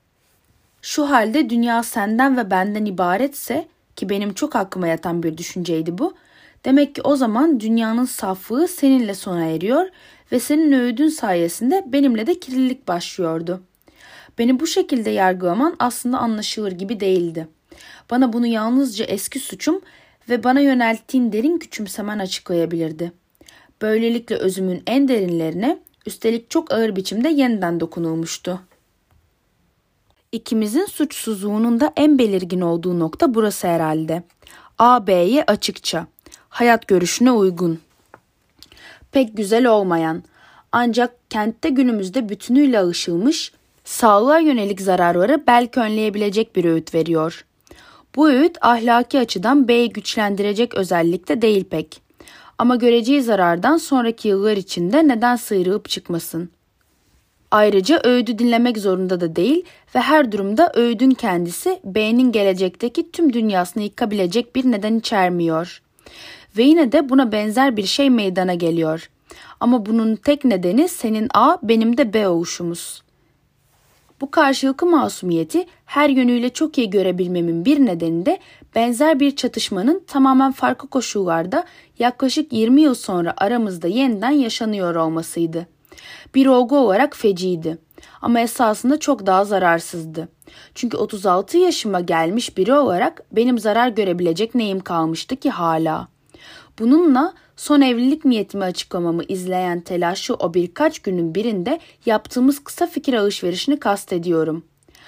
Şu halde dünya senden ve benden ibaretse ki benim çok aklıma yatan bir düşünceydi bu. Demek ki o zaman dünyanın saflığı seninle sona eriyor ve senin öğüdün sayesinde benimle de kirlilik başlıyordu. Beni bu şekilde yargılaman aslında anlaşılır gibi değildi. Bana bunu yalnızca eski suçum ve bana yönelttiğin derin küçümsemen açıklayabilirdi. Böylelikle özümün en derinlerine, Üstelik çok ağır biçimde yeniden dokunulmuştu. İkimizin suçsuzluğunun da en belirgin olduğu nokta burası herhalde. A, B'ye açıkça, hayat görüşüne uygun, pek güzel olmayan, ancak kentte günümüzde bütünüyle alışılmış, sağlığa yönelik zararları belki önleyebilecek bir öğüt veriyor. Bu öğüt ahlaki açıdan B'yi güçlendirecek özellikte değil pek. Ama göreceği zarardan sonraki yıllar içinde neden sıyrılıp çıkmasın? Ayrıca öğüdü dinlemek zorunda da değil ve her durumda öğüdün kendisi B'nin gelecekteki tüm dünyasını yıkabilecek bir neden içermiyor. Ve yine de buna benzer bir şey meydana geliyor. Ama bunun tek nedeni senin A, benim de B oluşumuz. Bu karşılıklı masumiyeti her yönüyle çok iyi görebilmemin bir nedeni de benzer bir çatışmanın tamamen farklı koşullarda yaklaşık 20 yıl sonra aramızda yeniden yaşanıyor olmasıydı. Bir olgu olarak feciydi ama esasında çok daha zararsızdı. Çünkü 36 yaşıma gelmiş biri olarak benim zarar görebilecek neyim kalmıştı ki hala? Bununla son evlilik niyetimi açıklamamı izleyen telaşlı o birkaç günün birinde yaptığımız kısa fikir alışverişini kastediyorum.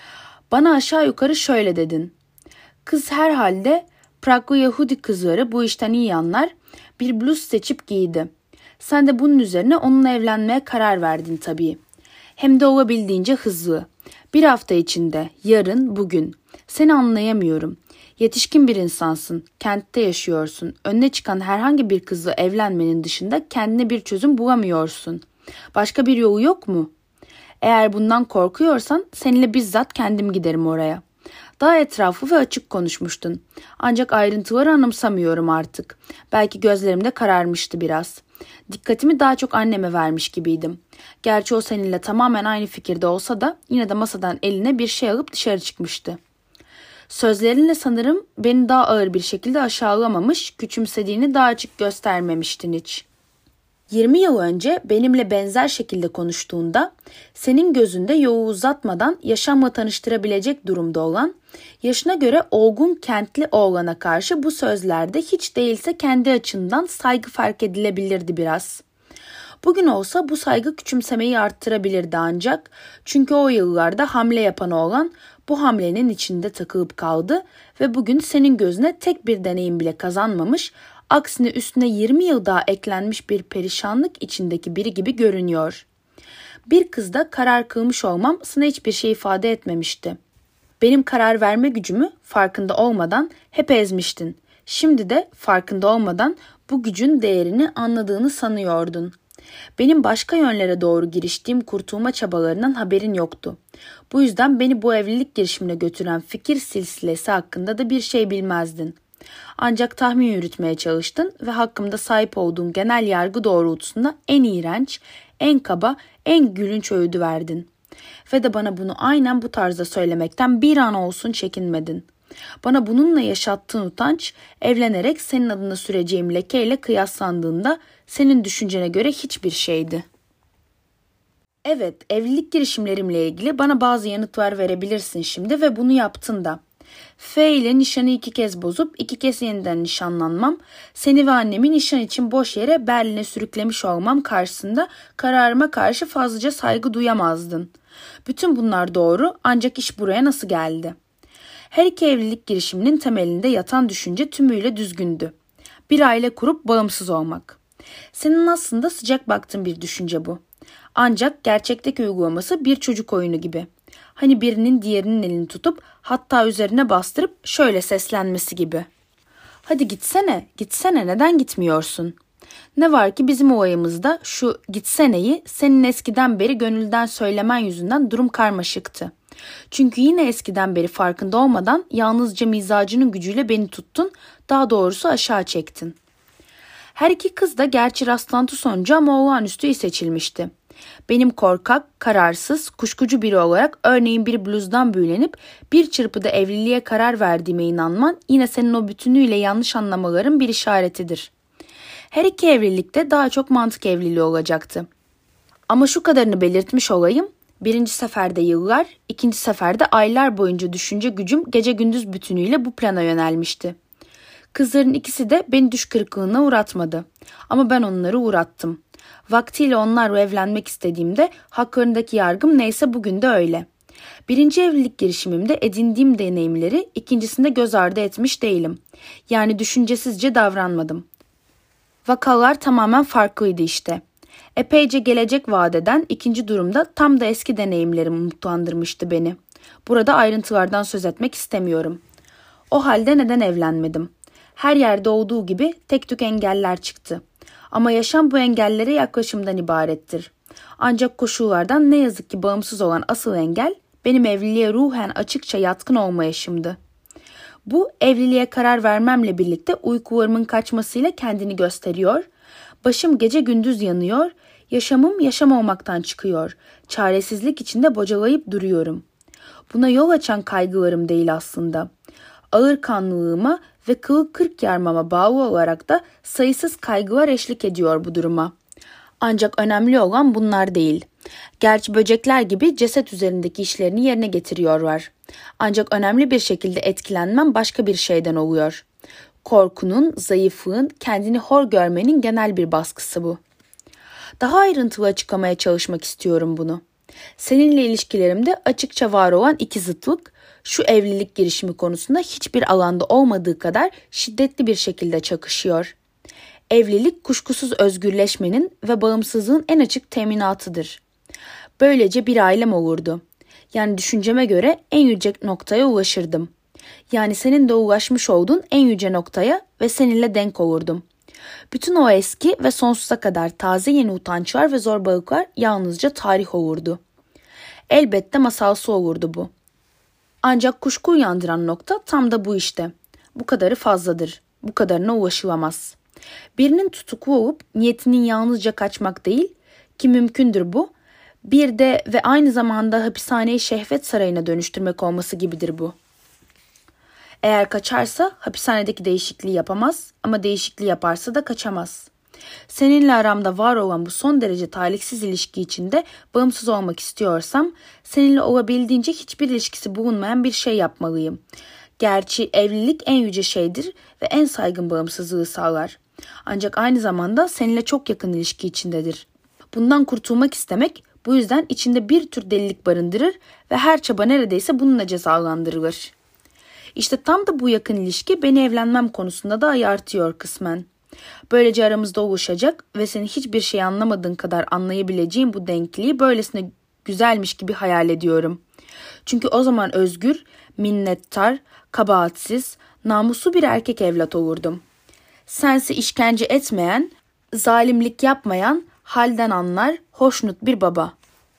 Bana aşağı yukarı şöyle dedin. Kız herhalde Praglı Yahudi kızları bu işten iyi anlar, bir bluz seçip giydi. Sen de bunun üzerine onunla evlenmeye karar verdin tabii. Hem de olabildiğince hızlı. Bir hafta içinde, yarın, bugün. Seni anlayamıyorum. Yetişkin bir insansın, kentte yaşıyorsun. Önüne çıkan herhangi bir kızla evlenmenin dışında kendine bir çözüm bulamıyorsun. Başka bir yolu yok mu? Eğer bundan korkuyorsan seninle bizzat kendim giderim oraya. Daha etraflı ve açık konuşmuştun. Ancak ayrıntıları anımsamıyorum artık. Belki gözlerimde kararmıştı biraz. Dikkatimi daha çok anneme vermiş gibiydim. Gerçi o seninle tamamen aynı fikirde olsa da yine de masadan eline bir şey alıp dışarı çıkmıştı. Sözlerinle sanırım beni daha ağır bir şekilde aşağılamamış, küçümsediğini daha açık göstermemiştin hiç. 20 yıl önce benimle benzer şekilde konuştuğunda senin gözünde yolu uzatmadan yaşamla tanıştırabilecek durumda olan, yaşına göre olgun kentli oğlana karşı bu sözlerde hiç değilse kendi açından saygı fark edilebilirdi biraz. Bugün olsa bu saygı küçümsemeyi arttırabilirdi ancak çünkü o yıllarda hamle yapan oğlan bu hamlenin içinde takılıp kaldı ve bugün senin gözüne tek bir deneyim bile kazanmamış, aksine üstüne 20 yıl daha eklenmiş bir perişanlık içindeki biri gibi görünüyor. Bir kızda karar kılmış olmam sana hiçbir şey ifade etmemişti. Benim karar verme gücümü farkında olmadan hep ezmiştin. Şimdi de farkında olmadan bu gücün değerini anladığını sanıyordun. Benim başka yönlere doğru giriştiğim kurtulma çabalarından haberin yoktu. Bu yüzden beni bu evlilik girişimine götüren fikir silsilesi hakkında da bir şey bilmezdin. Ancak tahmin yürütmeye çalıştın ve hakkımda sahip olduğun genel yargı doğrultusunda en iğrenç, en kaba, en gülünç öğüdü verdin. Ve de bana bunu aynen bu tarzda söylemekten bir an olsun çekinmedin. Bana bununla yaşattığın utanç, evlenerek senin adına süreceğim lekeyle kıyaslandığında senin düşüncene göre hiçbir şeydi. Evet, evlilik girişimlerimle ilgili bana bazı yanıtlar verebilirsin şimdi ve bunu yaptın da. F ile nişanı 2 kez bozup 2 kez yeniden nişanlanmam, seni ve annemi nişan için boş yere Berlin'e sürüklemiş olmam karşısında kararıma karşı fazlaca saygı duyamazdın. Bütün bunlar doğru ancak iş buraya nasıl geldi? Her iki evlilik girişiminin temelinde yatan düşünce tümüyle düzgündü. Bir aile kurup bağımsız olmak. Senin aslında sıcak baktığın bir düşünce bu. Ancak gerçekteki uygulaması bir çocuk oyunu gibi. Hani birinin diğerinin elini tutup hatta üzerine bastırıp şöyle seslenmesi gibi. Hadi gitsene, gitsene neden gitmiyorsun? Ne var ki bizim olayımızda şu gitseneyi senin eskiden beri gönülden söylemen yüzünden durum karmaşıktı. Çünkü yine eskiden beri farkında olmadan yalnızca mizacının gücüyle beni tuttun, daha doğrusu aşağı çektin. Her iki kız da gerçi rastlantı sonucu ama olağanüstü iyi seçilmişti. Benim korkak, kararsız, kuşkucu biri olarak örneğin bir bluzdan büyülenip bir çırpıda evliliğe karar verdiğime inanman yine senin o bütünüyle yanlış anlamaların bir işaretidir. Her iki evlilikte daha çok mantık evliliği olacaktı. Ama şu kadarını belirtmiş olayım, birinci seferde yıllar, ikinci seferde aylar boyunca düşünce gücüm gece gündüz bütünüyle bu plana yönelmişti. Kızların ikisi de beni düş kırıklığına uğratmadı. Ama ben onları uğrattım. Vaktiyle onlarla evlenmek istediğimde haklarındaki yargım neyse bugün de öyle. Birinci evlilik girişimimde edindiğim deneyimleri ikincisinde göz ardı etmiş değilim. Yani düşüncesizce davranmadım. Vakalar tamamen farklıydı işte. Epeyce gelecek vaat eden ikinci durumda tam da eski deneyimlerim umutlandırmıştı beni. Burada ayrıntılardan söz etmek istemiyorum. O halde neden evlenmedim? Her yerde olduğu gibi tek tük engeller çıktı. Ama yaşam bu engellere yaklaşımdan ibarettir. Ancak koşullardan ne yazık ki bağımsız olan asıl engel benim evliliğe ruhen açıkça yatkın olmayışımdı. Bu evliliğe karar vermemle birlikte uykularımın kaçmasıyla kendini gösteriyor, başım gece gündüz yanıyor, yaşamım yaşam olmaktan çıkıyor, çaresizlik içinde bocalayıp duruyorum. Buna yol açan kaygılarım değil aslında. Ağır kanlılığıma ve kıl kırk yarmama bağlı olarak da sayısız kaygılar eşlik ediyor bu duruma. Ancak önemli olan bunlar değil. Gerçi böcekler gibi ceset üzerindeki işlerini yerine getiriyorlar. Ancak önemli bir şekilde etkilenmem başka bir şeyden oluyor. Korkunun, zayıflığın, kendini hor görmenin genel bir baskısı bu. Daha ayrıntılı açıklamaya çalışmak istiyorum bunu. Seninle ilişkilerimde açıkça var olan iki zıtlık, şu evlilik girişimi konusunda hiçbir alanda olmadığı kadar şiddetli bir şekilde çakışıyor. Evlilik kuşkusuz özgürleşmenin ve bağımsızlığın en açık teminatıdır. Böylece bir ailem olurdu. Yani düşünceme göre en yüce noktaya ulaşırdım. Yani senin de ulaşmış olduğun en yüce noktaya ve seninle denk olurdum. Bütün o eski ve sonsuza kadar taze yeni utançlar ve zorbalıklar yalnızca tarih olurdu. Elbette masalsı olurdu bu. Ancak kuşku uyandıran nokta tam da bu işte. Bu kadarı fazladır. Bu kadarına ulaşılamaz. Birinin tutuklu olup niyetinin yalnızca kaçmak değil ki mümkündür bu. Bir de ve aynı zamanda hapishaneyi şehvet sarayına dönüştürmek olması gibidir bu. Eğer kaçarsa hapishanedeki değişikliği yapamaz ama değişikliği yaparsa da kaçamaz. Seninle aramda var olan bu son derece talihsiz ilişki içinde bağımsız olmak istiyorsam seninle olabildiğince hiçbir ilişkisi bulunmayan bir şey yapmalıyım. Gerçi evlilik en yüce şeydir ve en saygın bağımsızlığı sağlar. Ancak aynı zamanda seninle çok yakın ilişki içindedir. Bundan kurtulmak istemek bu yüzden içinde bir tür delilik barındırır ve her çaba neredeyse bununla cezalandırılır. İşte tam da bu yakın ilişki beni evlenmem konusunda da ayartıyor kısmen. Böylece aramızda oluşacak ve senin hiçbir şey anlamadığın kadar anlayabileceğin bu denkliği böylesine güzelmiş gibi hayal ediyorum. Çünkü o zaman özgür, minnettar, kabahatsiz, namuslu bir erkek evlat olurdum. Sense işkence etmeyen, zalimlik yapmayan, halden anlar, hoşnut bir baba.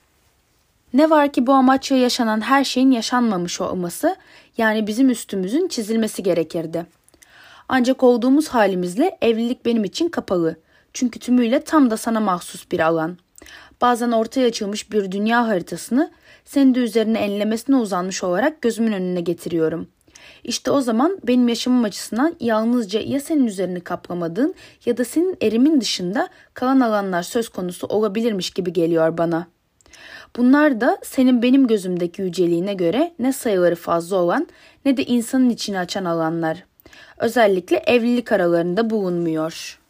Ne var ki bu amaçla yaşanan her şeyin yaşanmamış olması, yani bizim üstümüzün çizilmesi gerekirdi. Ancak olduğumuz halimizle evlilik benim için kapalı. Çünkü tümüyle tam da sana mahsus bir alan. Bazen ortaya açılmış bir dünya haritasını senin de üzerine enlemesine uzanmış olarak gözümün önüne getiriyorum. İşte o zaman benim yaşamım açısından yalnızca ya senin üzerini kaplamadığın ya da senin erimin dışında kalan alanlar söz konusu olabilirmiş gibi geliyor bana. Bunlar da senin benim gözümdeki yüceliğine göre ne sayıları fazla olan ne de insanın içini açan alanlar. Özellikle evlilik aralarında bulunmuyor.